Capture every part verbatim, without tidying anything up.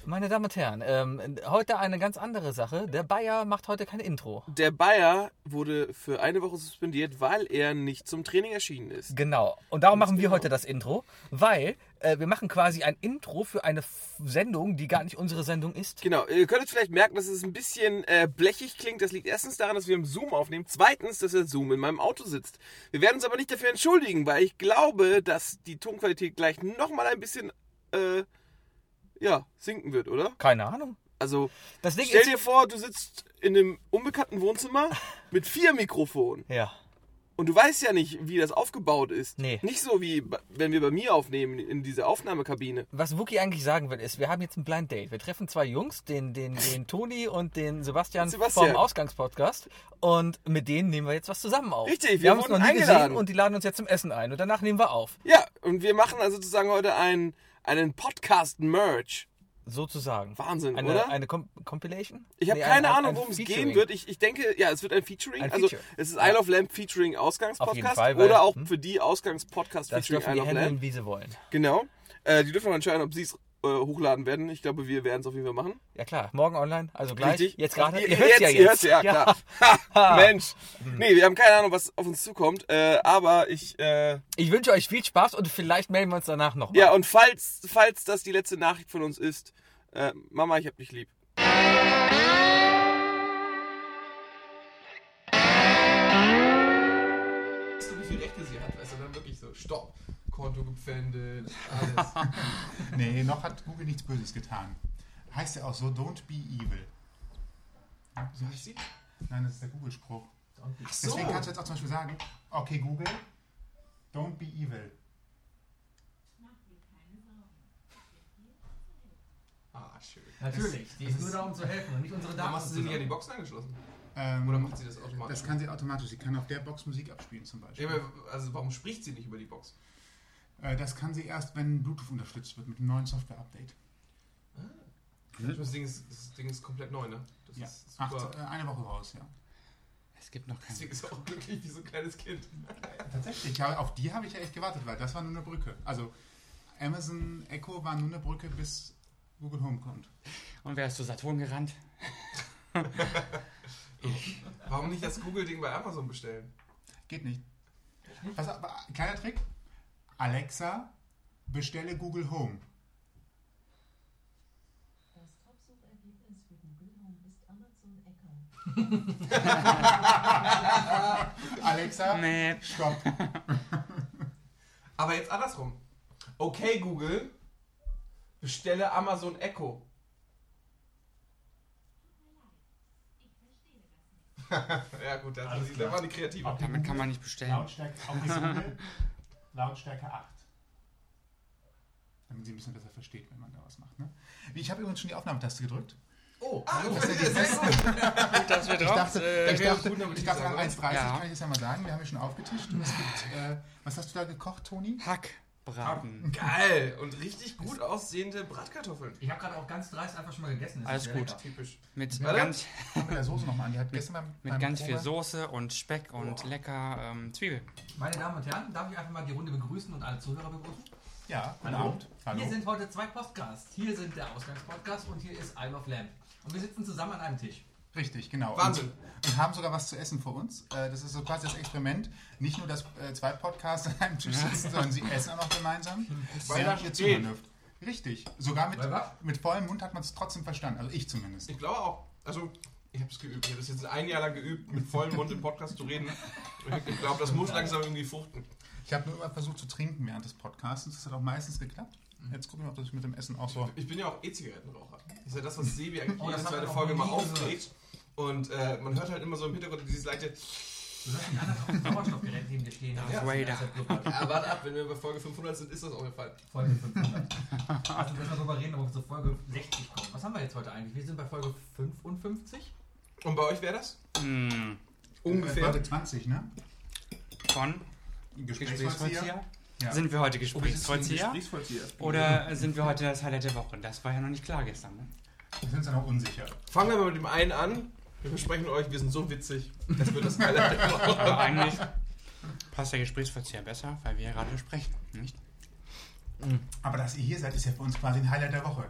Meine Damen und Herren, ähm, heute eine ganz andere Sache. Der Bayer macht heute kein Intro. Der Bayer wurde für eine Woche suspendiert, weil er nicht zum Training erschienen ist. Genau. Und darum machen wir genau. heute das Intro, weil äh, wir machen quasi ein Intro für eine F- Sendung, die gar nicht unsere Sendung ist. Genau. Ihr könntet vielleicht merken, dass es ein bisschen äh, blechig klingt. Das liegt erstens daran, dass wir im Zoom aufnehmen. Zweitens, dass der Zoom in meinem Auto sitzt. Wir werden uns aber nicht dafür entschuldigen, weil ich glaube, dass die Tonqualität gleich nochmal ein bisschen äh, ja, sinken wird, oder? Keine Ahnung. Also, Das Ding stell ist- dir vor, du sitzt in einem unbekannten Wohnzimmer mit vier Mikrofonen. Ja. Und du weißt ja nicht, wie das aufgebaut ist. Nee. Nicht so wie, wenn wir bei mir aufnehmen, in dieser Aufnahmekabine. Was Wookie eigentlich sagen will, ist, wir haben jetzt ein Blind Date. Wir treffen zwei Jungs, den, den, den Toni und den Sebastian, Sebastian. vom Ausgangspodcast. Und mit denen nehmen wir jetzt was zusammen auf. Richtig, wir, wir haben uns noch wurden nie eingeladen. gesehen und die laden uns jetzt zum Essen ein. Und danach nehmen wir auf. Ja, und wir machen also sozusagen heute einen, einen Podcast-Merch. Sozusagen. Wahnsinn, eine, oder? Eine Com- Compilation? Ich habe Nee, keine ein- ein- Ahnung, ein worum es Featuring. gehen wird. Ich, ich denke, ja, es wird ein Featuring. Ein also Feature. es ist Ja. Isle of Lamp Featuring Auf jeden Ausgangspodcast. Fall, weil- oder auch hm? für die Ausgangspodcast Das Featuring dürfen die Isle of Lamp. handeln, wie sie wollen. Genau. Äh, die dürfen entscheiden, ob sie es äh, hochladen werden. Ich glaube, wir werden es auf jeden Fall machen. Ja klar, morgen online, also gleich. Richtig. Jetzt gerade. Ihr, Ihr ihr hört's ja ihr jetzt. hört's ja, klar. Ha, Mensch. Nee, wir haben keine Ahnung, was auf uns zukommt. Äh, aber ich... Äh, Ich wünsche euch viel Spaß und vielleicht melden wir uns danach nochmal. ja, und falls, falls das die letzte Nachricht von uns ist, äh, Mama, ich hab dich lieb. Weißt du, wie viele Rechte sie hat? Weißt du, dann wirklich so, stopp, Konto gepfändet, alles. Nee, noch hat Google nichts Böses getan. Heißt ja auch so, don't be evil. So heißt sie? Nein, das ist der Google-Spruch. Ach so. Deswegen kannst du jetzt auch zum Beispiel sagen, okay Google, don't be evil. Ah, schön. Natürlich, die ist nur da, um zu helfen und nicht unsere Warum Daten. hast du sie nicht an die Boxen angeschlossen? Ähm, Oder macht sie das automatisch? Das kann sie automatisch. Sie kann auf der Box Musik abspielen zum Beispiel. Ja, aber also warum spricht sie nicht über die Box? Äh, das kann sie erst, wenn Bluetooth unterstützt wird mit einem neuen Software-Update. Das Ding ist, das Ding ist komplett neu, ne? Das Ja, ist super. Acht, äh, eine Woche raus, ja. Es gibt noch keine. Deswegen ist er auch glücklich wie so ein kleines Kind. Tatsächlich, ja, auf die habe ich ja echt gewartet, weil das war nur eine Brücke. Also Amazon Echo war nur eine Brücke, bis Google Home kommt. Und wer ist zu Saturn gerannt? Warum nicht das Google-Ding bei Amazon bestellen? Geht nicht. Pass auf, kleiner Trick. Alexa, bestelle Google Home. Das Top-Suchergebnis für Google Home ist Amazon Echo. Alexa, Nee. stopp. Aber jetzt andersrum. Okay, Google, bestelle Amazon Echo. Ja gut, das Alles ist klar. war die Kreative. Okay, Damit kann man nicht bestellen. Lautstärke, okay, Google, Lautstärke acht. Damit sie ein bisschen besser versteht, wenn man da was macht. Ne? Ich habe übrigens schon die Aufnahmetaste gedrückt. Oh, Ah, hallo. das ist ja die Sehr gut. Dass wir Ich drauf, dachte, äh, ich wäre dachte, gut, damit ich ich dachte sagen, an eins Komma dreißig ja. kann ich das ja mal sagen. Wir haben ja schon aufgetischt. Und es gibt, äh, was hast du da gekocht, Toni? Hackbraten. Geil. Und richtig gut aussehende Bratkartoffeln. Ich habe gerade auch ganz dreist einfach schon mal gegessen. Das Alles ist sehr gut. lecker. Typisch. Mit Warte. ganz, Fangen wir mit der Soße nochmal an. Die hat gestern beim, mit beim ganz viel Probe- Soße und Speck und Boah. lecker ähm, Zwiebel. Meine Damen und Herren, darf ich einfach mal die Runde begrüßen und alle Zuhörer begrüßen? Ja, guten Hallo. Abend. Hallo. Hier sind heute zwei Podcasts. Hier sind der Ausgangspodcast und hier ist Isle of Lamp. Und wir sitzen zusammen an einem Tisch. Richtig, genau. Wahnsinn. Und, und haben sogar was zu essen vor uns. Äh, Das ist so quasi das Experiment. Nicht nur, dass äh, zwei Podcasts an einem Tisch sitzen, sondern sie essen auch noch gemeinsam. Weil während das ihr geht. zuhören dürft. Richtig. Sogar mit, Weil was? mit vollem Mund hat man es trotzdem verstanden. Also ich zumindest. Ich glaube auch. Also, ich habe es geübt. Ich habe das jetzt ein Jahr lang geübt, mit vollem Mund im Podcast zu reden. Ich glaube, das muss langsam irgendwie fruchten. Ich habe nur immer versucht zu trinken während des Podcasts. Das hat auch meistens geklappt. Jetzt gucken wir, ob das mit dem Essen auch so... Ich bin ja auch E-Zigarettenraucher. Das ist ja das, was Sebi eigentlich Oh, jede das haben zweite wir noch Folge nie mal gehört. aufregt. Und äh, man hört halt immer so im Hintergrund dieses leichte... Du hast ein anderes Sauerstoffgerät neben dir stehen. Darth Ja, Vader. das ist blubbert. Ja, warte ab, wenn wir bei Folge fünfhundert sind, ist das auch der Fall. Folge fünfhundert. Lass uns erstmal drüber reden, ob wir zur Folge sechzig kommen. Was haben wir jetzt heute eigentlich? Wir sind bei Folge fünfundfünfzig. Und bei euch wäre das? Hm. Ungefähr. Folge zwanzig, ne? Von Gesprächsvollzieher. Gesprächsvollzieher? Ja. Sind wir heute Gesprächsvollzieher? Gesprächsvollzieher. Oder sind wir heute das Highlight der Woche? Das war ja noch nicht klar gestern. Ne? Wir sind uns ja noch unsicher. Fangen wir mal mit dem einen an. Wir versprechen euch, wir sind so witzig. Das wird das Highlight der Woche. Aber eigentlich passt der Gesprächsvollzieher besser, weil wir ja gerade sprechen. Nicht? Aber dass ihr hier seid, ist ja für uns quasi ein Highlight der Woche.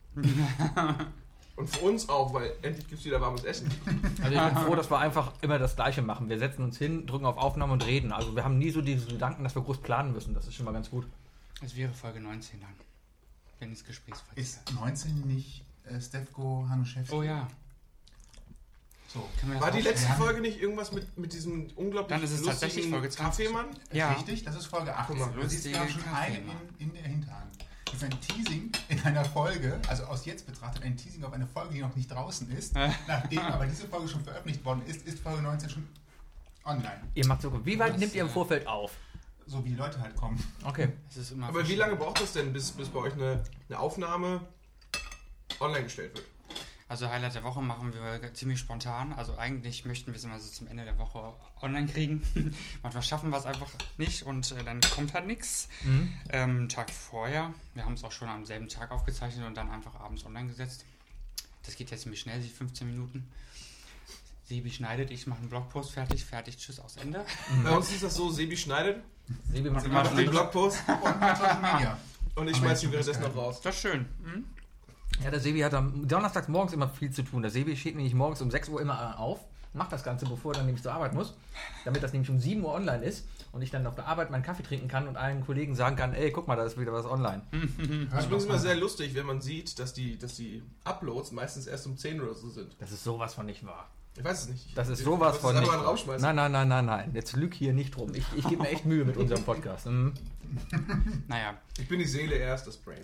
Und für uns auch, weil endlich gibt es wieder warmes Essen. Also ich bin froh, dass wir einfach immer das Gleiche machen. Wir setzen uns hin, drücken auf Aufnahme und reden. Also wir haben nie so diese Gedanken, dass wir groß planen müssen. Das ist schon mal ganz gut. Es wäre Folge neunzehn dann. Wenn es Gesprächsverkehr Ist neunzehn nicht äh, Stefko Hanuschewski? Oh ja. So. Können wir das War die auch- letzte wir haben- Folge nicht irgendwas mit, mit diesem unglaublich Dann ist es tatsächlich lustigen Folge zwanzig. Kaffeemann? Ja. Richtig, das ist Folge achtzehn. Guck mal, Du siehst lustige gerade schon eine Kaffeemann. in, in der Hinterhand. Das ist ein Teasing in einer Folge, also aus jetzt betrachtet, ein Teasing auf eine Folge, die noch nicht draußen ist. Nachdem aber diese Folge schon veröffentlicht worden ist, ist Folge neunzehn schon online. Ihr macht so. Wie weit Das, nehmt ihr im äh, Vorfeld auf? So wie die Leute halt kommen. Okay. Es ist immer Aber wie lange braucht das denn, bis, bis bei euch eine, eine Aufnahme online gestellt wird? Also Highlight der Woche machen wir ziemlich spontan. Also eigentlich möchten wir es immer so zum Ende der Woche online kriegen. Manchmal schaffen wir es einfach nicht und äh, dann kommt halt nichts. Mhm. Ähm, Tag vorher. Wir haben es auch schon am selben Tag aufgezeichnet und dann einfach abends online gesetzt. Das geht jetzt ziemlich schnell, die fünfzehn Minuten. Sebi schneidet, ich mache einen Blogpost fertig, fertig, tschüss, aus Ende. Bei uns ist das so, Sebi schneidet, Sebi macht Sie immer macht macht den Blogpost Und mit Social Media. und ich Aber schmeiß ihn jetzt währenddessen ist noch raus. Das ist schön. Mhm. Ja, der Sebi hat am donnerstags morgens immer viel zu tun. Der Sebi steht nämlich morgens um sechs Uhr immer auf, macht das Ganze, bevor er dann nämlich zur Arbeit muss, damit das nämlich um sieben Uhr online ist und ich dann auf der Arbeit meinen Kaffee trinken kann und allen Kollegen sagen kann, ey, guck mal, da ist wieder was online. Das ist übrigens immer sehr lustig, wenn man sieht, dass die, dass die Uploads meistens erst um zehn oder so sind. Das ist sowas von nicht wahr. Ich weiß es nicht. Das ist Ich- sowas ich von wollte nicht es einfach mal wahr. rausschmeißen. Nein, nein, nein, nein, nein. Jetzt lüg hier nicht rum. Ich, ich gebe mir echt Mühe mit unserem Podcast. Mhm. Naja, Ich bin die Seele, er ist das Brain.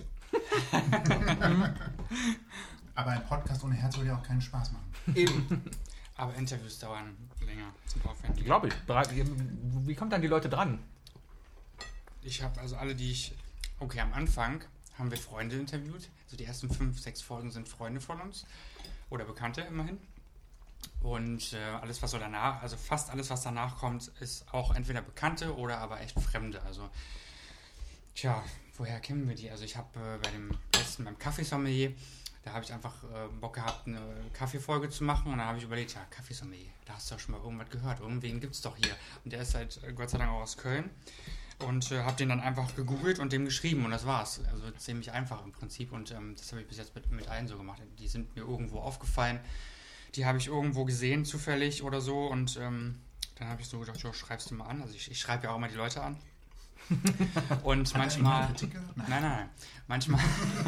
Aber ein Podcast ohne Herz würde ja auch keinen Spaß machen. Eben. aber Interviews dauern länger, sind aufwendig. Glaube ich. Bereit- Wie kommt dann die Leute dran? Ich habe also alle, die ich... Okay, am Anfang haben wir Freunde interviewt. Also die ersten fünf, sechs Folgen sind Freunde von uns. Oder Bekannte immerhin. Und äh, alles, was so danach, also fast alles, was danach kommt, ist auch entweder Bekannte oder aber echt Fremde. Also, tja, woher kennen wir die? Also ich habe äh, bei dem letzten, beim Kaffeesommelier, da habe ich einfach äh, Bock gehabt, eine Kaffeefolge zu machen. Und dann habe ich überlegt, ja, Kaffeesommelier, da hast du doch schon mal irgendwas gehört. Irgendwen gibt es doch hier. Und der ist halt äh, Gott sei Dank auch aus Köln. Und äh, habe den dann einfach gegoogelt und dem geschrieben und das war's. Also ziemlich einfach im Prinzip und ähm, das habe ich bis jetzt mit, mit allen so gemacht. Die sind mir irgendwo aufgefallen, die habe ich irgendwo gesehen zufällig oder so und ähm, dann habe ich so gedacht, jo, schreibst du mal an. Also ich, ich schreibe ja auch immer die Leute an. Und Hat er manchmal... irgendeine Kritik gehört? Nein. Nein, nein, nein. Manchmal...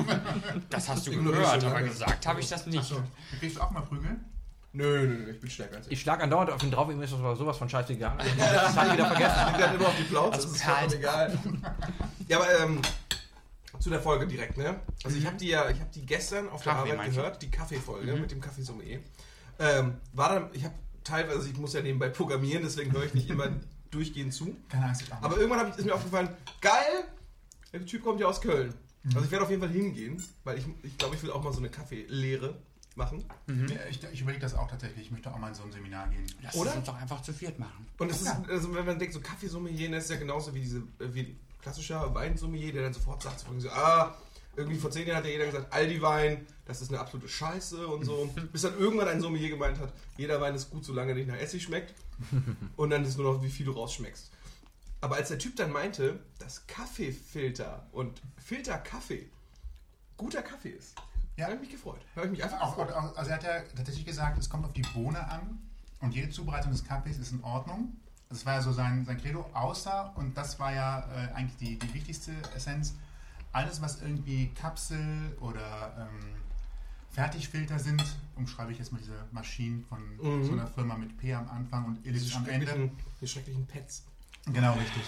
das hast du Ignoriere gehört, schon aber lange. gesagt habe ich das nicht. Achso, kriegst du auch mal Prügel? Nö, nö, nö, ich bin stärker als ich. Ich schlage andauernd auf ihn drauf, ihm ist das aber sowas von scheißegal. Das habe ich wieder vergessen. Ich werde immer auf die Plauze, Also das ist kalt. vollkommen egal. Ja, aber ähm, zu der Folge direkt, ne? Also ich habe die ja, ich habe die gestern auf der Kaffee, Arbeit meinst du? gehört, die Kaffeefolge Mhm. mit dem Kaffeesommelier. Ähm, war dann, ich habe teilweise, also ich muss ja nebenbei programmieren, deswegen höre ich nicht immer durchgehend zu. Keine Angst, ich auch Aber nicht. irgendwann hab ich, ist mir aufgefallen, geil, der Typ kommt ja aus Köln. Also ich werde auf jeden Fall hingehen, weil ich, ich glaube, ich will auch mal so eine Kaffeelehre machen. Mhm. Ja, Ich, ich überlege das auch tatsächlich. Ich möchte auch mal in so ein Seminar gehen. Lass Oder? es uns doch einfach zu viert machen. Und es ist, also wenn man denkt, so Kaffeesommelier, das ist ja genauso wie diese, äh, wie klassischer Weinsommelier, der dann sofort sagt, so, ah, irgendwie vor zehn Jahren hat ja jeder gesagt, Aldi-Wein, das ist eine absolute Scheiße und so. Bis dann irgendwann ein Sommelier gemeint hat, jeder Wein ist gut, solange er nicht nach Essig schmeckt. Und dann ist nur noch, wie viel du rausschmeckst. Aber als der Typ dann meinte, dass Kaffeefilter und Filterkaffee guter Kaffee ist, Ja. habe ich mich gefreut. Habe ich mich einfach Auch, gefreut. auch, also er hat ja tatsächlich gesagt, es kommt auf die Bohne an und jede Zubereitung des Kaffees ist in Ordnung. Das war ja so sein, sein Credo, außer, und das war ja äh, eigentlich die, die wichtigste Essenz, alles was irgendwie Kapsel oder ähm, Fertigfilter sind, umschreibe ich jetzt mal diese Maschinen von Mhm. so einer Firma mit P am Anfang und Diese Ellipse am Ende. schrecklichen, die schrecklichen Pets. Genau, richtig.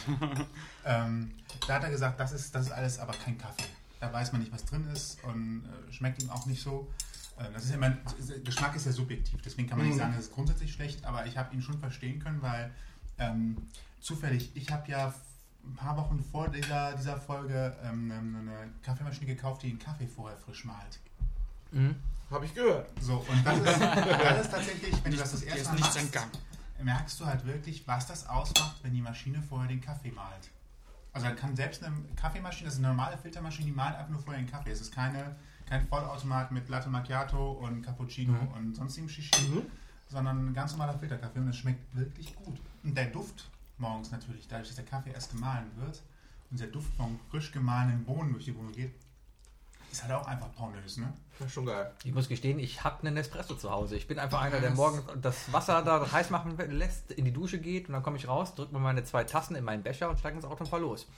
ähm, da hat er gesagt, das ist, das ist alles aber kein Kaffee. Da weiß man nicht, was drin ist und äh, schmeckt ihm auch nicht so. Äh, das ist ja immer, Geschmack ist ja subjektiv, deswegen kann man nicht Mhm. sagen, es ist grundsätzlich schlecht, aber ich habe ihn schon verstehen können, weil ähm, zufällig, ich habe ja ein paar Wochen vor dieser, dieser Folge ähm, eine Kaffeemaschine gekauft, die den Kaffee vorher frisch malt. Mhm. Habe ich gehört. So, und das ist, das ist tatsächlich, wenn du das das Dir erste ist Mal nichts machst, entgangen. merkst du halt wirklich, was das ausmacht, wenn die Maschine vorher den Kaffee malt. Also dann kann selbst eine Kaffeemaschine, das ist eine normale Filtermaschine, die malt einfach nur vorher den Kaffee. Es ist keine, kein Vollautomat mit Latte Macchiato und Cappuccino Mhm. und sonstigem Shishi, Mhm. sondern ein ganz normaler Filterkaffee und es schmeckt wirklich gut. Und der Duft morgens natürlich, dadurch, dass der Kaffee erst gemahlen wird und der Duft von frisch gemahlenen Bohnen durch die Wohnung geht, ist halt auch einfach pornös, ne? Das ist schon geil. Ich muss gestehen, ich habe einen Espresso zu Hause. Ich bin einfach einer, der morgens das Wasser da heiß machen lässt, in die Dusche geht und dann komme ich raus, drücke mir meine zwei Tassen in meinen Becher und steige ins Auto und fahr los.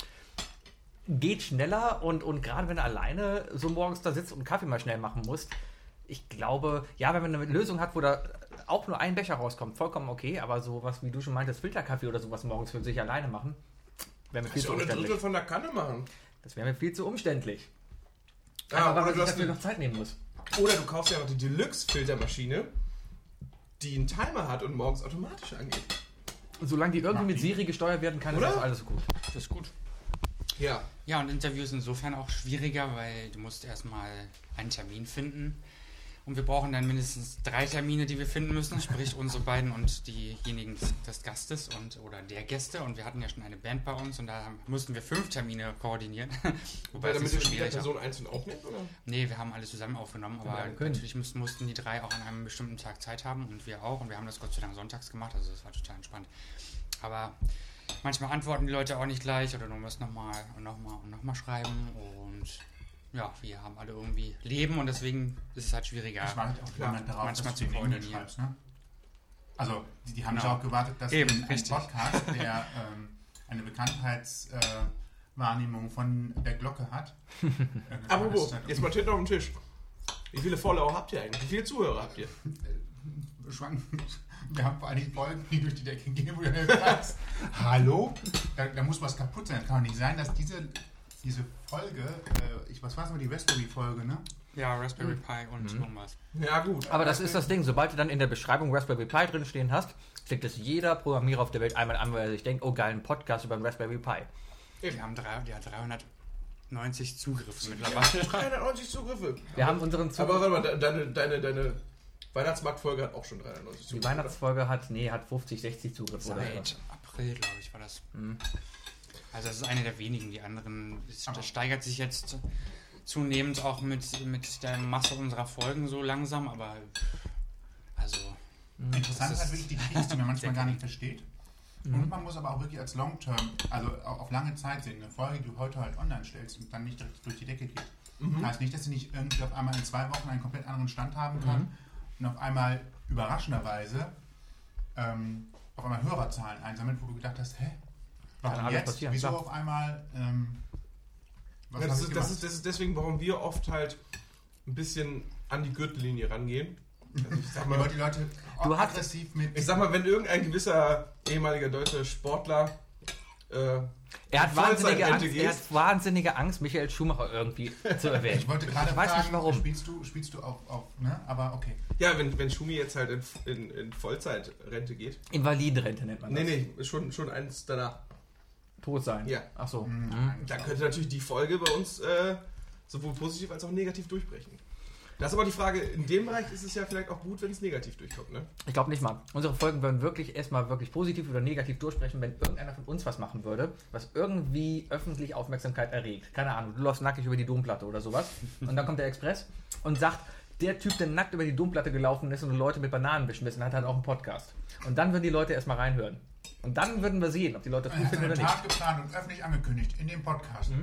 Geht schneller und, und gerade wenn du alleine so morgens da sitzt und einen Kaffee mal schnell machen musst, ich glaube, ja, wenn man eine Lösung hat, wo da auch nur ein Becher rauskommt, vollkommen okay, aber sowas, wie du schon meintest, Filterkaffee oder sowas morgens für sich alleine machen, wäre mir viel Kannst zu du auch eine Drittel umständlich. von der Kanne machen. Das wäre mir viel zu umständlich. Ja, Einfach, weil oder, man du sich hast dafür eine, noch Zeit nehmen muss. oder du kaufst ja noch die Deluxe-Filtermaschine, die einen Timer hat und morgens automatisch angeht. Solange die irgendwie Mach mit die. Siri gesteuert werden kann, Oder? ist das alles gut. Das ist gut. Ja. Ja, und Interviews insofern auch schwieriger, weil du musst erstmal einen Termin finden. Und wir brauchen dann mindestens drei Termine, die wir finden müssen, sprich unsere beiden und diejenigen des, des Gastes und oder der Gäste. Und wir hatten ja schon eine Band bei uns und da mussten wir fünf Termine koordinieren. Wobei Weil das damit nicht du so jeder schwierig war. Person einzeln aufnimmst, oder? Nee, wir haben alle zusammen aufgenommen, aber wir können. natürlich müssten, mussten die drei auch an einem bestimmten Tag Zeit haben und wir auch. Und wir haben das Gott sei Dank sonntags gemacht, also das war total entspannt. Aber manchmal antworten die Leute auch nicht gleich oder du musst nochmal und nochmal und nochmal schreiben und ja, wir haben alle irgendwie Leben und deswegen ist es halt schwieriger. Ich warte auch klar. Moment darauf, Manchmal dass du zu den E-Mail koordinieren. schreibst, ne? Also, die, die haben Genau. ja auch gewartet, dass Eben, ein, ein richtig. Podcast, der ähm, eine Bekanntheitswahrnehmung äh, von der Glocke hat. äh, Apropos, das ist halt jetzt mal Tinte auf den Tisch. Wie viele Follower habt ihr eigentlich? Wie viele Zuhörer habt ihr? schwankend. Wir haben vor allem Folgen, die durch die Decke gehen, wo du sagst, hallo? Da, da muss was kaputt sein. Das kann doch nicht sein, dass diese, diese Folge, äh, ich, was war es mal, die Raspberry-Folge, ne? Ja, Raspberry Pi und irgendwas. Ja, gut. Aber das ist das Ding, sobald du dann in der Beschreibung Raspberry Pi drin stehen hast, klickt es jeder Programmierer auf der Welt einmal an, weil er sich denkt, oh geil, ein Podcast über einen Raspberry Pi. Wir haben drei, ja, dreihundertneunzig Zugriffe mittlerweile. dreihundertneunzig Zugriffe. Wir haben unseren Zug. Aber warte mal, de- deine, deine, deine Weihnachtsmarktfolge hat auch schon dreihundertneunzig Die Zugriffe. Weihnachtsfolge hat, nee, hat fünfzig, sechzig Zugriffe oder so. Seit April, glaube ich, war das. Mhm. Also das ist eine der wenigen. Die anderen, es Aber- das steigert sich jetzt zunehmend auch mit, mit der Masse unserer Folgen so langsam, aber also Interessant Das ist ist halt wirklich die Kriegs, die man manchmal sehr gar nicht versteht. Und man muss aber auch wirklich als Long-Term, also auch auf lange Zeit sehen, eine Folge, die du heute halt online stellst und dann nicht direkt durch die Decke geht. Heißt nicht, dass sie nicht irgendwie auf einmal in zwei Wochen einen komplett anderen Stand haben kann und auf einmal überraschenderweise ähm, auf einmal Hörerzahlen einsammelt, wo du gedacht hast, hä? Warum Kann alles jetzt? passieren, Wieso klar. auf einmal? Ähm, was Ja, hab das, ich ist, das, gemacht? ist, das ist deswegen, warum wir oft halt ein bisschen an die Gürtellinie rangehen. Also ich sag Ihr mal, wollt die Leute Du hast- aggressiv mit. ich sag mal, wenn irgendein gewisser ehemaliger deutscher Sportler äh, Er hat, wahnsinnige Vollzeitrente Angst, er gehst. hat wahnsinnige Angst, Michael Schumacher irgendwie zu erwähnen. Ich wollte gerade Ich weiß fragen, nicht warum. Spielst du, spielst du auf, auf, ne? Aber okay. ja, wenn, wenn Schumi jetzt halt in, in, in Vollzeitrente geht. Invalidenrente nennt man das. Nee, nee, schon, schon eins danach. Tot sein. Ja. Ach so. Hm, Mhm. Da könnte natürlich die Folge bei uns äh, sowohl positiv als auch negativ durchbrechen. Das ist aber die Frage, in dem Bereich ist es ja vielleicht auch gut, wenn es negativ durchkommt, ne? Ich glaube nicht mal. Unsere Folgen würden wirklich erstmal wirklich positiv oder negativ durchsprechen, wenn irgendeiner von uns was machen würde, was irgendwie öffentlich Aufmerksamkeit erregt. Keine Ahnung, du läufst nackig über die Domplatte oder sowas. Und dann kommt der Express und sagt, der Typ, der nackt über die Domplatte gelaufen ist und Leute mit Bananen beschmissen hat, hat auch einen Podcast. Und dann würden die Leute erstmal reinhören. Und dann würden wir sehen, ob die Leute das Er gut hat finden eine oder Tat nicht. geplant und öffentlich angekündigt in dem Podcast.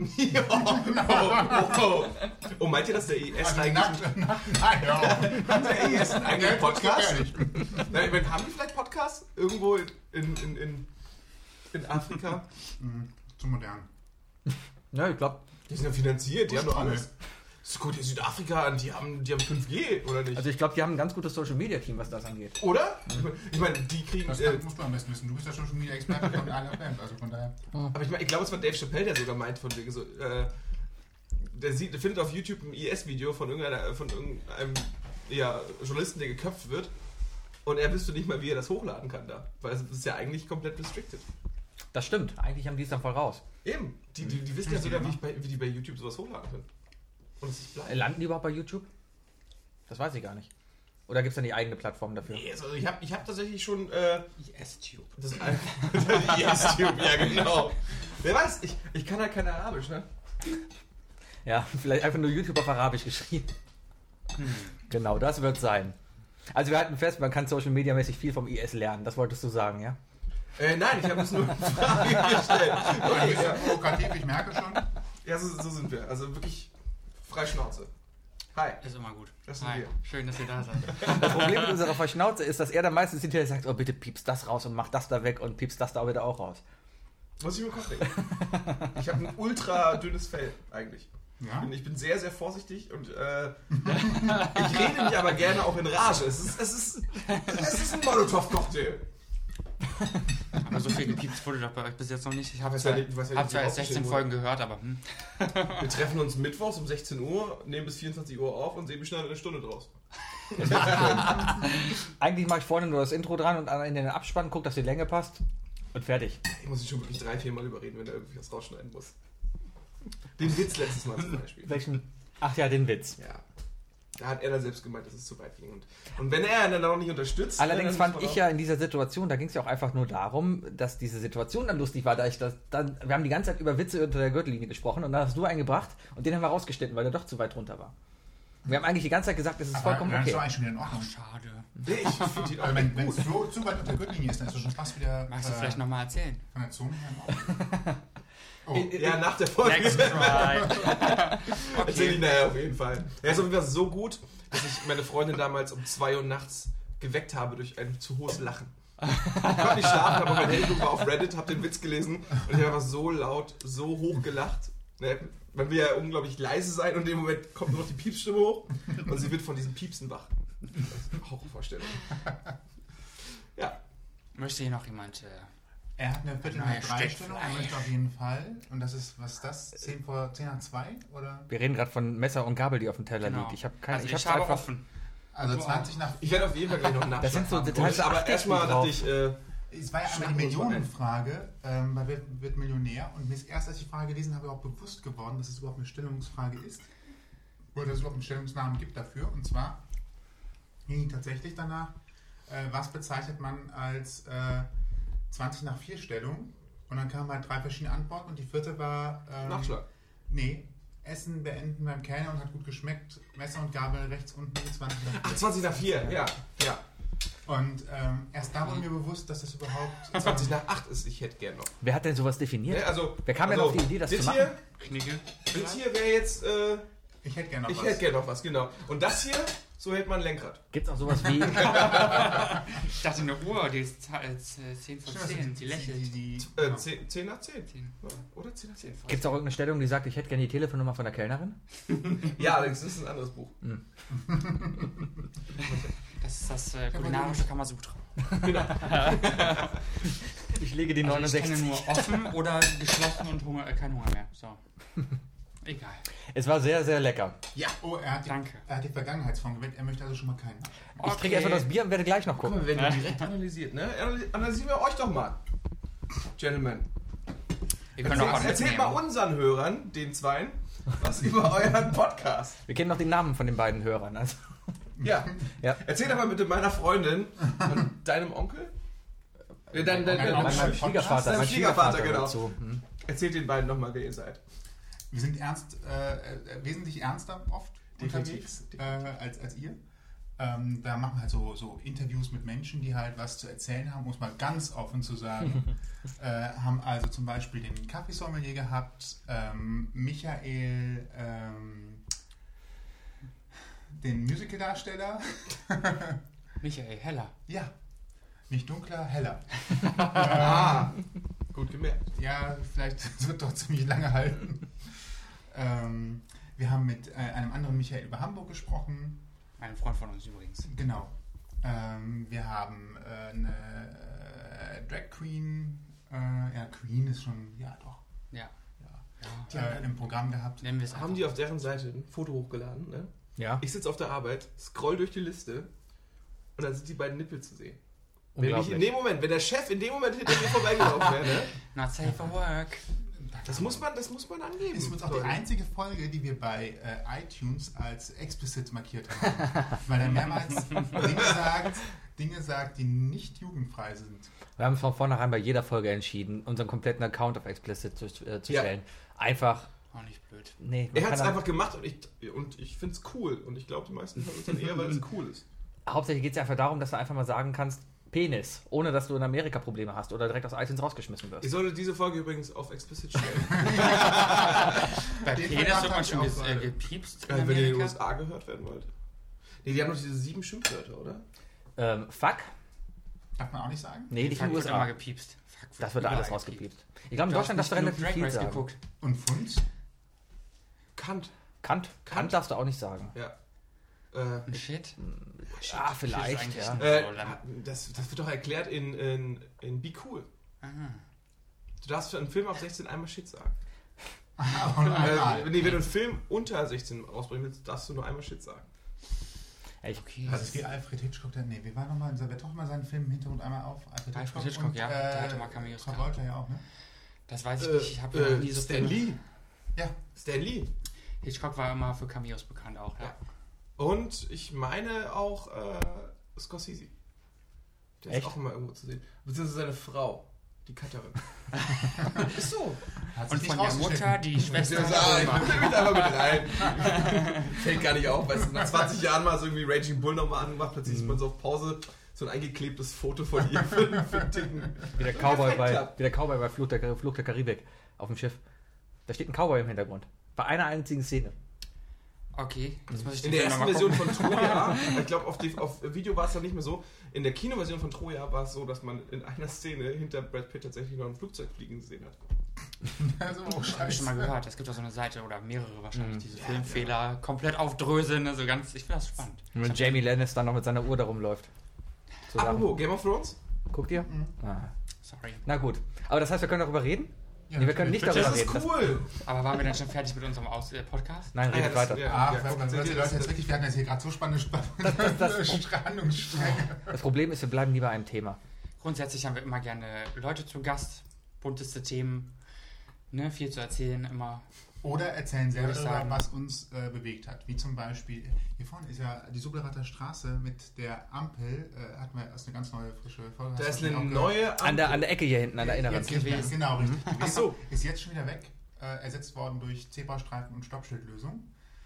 oh, oh. oh, meint ihr, dass der I S Also eigentlich... nackt, nackt, nein, ja. Hat der I S einen eigenen Nein, Podcast? gefährlich. Nein, ich meine, haben die vielleicht Podcasts irgendwo in, in, in, in, in Afrika? Mhm, zu modern. Ja, ich glaube, Die sind ja finanziert, die haben doch Ursprünge. alles. So gut, in Südafrika, die haben, die haben fünf G, oder nicht? also ich glaube, die haben ein ganz gutes Social-Media-Team, was das angeht. oder? Ich meine, die kriegen... Das Äh, musst du am besten wissen. Du bist ja Social Media Experte von einer Band, also von daher. aber ich meine, ich glaube, es war Dave Chappelle, der sogar meint von wegen so... Äh, der, sieht, der findet auf YouTube ein I S-Video von irgendeiner, von irgendeinem ja, Journalisten, der geköpft wird. Und er wüsste nicht mal, wie er das hochladen kann da. Weil es ist ja eigentlich komplett restricted. Das stimmt. Eigentlich haben die es dann voll raus. Eben. Die, die, die wissen ja sogar, wie, ich bei, wie die bei YouTube sowas hochladen können. Und es ist Äh, bleibt. Landen die überhaupt bei YouTube? Das weiß ich gar nicht. Oder gibt es dann die eigene Plattform dafür? Nee, also ich habe ich hab tatsächlich schon äh, S-Tube. das YouTube, ja genau. Wer weiß, ich, ich kann halt kein Arabisch, ne? Ja, vielleicht einfach nur YouTube auf Arabisch geschrieben. Genau, das wird sein. Also wir halten fest, man kann Social Media mäßig viel vom I S lernen. Das wolltest du sagen, ja? Äh, nein, ich habe es nur eine Frage gestellt. Okay, Okay, ja. ja, Provokativ, ich merke schon. ja so, so sind wir. Also wirklich Freischnauze. Hi, Ist immer gut. das sind Hi. wir. Schön, dass ihr da seid. Das Problem mit unserer Verschnauze ist, dass er dann meistens hinterher sagt, oh bitte piepst das raus und mach das da weg und piepst das da wieder auch raus. Muss ich mir Kopf legen. Ich habe ein ultra dünnes Fell eigentlich. Ich Ja? bin, ich bin sehr, sehr vorsichtig und äh, ich rede mich aber gerne auch in Rage. Es ist, es ist, es ist ein Molotow-Cocktail. Aber so viel gepiepst wurde doch bei euch bis jetzt noch nicht. Ich habe weiß zwar, ja nicht- ich weiß ja nicht, hab wie zwar erst aufgestellt sechzehn wurde. Folgen gehört, aber hm. Wir treffen uns mittwochs um sechzehn Uhr, nehmen bis vierundzwanzig Uhr auf und Sebi schneidet eine Stunde draus. Eigentlich mache ich vorne nur das Intro dran und in den Abspann, guck, dass die Länge passt und fertig. Ich muss ihn schon wirklich drei, vier Mal überreden, wenn er irgendwie was rausschneiden muss. Den Witz letztes Mal zum Beispiel. Welchen? Ach ja, den Witz. Ja. Da hat er dann selbst gemeint, dass es zu weit ging. Und, und wenn er dann auch nicht unterstützt... Allerdings dann fand muss man ich ja in dieser Situation, da ging es ja auch einfach nur darum, dass diese Situation dann lustig war, da ich das dann, wir haben die ganze Zeit über Witze unter der Gürtellinie gesprochen und dann hast du einen gebracht und den haben wir rausgeschnitten, weil der doch zu weit runter war. Wir haben eigentlich die ganze Zeit gesagt, es ist Aber vollkommen dann ist doch okay. eigentlich schon wieder in Ordnung. Schade. Nee, ich finde ihn auch Also wenn nicht wenn es gut. so zu weit unter der Gürtellinie ist, dann ist das schon fast wieder Magst du äh, vielleicht nochmal erzählen? von der Zunge her in Ordnung. Oh, Ja, nach der Folge. Next try. Erzähl ich nachher auf jeden Fall. Er ist auf jeden Fall so gut, dass ich meine Freundin damals um zwei Uhr nachts geweckt habe durch ein zu hohes Lachen. Ich konnte nicht schlafen, aber mein Handy war auf Reddit, habe den Witz gelesen und ich habe einfach so laut, so hoch gelacht. Ne? Man will ja unglaublich leise sein und in dem Moment kommt nur noch die Piepsstimme hoch und sie wird von diesem Piepsen wach. Das ist eine Horrorvorstellung. Ja, Möchte hier noch jemand... Äh, er hat eine Viertel Neue nach drei Stückfleisch. Stellung, er möchte auf jeden Fall. Und das ist, was ist das? zehn vor zehn nach zwei? Oder? Wir reden gerade von Messer und Gabel, die auf dem Teller genau. liegt. Ich habe keine, also ich, ich, hab's habe einfach, offen. Also Du auch. zwanzig nach ich werde auf jeden Fall gleich noch nachschauen. Das sind so Details, da aber achte ich erstmal nie drauf. dachte ich, äh, Es war ja einmal Schnappen die uns mal ein. Millionenfrage, ähm, bei Wer wird Millionär? Und mir ist erst, als ich die Frage gelesen habe, auch bewusst geworden, dass es überhaupt eine Stellungsfrage ist. Oder dass es überhaupt einen Stellungsnamen gibt dafür. Und zwar ging tatsächlich danach, äh, was bezeichnet man als äh, zwanzig nach vier Stellung? Und dann kamen halt drei verschiedene Antworten und die vierte war... Ähm, Nachschlag. Nee, Essen beenden beim Kellner und hat gut geschmeckt. Messer und Gabel rechts unten, zwanzig nach Ach, vier. zwanzig nach vier, ja. ja. Und ähm, erst da wurde mir bewusst, dass das überhaupt... zwanzig nach acht ist, ich hätte gern noch. wer hat denn sowas definiert? Ne, also, Wer kam denn also, auf die Idee, das das zu hier, machen? Knigge. Das hier wäre jetzt, äh, Ich hätte gerne noch ich was. hätte gern noch was, genau. Und das hier, so hält man ein Lenkrad. Gibt es auch sowas wie, Ich dachte eine Uhr, die ist z- äh, zehn von zehn. Die lächelt. Die, die, Äh, zehn, zehn nach zehn. zehn. Oder zehn nach zehn. gibt es auch irgendeine Stellung, die sagt, ich hätte gerne die Telefonnummer von der Kellnerin? Ja, allerdings ist es ein anderes Buch. Das ist das äh, kulinarische Kamasutra. Genau. Ich lege die Also ich kenne neunundsechzig. nur offen oder geschlossen und Hunger, äh, kein Hunger mehr. So. Egal. Es war sehr, sehr lecker. oh, er hat, die, Danke. er hat die Vergangenheitsform gewählt, er möchte also schon mal keinen. Ich trinke erstmal das Bier und werde gleich noch Guck gucken. mal, wir werden direkt analysiert, ne? Analy- Analysieren wir euch doch mal. Gentlemen. Wir können auch Erzählt, alles erzählt mal nehmen. unseren Hörern, den Zweien, was über euren Podcast. Wir kennen noch den Namen von den beiden Hörern. Also. Ja. Ja. Erzähl doch mal bitte meiner Freundin und deinem Onkel. Äh, Dein, dein, dein, Mein, mein dein, Schwiegervater, Dein mein Schwiegervater, Schwiegervater genau. dazu. Hm. Erzählt den beiden nochmal, wer ihr seid. Wir sind ernst, äh, äh, wesentlich ernster oft Definitiv. unterwegs äh, als, als ihr. Ähm, da machen wir halt so, so Interviews mit Menschen, die halt was zu erzählen haben, muss man ganz offen zu sagen. äh, haben also zum Beispiel den Kaffeesommelier gehabt, ähm, Michael, ähm, den Musicaldarsteller. Michael Heller. Ja, nicht dunkler, heller. Ah, gut gemerkt. Ja, vielleicht es wird doch ziemlich lange halten. ähm, wir haben mit äh, einem anderen Michael über Hamburg gesprochen. Ein Freund von uns übrigens. Genau. Ähm, wir haben äh, eine äh, Drag Queen, äh, ja, Queen ist schon, ja doch, Ja. ja, äh, im Programm gehabt. Nennen wir es Haben einfach. die auf deren Seite ein Foto hochgeladen, ne? Ja, Ich sitze auf der Arbeit, scroll durch die Liste und dann sind die beiden Nippel zu sehen. Wenn ich in unglaublich. dem Moment, wenn der Chef in dem Moment hinter mir vorbeigelaufen wäre, ne? Not safe for work. Das muss man, das muss man angeben. Das ist auch die Leute. einzige Folge, die wir bei äh, iTunes als explicit markiert haben. Weil er mehrmals Dinge sagt, Dinge sagt, die nicht jugendfrei sind. Wir haben von vornherein bei jeder Folge entschieden, unseren kompletten Account auf Explicit zu, äh, zu Ja. stellen. Einfach, Auch nicht blöd. nee. man Er hat es kann einfach gemacht und ich, und ich finde es cool. Und ich glaube, die meisten hören uns dann eher, weil es cool ist. dann, hauptsächlich geht es einfach darum, dass du einfach mal sagen kannst, Penis, ohne dass du in Amerika Probleme hast oder direkt aus iTunes rausgeschmissen wirst. Ich sollte diese Folge übrigens auf explicit stellen. Bei Den Penis Verdacht wird man hab schon ich ges auch äh, gerade. gepiepst in Äh, wenn ihr in den U Amerika. S A gehört werden wollt. Nee, die haben doch diese sieben Schimpfwörter, oder? Ähm, fuck? Darf man auch nicht sagen? Nee, nicht in Fuck den wird immer U S A. gepiepst. Fuck Das wird da alles überall rausgepiept. Ich glaube, in Du hast Deutschland darfst du nicht relativ genug viel Drag Race sagen. geguckt. Und Pfund? Kant. Kant? Kant darfst du auch nicht sagen. Ja. Äh, Und Shit? Shit. Ah, vielleicht, Shit ist eigentlich ja. nicht äh, so lang. das, das wird doch erklärt in, in, in Be Cool. Ah. Du darfst für einen Film ab sechzehn einmal Shit sagen. Aber nur einmal. Äh, nee, wenn du einen Film unter sechzehn rausbringen willst, darfst du nur einmal Shit sagen. Ja, ich, Okay. Das ist wie Alfred Hitchcock, der, nee, wir waren nochmal, wer doch mal seinen Film im Hintergrund einmal auf? Alfred, Alfred Hitchcock, und, ja, der hatte mal Cameos Frau gehabt. Beutler ja auch, ne? Das weiß ich Äh, nicht. Ich habe äh, noch nie so Stan Filme- Lee. Ja. Stan Lee. Hitchcock war immer für Cameos bekannt auch, ja. Ja. Und ich meine auch äh, Scorsese. Der Echt? ist auch immer irgendwo zu sehen. Beziehungsweise seine Frau, die Cutterin. ist so. Hat Und sich von nicht der Mutter rausgeschnitten. die Ich Schwester. nehme mich einfach mit rein. Fällt gar nicht auf, weißt du, nach zwanzig Jahren mal so irgendwie Raging Bull nochmal angemacht, plötzlich sieht man so auf Pause so ein eingeklebtes Foto von ihr für, für einen Ticken. wie der Cowboy bei, klappt. wie der Cowboy bei Fluch der, Fluch der Karibik auf dem Schiff. Da steht ein Cowboy im Hintergrund. Bei einer einzigen Szene. Okay, das muss ich In den der Film ersten noch mal Version gucken. von Troja, ich glaube auf, die- auf Video war es dann nicht mehr so, in der Kinoversion von Troja war es so, dass man in einer Szene hinter Brad Pitt tatsächlich noch ein Flugzeug fliegen gesehen hat. Also, oh, Habe ich scheiße. schon mal gehört. Es gibt auch so eine Seite oder mehrere wahrscheinlich, Mhm. diese Filmfehler komplett aufdröseln. Ne, so ganz, ich finde das spannend. Und wenn Jamie Lannister noch mit seiner Uhr da rumläuft. So Sachen. Apropos, Game of Thrones? Guckt ihr? Mhm. Ah. Sorry. Na gut. Aber das heißt, wir können darüber reden? Ja, Nee, wir können nicht natürlich. darüber Das ist reden. cool! Aber waren wir dann schon fertig mit unserem Aus äh, Podcast? Nein, Ah, redet ja, das- weiter. ja. Ah, Ja, weil man seht hört ihr die das- Leute jetzt wirklich, wir hatten jetzt hier gerade so spannende das- Handlungsstränge. Das Problem ist, wir bleiben nie bei einem Thema. Grundsätzlich haben wir immer gerne Leute zu Gast, bunteste Themen, ne, viel zu erzählen, immer. Oder erzählen selber Würde ich darüber, sagen. was uns äh, bewegt hat. Wie zum Beispiel, hier vorne ist ja die Sublerater Straße mit der Ampel, äh, hatten wir erst eine ganz neue, frische Folge. Da Hast ist du eine schon auch neue An der, an der Ecke hier hinten, an der inneren. Jetzt nicht mehr, gewesen. genau, richtig. Ach so. Ist jetzt schon wieder weg, äh, ersetzt worden durch Zebrastreifen und Stoppschildlösung.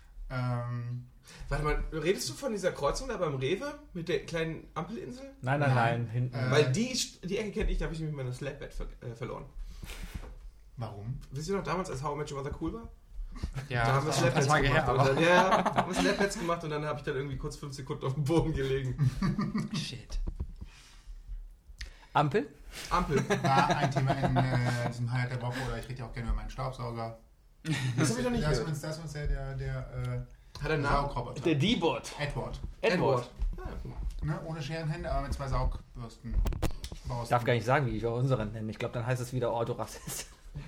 Ähm, Warte mal, redest du von dieser Kreuzung da beim Rewe mit der kleinen Ampelinsel? Nein, nein, nein, hinten. Äh, Weil die, die Ecke kenne ich, da habe ich mich mit meinem Slapbed ver äh, verloren. warum? Wisst ihr noch damals, als How I Met Your Mother cool war? Ja, da haben wir das ist schon ein paar Slapbeds Tage gemacht. her, und aber. dann, ja, da haben wir Slapbeds gemacht und dann habe ich dann irgendwie kurz fünf Sekunden auf dem Boden gelegen. Shit. Ampel? Ampel. War ein Thema in äh, diesem Highlight der Woche, oder ich rede ja auch gerne über meinen Staubsauger. Das habe ich noch nicht Das ist gehört. uns, das ist uns der, der, der äh, Hat er einen Namen? Saugroboter. Der D-Bot. Edward. Edward. Ja, guck mal. Ne? Ohne Scherenhände, aber mit zwei Saugbürsten. Ich darf gar nicht sagen, wie ich auch unseren nenne. Ich glaube, dann heißt es wieder Orthorassist.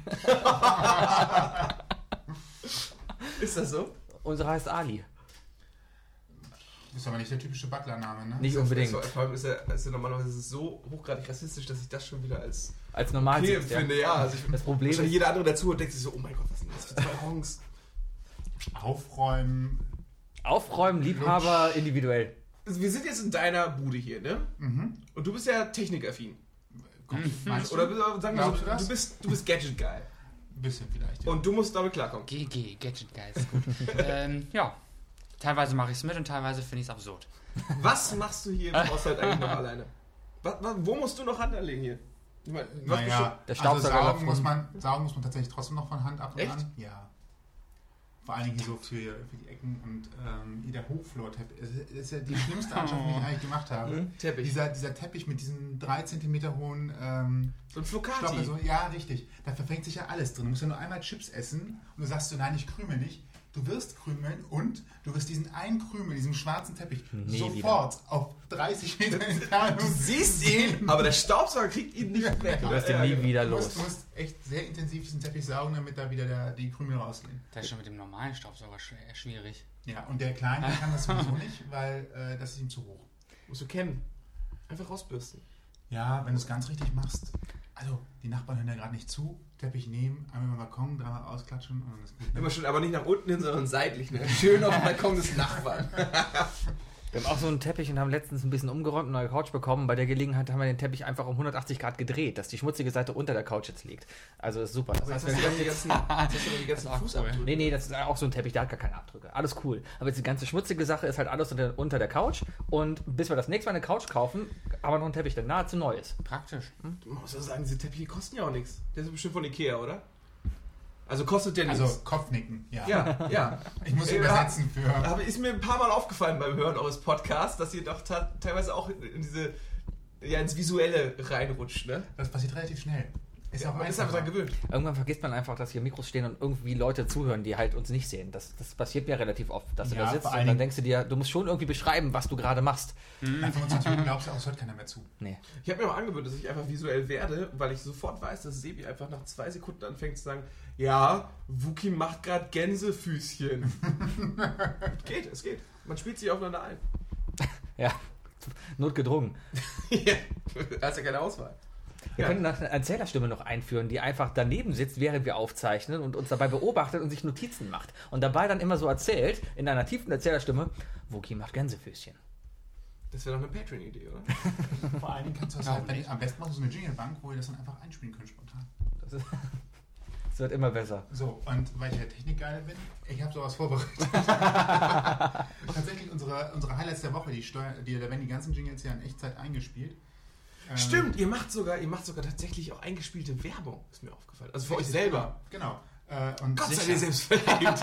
Ist das so? Unsere heißt Ali. Ist aber nicht der typische Butler-Name, ne? Nicht unbedingt. So, vor allem ist er, ist er normalerweise so hochgradig rassistisch, dass ich das schon wieder als Als normal okay sitzt, ja. empfinde. Ja, also ich, Das Problem wahrscheinlich ist, jeder andere dazu und denkt sich so, oh mein Gott, was sind das für zwei Honks? Aufräumen. Aufräumen, Liebhaber, individuell. Also wir sind jetzt in deiner Bude hier, ne? Mhm. Und du bist ja technikaffin. Kommt, meinst du? Oder sagen wir Glaubst so, du das? du bist, du bist Gadget-Guy. Ein bisschen vielleicht, ja. Und du musst damit klarkommen. G G, Gadget Guys. Gut. ähm, ja. Teilweise mache ich es mit und teilweise finde ich es absurd. Was machst du hier im Haushalt eigentlich noch alleine? Was, was, wo musst du noch Hand anlegen hier? Ich meine, was bist naja, Der also Staubsauger läuft saugen muss, von- man, saugen muss man tatsächlich trotzdem noch von Hand ab und Echt? an. Ja. Vor allen Dingen hier so für, für die Ecken und ähm, hier der Hochflorteppich. Das ist- das ist ja die schlimmste Anschaffung, die ich eigentlich gemacht habe. du? Teppich. Dieser, dieser Teppich mit diesem drei Zentimeter hohen ähm, So ein Stopp, Flocati. also, ja, richtig. Da verfängt sich ja alles drin. Du musst ja nur einmal Chips essen und du sagst so, nein, ich krümel nicht. Du wirst krümeln und du wirst diesen einen Krümel, diesen schwarzen Teppich, Nie sofort auf dreißig Meter Entfernung. Du siehst ihn, aber der Staubsauger kriegt ihn nicht weg. Du wirst ihn Ja, nie genau. wieder Du musst, los. du musst echt sehr intensiv diesen Teppich saugen, damit da wieder der, die Krümel rausgehen. Das ist schon mit dem normalen Staubsauger schwer- schwierig. Ja, und der Kleine kann das sowieso nicht, weil äh, das ist ihm zu hoch. Musst du kennen. Einfach rausbürsten. Ja, wenn du es ganz richtig machst. Also, die Nachbarn hören ja gerade nicht zu. Teppich nehmen, einmal über den Balkon, dreimal ausklatschen und dann ist gut. Immer schön, aber nicht nach unten hin, sondern seitlich. Ne? Schön auf dem Balkon des Nachbarn. Wir haben auch so einen Teppich und haben letztens ein bisschen umgeräumt und eine neue Couch bekommen. Bei der Gelegenheit haben wir den Teppich einfach um hundertachtzig Grad gedreht, dass die schmutzige Seite unter der Couch jetzt liegt. Also ist super. Das Aber jetzt heißt, hast wir du können dann die ganzen, jetzt hast du dann die ganzen Das ist auch Fußabdrücke. Nee, nee, das ist auch so ein Teppich, der hat gar keine Abdrücke. Alles cool. Aber jetzt die ganze schmutzige Sache ist halt alles unter, unter der Couch. Und bis wir das nächste Mal eine Couch kaufen, Aber noch ein Teppich, der nahezu neu ist. Praktisch. Du musst ja sagen, diese Teppiche kosten ja auch nichts. Der ist bestimmt von Ikea, oder? Also kostet der nichts. Also Kopfnicken, ja. ja, ja. Ich muss Äh, übersetzen für... Aber ist mir ein paar Mal aufgefallen beim Hören eures Podcasts, dass ihr doch ta- teilweise auch in diese, ja, ins Visuelle reinrutscht, ne? Das passiert relativ schnell. Ist ja auch Man ist einfach einfacher. dran gewöhnt. Irgendwann vergisst man einfach, dass hier Mikros stehen und irgendwie Leute zuhören, die halt uns nicht sehen. Das, das passiert mir relativ oft, dass du Ja, da sitzt vor und allen dann Dingen- denkst du dir, du musst schon irgendwie beschreiben, was du gerade machst. Nach fünfundzwanzig Minuten glaubst du auch, es hört keiner mehr zu. Nee. Ich habe mir auch angewöhnt, dass ich einfach visuell werde, weil ich sofort weiß, dass Sebi einfach nach zwei Sekunden anfängt zu sagen, ja, Wookie macht gerade Gänsefüßchen. Geht, es geht. Man spielt sich aufeinander ein. Ja, notgedrungen. Ja, da hast ja keine Auswahl. Wir Ja. können eine Erzählerstimme noch einführen, die einfach daneben sitzt, während wir aufzeichnen und uns dabei beobachtet und sich Notizen macht. Und dabei dann immer so erzählt, in einer tiefen Erzählerstimme, Wookie macht Gänsefüßchen. Das wäre doch eine Patreon-Idee, oder? Vor allen Dingen kannst du das halt, wenn, am besten machst du so eine Jingle-Bank, wo ihr das dann einfach einspielen könnt spontan. Das, ist, das wird immer besser. So, und weil ich ja Technikgeile bin, ich habe sowas vorbereitet. Tatsächlich unsere, unsere Highlights der Woche, die, steuer, die, da werden die ganzen Jingles ja in Echtzeit eingespielt. Ähm, Stimmt, ihr macht sogar, ihr macht sogar tatsächlich auch eingespielte Werbung, ist mir aufgefallen. Also für euch selber. Genau. Äh, und Gott sei sicher- dir selbst verliebt.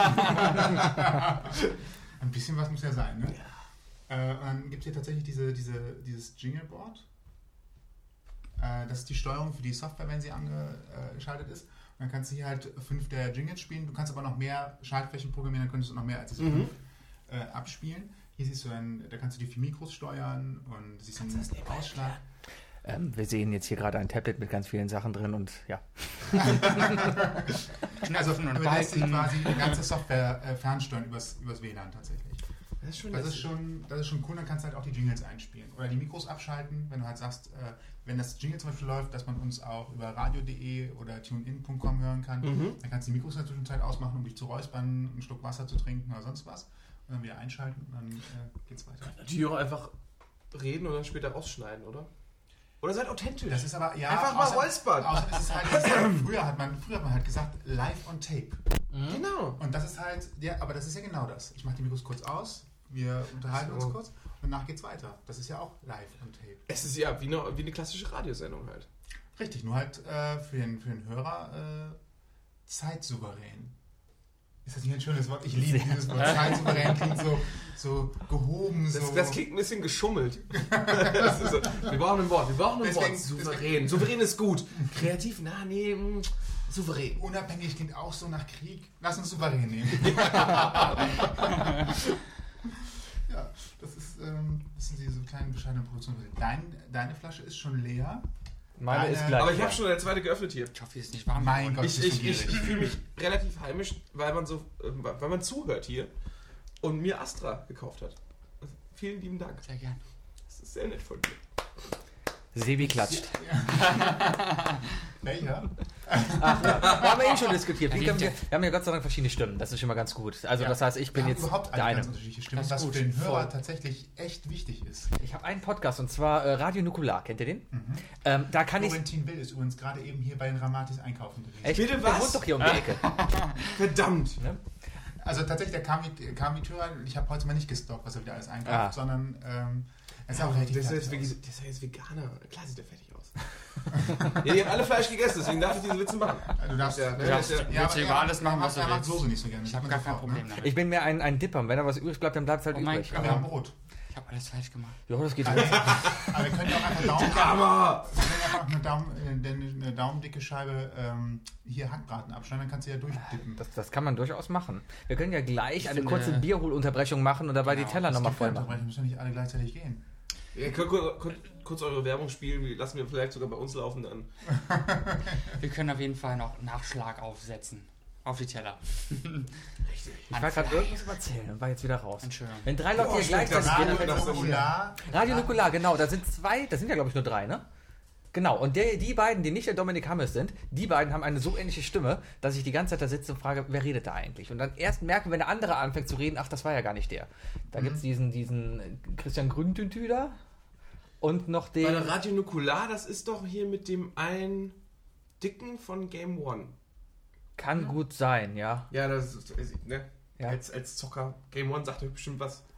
Ein bisschen was muss ja sein, ne? Äh, und dann gibt es hier tatsächlich diese, diese, dieses Jingleboard. Äh, das ist die Steuerung für die Software, wenn sie angeschaltet ist. Und dann kannst du hier halt fünf der Jingles spielen. Du kannst aber noch mehr Schaltflächen programmieren, dann könntest du noch mehr als diese Mhm. fünf äh, abspielen. Hier siehst du dann, da kannst du die vier Mikros steuern und du siehst einen Ausschlag. Ähm, wir sehen jetzt hier gerade ein Tablet mit ganz vielen Sachen drin und ja. Also, und aber da lässt sich Balken. quasi die ganze Software äh, fernsteuern übers, übers W L A N tatsächlich. Das ist schon Das ist lässig. schon, das ist schon cool, dann kannst du halt auch die Jingles einspielen. Oder die Mikros abschalten, wenn du halt sagst, äh, wenn das Jingle zum Beispiel läuft, dass man uns auch über radio punkt de oder tunein punkt com hören kann, Mhm. dann kannst du die Mikros in der Zwischenzeit ausmachen, um dich zu räuspern, einen Schluck Wasser zu trinken oder sonst was. Und dann wieder einschalten und dann äh, geht's weiter. Die auch einfach reden und dann später rausschneiden, oder? Oder seid authentisch. Das ist aber, ja, Einfach mal außer- räuspern. Außer es ist halt, es ist halt früher, hat man, früher hat man halt gesagt, live on tape. Genau. Und das ist halt, ja, aber das ist ja genau das. Ich mache die Mikros kurz aus, wir unterhalten So. uns kurz und danach geht's weiter. Das ist ja auch live on tape. Es ist ja wie eine, wie eine klassische Radiosendung halt. Richtig, nur halt äh, für, den, für den Hörer äh, zeitsouverän. Ist das nicht ein schönes Wort? Ich liebe dieses Wort. Zeitsouverän klingt so, so gehoben. Das, so. das klingt ein bisschen geschummelt. Das ist so, wir brauchen ein Wort. Wir brauchen ein Deswegen- Wort. Souverän. Souverän ist gut. Kreativ, na nee, mh, souverän. Unabhängig klingt auch so nach Krieg. Lass uns souverän nehmen. Ja, das ist, ähm, das sind diese kleinen bescheidenen Produktionen. Dein, deine Flasche ist schon leer. Meine Meine- ist gleich. Aber ich habe schon eine zweite geöffnet hier. Ich hoffe, es ist nicht warm. Mein Gott, Ich, bist du ich, ich, gierig. ich fühle mich relativ heimisch, weil man so, äh, weil man zuhört hier und mir Astra gekauft hat. Also vielen lieben Dank. Sehr gern. Das ist sehr nett von dir. Sebi klatscht. Welcher? Da haben wir eben schon diskutiert. Wie Ja, können wir, die- wir haben ja Gott sei Dank verschiedene Stimmen. Das ist schon mal ganz gut. Also Ja. das heißt, ich Wir bin haben jetzt überhaupt der alle eine. ganz unterschiedliche Stimmen, Das ist was gut. für den Hörer Voll. tatsächlich echt wichtig ist. Ich habe einen Podcast und zwar äh, Radio Nukular. Kennt ihr den? Ähm, da kann ich... Florentin Will ist übrigens gerade eben hier bei den Ramatis einkaufen gewesen. Echt? Bitte Der was? wohnt doch hier um die Ecke. Verdammt. Ne? Also tatsächlich, der kam mit, kam mit Tür rein und ich habe heute mal nicht gestoppt, was er wieder alles einkauft, Ah. sondern ähm, er ist auch relativ Der ist, ja jetzt, fertig vege- aus. der ist ja jetzt Veganer. Klar sieht der fertig aus. Ja, die haben alle Fleisch gegessen, deswegen darf ich diese Witze machen. Du darfst, Ja, ja, ne, ja, das ist ja- ja, Willst du über alles machen, was du er mag willst? Soße nicht so gerne. Ich das habe sieht gar man kein sofort, Problem Ne? damit. Ich bin mehr ein, ein Dipper. Und wenn da was übrig bleibt, dann bleibt es halt Oh mein übrig. Gott. Aber wir haben Brot. Ich habe alles falsch gemacht. Ja, das geht. Aber wir können ja auch einfach Daumen, Hammer! wir können einfach eine, Daumen, äh, eine daumendicke Scheibe ähm, hier Hackbraten abschneiden, dann kannst du ja durchdippen. Das, das kann man durchaus machen. Wir können ja gleich Ich eine finde- kurze Bierholunterbrechung machen und dabei Genau, die Teller es nochmal gibt voll keine machen. Unterbrechung, müssen ja nicht alle gleichzeitig gehen. Ja, kurz, kurz, kurz eure Werbung spielen, die lassen wir vielleicht sogar bei uns laufen dann. Wir können auf jeden Fall noch Nachschlag aufsetzen. Auf die Teller. Richtig. Ich war gerade irgendwas erzählen und war jetzt wieder raus. Entschuldigung. Wenn drei Leute Oh, hier schmeckt gleichzeitig das gehen, gut, dann das fällt ist es Nukular. Radio Nukular, genau, da sind zwei, da sind ja glaube ich nur drei, ne? Genau, und der, die beiden, die nicht der Dominik Hammes sind, die beiden haben eine so ähnliche Stimme, dass ich die ganze Zeit da sitze und frage, wer redet da eigentlich? Und dann erst merke, wenn der andere anfängt zu reden, ach, das war ja gar nicht der. Da Mhm. gibt es diesen, diesen Christian Grüntüntü da und noch Bei den... der Radio Nukular, das ist doch hier mit dem einen Dicken von Game One. Kann gut sein, ja. Ja, das ist, ne? Ja. Als, als Zocker. Game One sagt euch bestimmt was.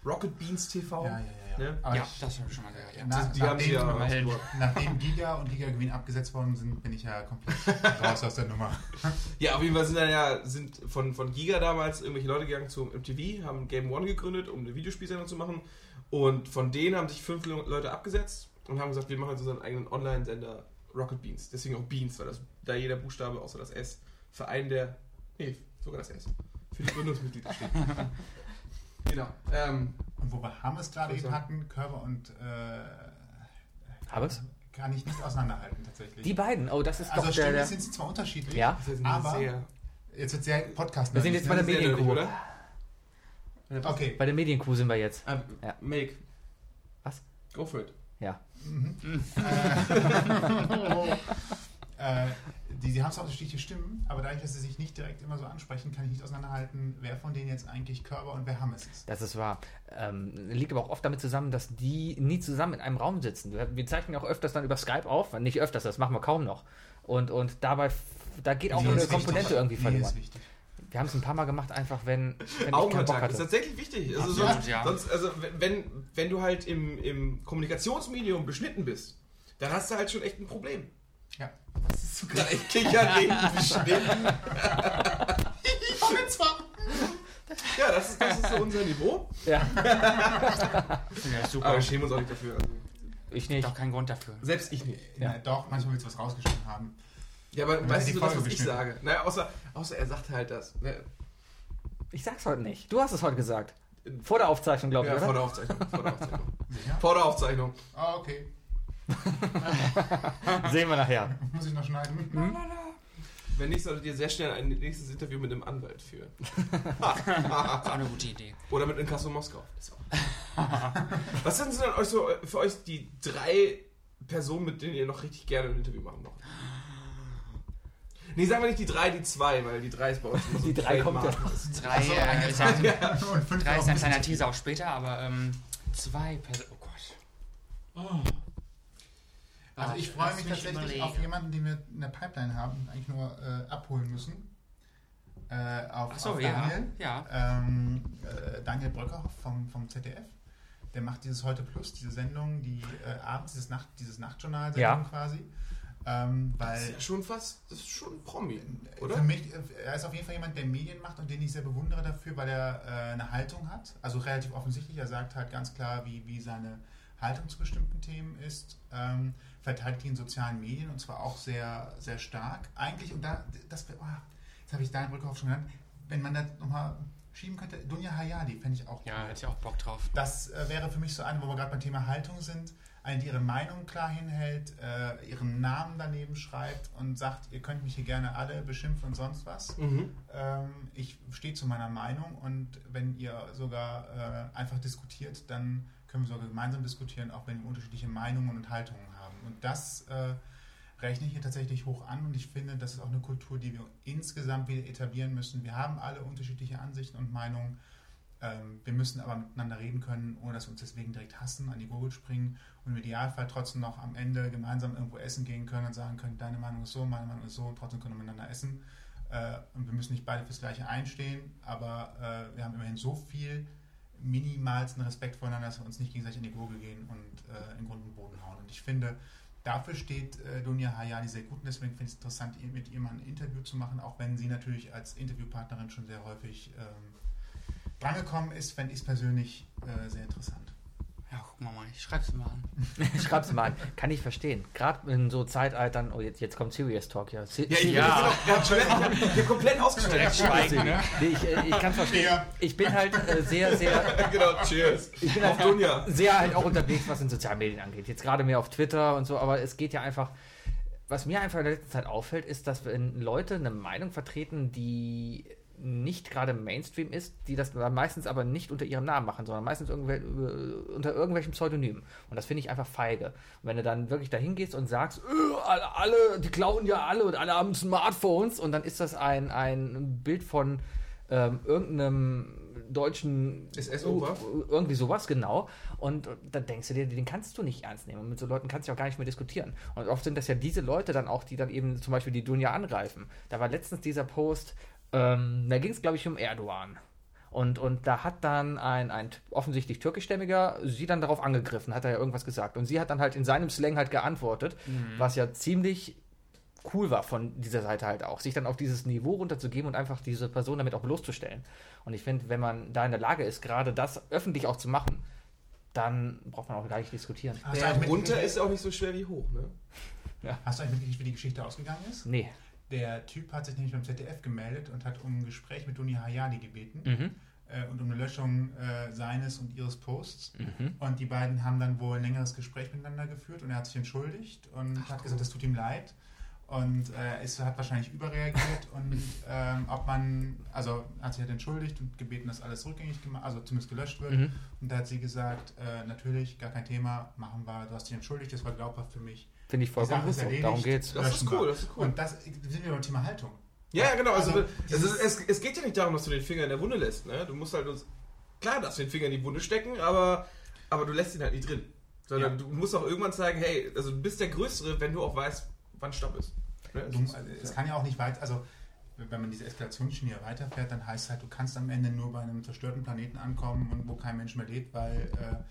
Rocket Beans T V. Ja, ja, ja. ja. Ne? Aber Ja, ich, das habe ich schon mal gehört. Ja. nach, Die haben sie ja nachdem, auch. nachdem Giga und Giga Green abgesetzt worden sind, bin ich ja komplett raus aus der Nummer. Ja, auf jeden Fall sind dann ja sind von, von Giga damals irgendwelche Leute gegangen zum M T V, haben Game One gegründet, um eine Videospielsendung zu machen. Und von denen haben sich fünf Leute abgesetzt und haben gesagt, wir machen jetzt unseren eigenen Online-Sender Rocket Beans. Deswegen auch Beans, weil das da jeder Buchstabe außer das S für einen der. Nee, sogar das S. Für die Gründungsmitglieder steht. Genau. Ähm, Und wo wir Hammes gerade Was eben soll- hatten, Körper und äh, Hammes? kann ich nicht auseinanderhalten tatsächlich. Die beiden, oh, das ist also doch der... Stimmen der sind sie zwar unterschiedlich, ja, das ist jetzt Aber- sehr, jetzt wird sehr Podcast. wir sind jetzt bei der sehr Medienkuh. nerdig, oder? Okay. Bei der Medienkuh sind wir jetzt. Ah, Ja. Make. Was? Go for it. Ja. äh, die, die haben zwar unterschiedliche Stimmen, aber dadurch, dass sie sich nicht direkt immer so ansprechen, kann ich nicht auseinanderhalten, wer von denen jetzt eigentlich Körper und wer Hammes ist. Das ist wahr. Ähm, liegt aber auch oft damit zusammen, dass die nie zusammen in einem Raum sitzen. Wir wir zeichnen ja auch öfters dann über Skype auf. Nicht öfters, das machen wir kaum noch. Und, und dabei, f- da geht auch Die eine ist Komponente wichtig. irgendwie Die verloren. ist wichtig. Wir haben es ein paar Mal gemacht, einfach wenn, wenn ich keinen Bock Augenkontakt ist hatte. tatsächlich wichtig. Also Absolut, sonst, ja. sonst, also wenn, wenn du halt im, im Kommunikationsmedium beschnitten bist, dann hast du halt schon echt ein Problem. Ja. Das ist so gerade echt kichern, beschnitten. Ja, das ist, das ist so unser Niveau. Ja, Ja, super. Aber wir schämen uns auch nicht dafür. Also, ich nicht. Doch kein Grund dafür. selbst ich nicht. Ja. Ja. Doch, manchmal willst du was rausgeschnitten haben. Ja, aber Wenn weißt die du das, Folge was ich beschnitten. sage? Naja, außer, außer er sagt halt das. Ne? Ich sag's heute nicht. Du hast es heute gesagt. Vor der Aufzeichnung, glaube ich, Ja, oder? vor der Aufzeichnung. Vor der Aufzeichnung. Sicher? Vor der Aufzeichnung. Ah, okay. Sehen wir nachher. Muss ich noch schneiden? Wenn nicht, solltet ihr sehr schnell ein nächstes Interview mit einem Anwalt führen. Das ist auch eine gute Idee. Oder mit Inkasso Moskau. Das auch. Was sind denn euch so für euch die drei Personen, mit denen ihr noch richtig gerne ein Interview machen wollt? Nee, sagen wir nicht die drei, die zwei, weil die drei ist bei uns immer so Die drei kommt ja Trademark. Drei, äh, ist ein, Und fünf drei ist auch ein kleiner nicht. Teaser auch später, aber ähm, zwei Personen. Oh Gott. Also ich Ach, freue lass mich mich tatsächlich überlegen. auf jemanden, den wir in der Pipeline haben, eigentlich nur äh, abholen müssen. Äh, auf, Achso, auf ja. Daniel. Ja. Ähm, äh, Daniel Bröckerhoff vom, vom Z D F. Der macht dieses Heute Plus, diese Sendung, die äh, abends, dieses, Nacht, dieses Nachtjournal-Sendung Ja. quasi. Ähm, Das ist weil ja schon fast, das ist schon ein Promi, oder? für mich, äh, er ist auf jeden Fall jemand, der Medien macht und den ich sehr bewundere dafür, weil er äh, eine Haltung hat. Also relativ offensichtlich, er sagt halt ganz klar, wie, wie seine Haltung zu bestimmten Themen ist. Ähm, verteidigt die in sozialen Medien und zwar auch sehr, sehr stark. Eigentlich, und da, das, oh, jetzt habe ich Daniel Brückhoff schon genannt, wenn man das nochmal schieben könnte, Dunja Hayali fände ich auch Ja, cool. hätte ich auch Bock drauf. Das äh, wäre für mich so eine, wo wir gerade beim Thema Haltung sind. Eine, die ihre Meinung klar hinhält, äh, ihren Namen daneben schreibt und sagt, ihr könnt mich hier gerne alle beschimpfen und sonst was. Mhm. Ähm, ich stehe zu meiner Meinung und wenn ihr sogar äh, einfach diskutiert, dann können wir sogar gemeinsam diskutieren, auch wenn wir unterschiedliche Meinungen und Haltungen haben. Und das äh, rechne ich hier tatsächlich hoch an und ich finde, das ist auch eine Kultur, die wir insgesamt wieder etablieren müssen. Wir haben alle unterschiedliche Ansichten und Meinungen. Ähm, wir müssen aber miteinander reden können, ohne dass wir uns deswegen direkt hassen, an die Gurgel springen und im Idealfall trotzdem noch am Ende gemeinsam irgendwo essen gehen können und sagen können, deine Meinung ist so, meine Meinung ist so, trotzdem können wir miteinander essen. Äh, und wir müssen nicht beide fürs Gleiche einstehen, aber äh, wir haben immerhin so viel minimalsten Respekt voneinander, dass wir uns nicht gegenseitig an die Gurgel gehen und äh, in Grund und Boden hauen. Und ich finde, dafür steht äh, Dunja Hayali sehr gut und deswegen finde ich es interessant, ihr- mit ihr mal ein Interview zu machen, auch wenn sie natürlich als Interviewpartnerin schon sehr häufig ähm, drangekommen ist, fände ich es persönlich äh, sehr interessant. Ja, guck mal mal, ich schreib's mal an. Schreib's mal an. Kann ich verstehen. Gerade in so Zeitaltern, oh, jetzt, jetzt kommt Serious Talk, ja. Se- Ja, ich, Ja. Ich, ich, ich, ich, ich, ich hab komplett ausgestellt. Schweigen, ne? Nee, ich, äh, ich kann verstehen. Ja. Ich bin halt äh, sehr, sehr, Genau, cheers. ich bin Auf halt Dunja. sehr halt auch unterwegs, was in sozialen Medien angeht. Jetzt gerade mehr auf Twitter und so, aber es geht ja einfach. Was mir einfach in der letzten Zeit auffällt, ist, dass wenn Leute eine Meinung vertreten, die nicht gerade Mainstream ist, die das meistens aber nicht unter ihrem Namen machen, sondern meistens irgendwel äh, unter irgendwelchen Pseudonymen. Und das finde ich einfach feige. Und wenn du dann wirklich dahin gehst und sagst, "Äh, alle, alle, die klauen ja alle und alle haben Smartphones und dann ist das ein, ein Bild von ähm, irgendeinem deutschen S S-Oper? irgendwie sowas, genau. Und dann denkst du dir, den kannst du nicht ernst nehmen. Und mit so Leuten kannst du auch gar nicht mehr diskutieren. Und oft sind das ja diese Leute dann auch, die dann eben zum Beispiel die Dunja angreifen. Da war letztens dieser Post, ähm, da ging es, glaube ich, um Erdogan. Und, und da hat dann ein, ein offensichtlich türkischstämmiger sie dann darauf angegriffen, hat er ja irgendwas gesagt. Und sie hat dann halt in seinem Slang halt geantwortet, was ja ziemlich cool war von dieser Seite halt auch, sich dann auf dieses Niveau runterzugeben und einfach diese Person damit auch bloßzustellen. Und ich finde, wenn man da in der Lage ist, gerade das öffentlich auch zu machen, dann braucht man auch gar nicht diskutieren. Hast du Ja, eigentlich runter mitgekriegt- ist auch nicht so schwer wie hoch, ne? Hast du eigentlich mitgekriegt, wie die Geschichte ausgegangen ist? Nee. Der Typ hat sich nämlich beim Z D F gemeldet und hat um ein Gespräch mit Duni Hayali gebeten Mhm. äh, und um eine Löschung äh, seines und ihres Posts. Mhm. Und die beiden haben dann wohl ein längeres Gespräch miteinander geführt und er hat sich entschuldigt und hat gesagt, es tut ihm leid. Und äh, es hat wahrscheinlich überreagiert und ähm, ob man, also hat sich halt entschuldigt und gebeten, dass alles rückgängig gemacht, also zumindest gelöscht wird. Mhm. Und da hat sie gesagt, äh, natürlich, gar kein Thema, machen wir, du hast dich entschuldigt, das war glaubhaft für mich. Finde ich Die vollkommen Sache gut ist so. erledigt, Darum geht's. Das ist löschen cool, wir. das ist cool. Und das sind wir beim Thema Haltung. Ja, ja, genau. Also, Also, es, ist, es, es geht ja nicht darum, dass du den Finger in der Wunde lässt. Ne? Du musst halt uns. Klar, darfst du den Finger in die Wunde stecken, aber, aber du lässt ihn halt nicht drin. Sondern Ja. du musst auch irgendwann sagen, hey, also du bist der Größere, wenn du auch weißt, wann Stopp ist. Ne? Du, also, es kann ja auch nicht weit, also wenn man diese Eskalationsschiene weiterfährt, dann heißt es halt, du kannst am Ende nur bei einem zerstörten Planeten ankommen und wo kein Mensch mehr lebt, weil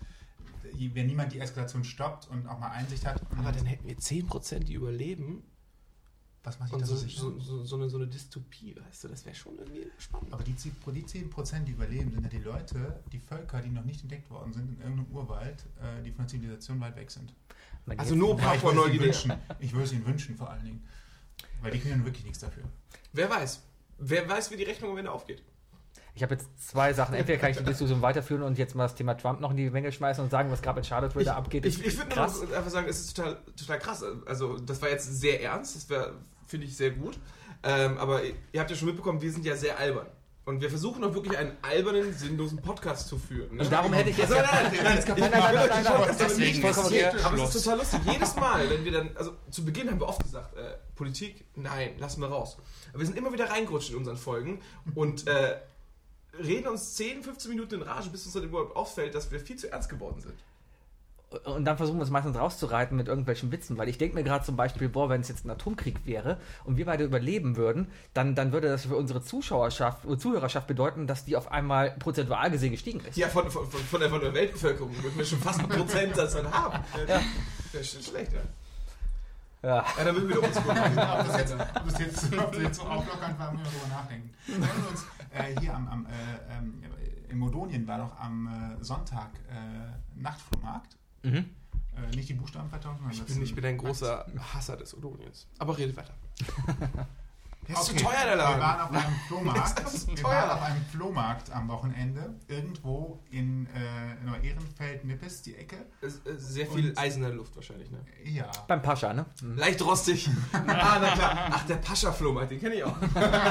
äh, wenn niemand die Eskalation stoppt und auch mal Einsicht hat. Aber dann hätten wir zehn Prozent, die überleben. Was macht dich Und das so, so sicher? so, so, so, eine, so eine Dystopie, weißt du, das wäre schon irgendwie spannend. Aber die, zehn- die zehn Prozent, die überleben, sind ja die Leute, die Völker, die noch nicht entdeckt worden sind in irgendeinem Urwald, äh, die von der Zivilisation weit weg sind. Man Also geht- nur Ja, ich würde es ihnen Papua-Neuguinea. wünschen. Ich würde es ihnen wünschen, vor allen Dingen. Weil die können ja wirklich nichts dafür. Wer weiß. Wer weiß, wie die Rechnung am Ende aufgeht. Ich habe jetzt zwei Sachen. Entweder kann ich die Diskussion weiterführen und jetzt mal das Thema Trump noch in die Menge schmeißen und sagen, was gerade in Charlotte Ich, abgeht. ich, ist ich würde nur krass. noch einfach sagen, es ist total, total krass. Also, das war jetzt sehr ernst, das war, finde ich, sehr gut. Ähm, aber ihr habt ja schon mitbekommen, wir sind ja sehr albern. Und wir versuchen auch wirklich einen albernen, sinnlosen Podcast zu führen. Ne? Und darum hätte ich jetzt. Also, nein, nein, nein, Ich- nein, nein, nein, nein, nein, nein, deswegen vollkommen ist okay. hier Aber es ist Schluss. total lustig. Jedes Mal, wenn wir dann, also zu Beginn haben wir oft gesagt, äh, Politik, nein, lassen wir raus. Aber wir sind immer wieder reingerutscht in unseren Folgen und äh, reden uns zehn, fünfzehn Minuten in Rage, bis uns dann überhaupt auffällt, dass wir viel zu ernst geworden sind. Und dann versuchen wir es meistens rauszureiten mit irgendwelchen Witzen, weil ich denke mir gerade zum Beispiel, boah, wenn es jetzt ein Atomkrieg wäre und wir beide überleben würden, dann, dann würde das für unsere Zuschauerschaft und Zuhörerschaft bedeuten, dass die auf einmal prozentual gesehen gestiegen ist. Ja, von, von, von, der, von der Weltbevölkerung würden wir schon fast einen Prozentsatz dann haben. Ja. Das ist schon schlecht, ja. Ja. Ja, dann müssen wir wieder uns Ob das jetzt, ob das jetzt, ob das jetzt so auflockern war, müssen wir darüber nachdenken. Wenn wir uns äh, hier am, am, äh, ähm, in Modonien war doch am äh, Sonntag äh, Nachtflohmarkt. Mhm. Äh, nicht die Buchstaben vertauschen, sondern Ich das bin, ich sind- bin ein großer Hasser des Odoniens. Aber redet weiter. Der ist Okay. zu teuer, der Wir Laden. waren auf einem Flohmarkt. Das ist Wir teuer. waren auf einem Flohmarkt am Wochenende, irgendwo in, äh, in Ehrenfeld-Nippes, die Ecke. Es- äh, Sehr viel Und- Eisen in der Luft wahrscheinlich, ne? Ja. Beim Pascha, ne? Mhm. Leicht rostig. ah, na klar. Ach, der Pascha-Flohmarkt, den kenne ich auch.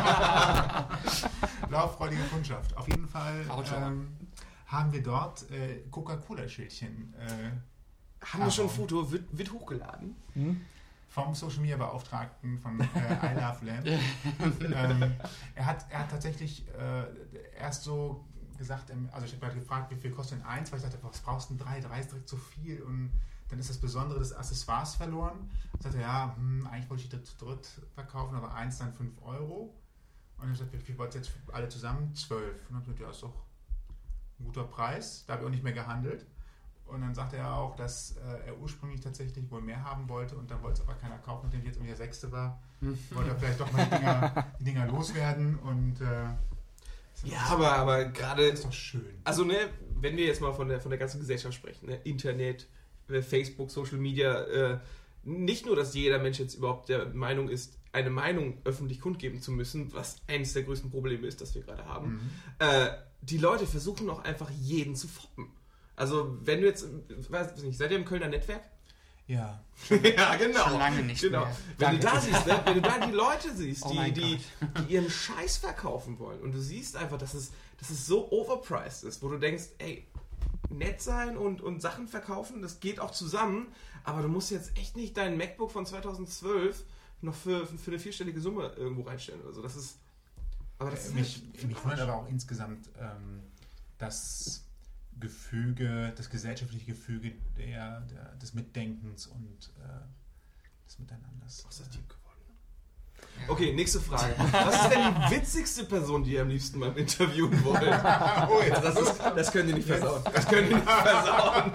Lauffreudige Kundschaft. Auf jeden Fall Auto. ähm, haben wir dort äh, Coca-Cola-Schildchen äh, Haben wir schon ein Foto? Wird, wird hochgeladen? vom Social Media Beauftragten von äh, I Love Lamp. ähm, er, hat, er hat tatsächlich äh, erst so gesagt, ähm, also ich habe gerade gefragt, wie viel kostet denn eins, weil ich dachte, was brauchst du denn drei? Drei ist direkt zu viel und dann ist das Besondere des Accessoires verloren. Ich sagte, ja, hm, eigentlich wollte ich das zu dritt verkaufen, aber eins dann fünf Euro. Und er sagt, wie viel wollt ihr jetzt für alle zusammen? zwölf. Und dann habe ich gesagt, ja, ist doch ein guter Preis. Da habe ich auch nicht mehr gehandelt. Und dann sagte er auch, dass äh, er ursprünglich tatsächlich wohl mehr haben wollte und dann wollte es aber keiner kaufen, nachdem ich jetzt irgendwie der Sechste war. Wollte er vielleicht doch mal die Dinger, die Dinger loswerden und äh, Ja, aber, aber gerade, das ist doch schön. also ne, wenn wir jetzt mal von der, von der ganzen Gesellschaft sprechen, ne, Internet, äh, Facebook, Social Media, äh, nicht nur, dass jeder Mensch jetzt überhaupt der Meinung ist, eine Meinung öffentlich kundgeben zu müssen, was eines der größten Probleme ist, das wir gerade haben. Mhm. Äh, die Leute versuchen auch einfach jeden zu foppen. Also wenn du jetzt, weiß nicht, seid ihr im Kölner Netzwerk? Ja. Ja, genau. Schon lange nicht genau. mehr. Wenn du Danke. da siehst, ne, wenn du da die Leute siehst, Oh die, mein die, die ihren Scheiß verkaufen wollen und du siehst einfach, dass es, dass es so overpriced ist, wo du denkst, ey, nett sein und, und Sachen verkaufen, das geht auch zusammen, aber du musst jetzt echt nicht dein MacBook von zweitausendzwölf noch für, für eine vierstellige Summe irgendwo reinstellen oder so. Das ist, aber das ist mich halt mich wundert aber auch insgesamt ähm, das Gefüge, das gesellschaftliche Gefüge der, der, des Mitdenkens und äh, des Miteinanders. auch sehr deep geworden. Okay, nächste Frage. Was ist denn die witzigste Person, die ihr am liebsten mal interviewen wollt? Oh, jetzt, das, ist, das könnt ihr nicht versauen. Das könnt ihr nicht versauen.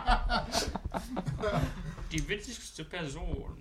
Die witzigste Person.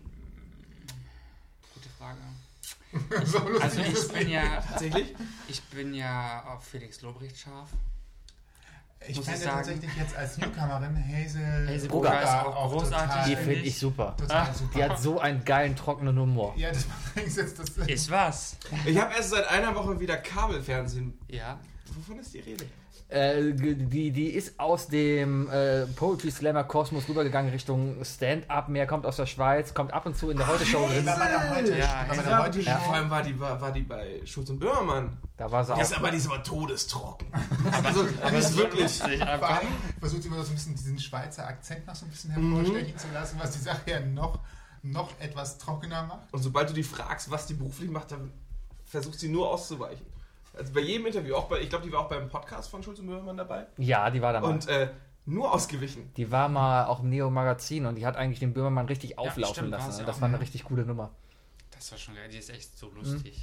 Gute Frage. So lustig Also ist ich das bin nicht. ja, Tatsächlich? ich bin ja auf Felix Lobrecht scharf. Ich muss fände ich sagen. tatsächlich jetzt als Newcomerin Hazel, Hazel Brugger Brugger ist auch großartig. total, Die finde finde ich. ich super. total super. Die hat so einen geilen, trockenen Humor. Ja, das macht eigentlich jetzt das. Ist was? Ich habe erst seit einer Woche wieder Kabelfernsehen. Ja. Wovon ist die Rede? Äh, die, die ist aus dem äh, Poetry Slammer Kosmos rübergegangen Richtung Stand-Up mehr, kommt aus der Schweiz, kommt ab und zu in der Heute-Show drin. War bei der heute, Ja, war bei ja. der heute Ja, vor allem war die, war, war die bei Schulz und Böhmermann. Da war sie Die ist auch. aber, die ist aber todestrocken. Also, die ist wirklich... Lustig, Vor aber allem versucht sie immer so ein bisschen diesen Schweizer Akzent noch so ein bisschen hervorstechen zu lassen, was die Sache ja noch, noch etwas trockener macht. Und sobald du die fragst, was die beruflich macht, dann versucht sie nur auszuweichen. Also bei jedem Interview, auch bei, ich glaube, die war auch beim Podcast von Schulz und Böhmermann dabei. Ja, die war da mal. Und äh, nur ausgewichen. Die war mal auch im Neo-Magazin und die hat eigentlich den Böhmermann richtig auflaufen stimmt, war lassen. sie Das auch. war eine richtig coole Nummer. das war schon geil. Die ist echt so lustig.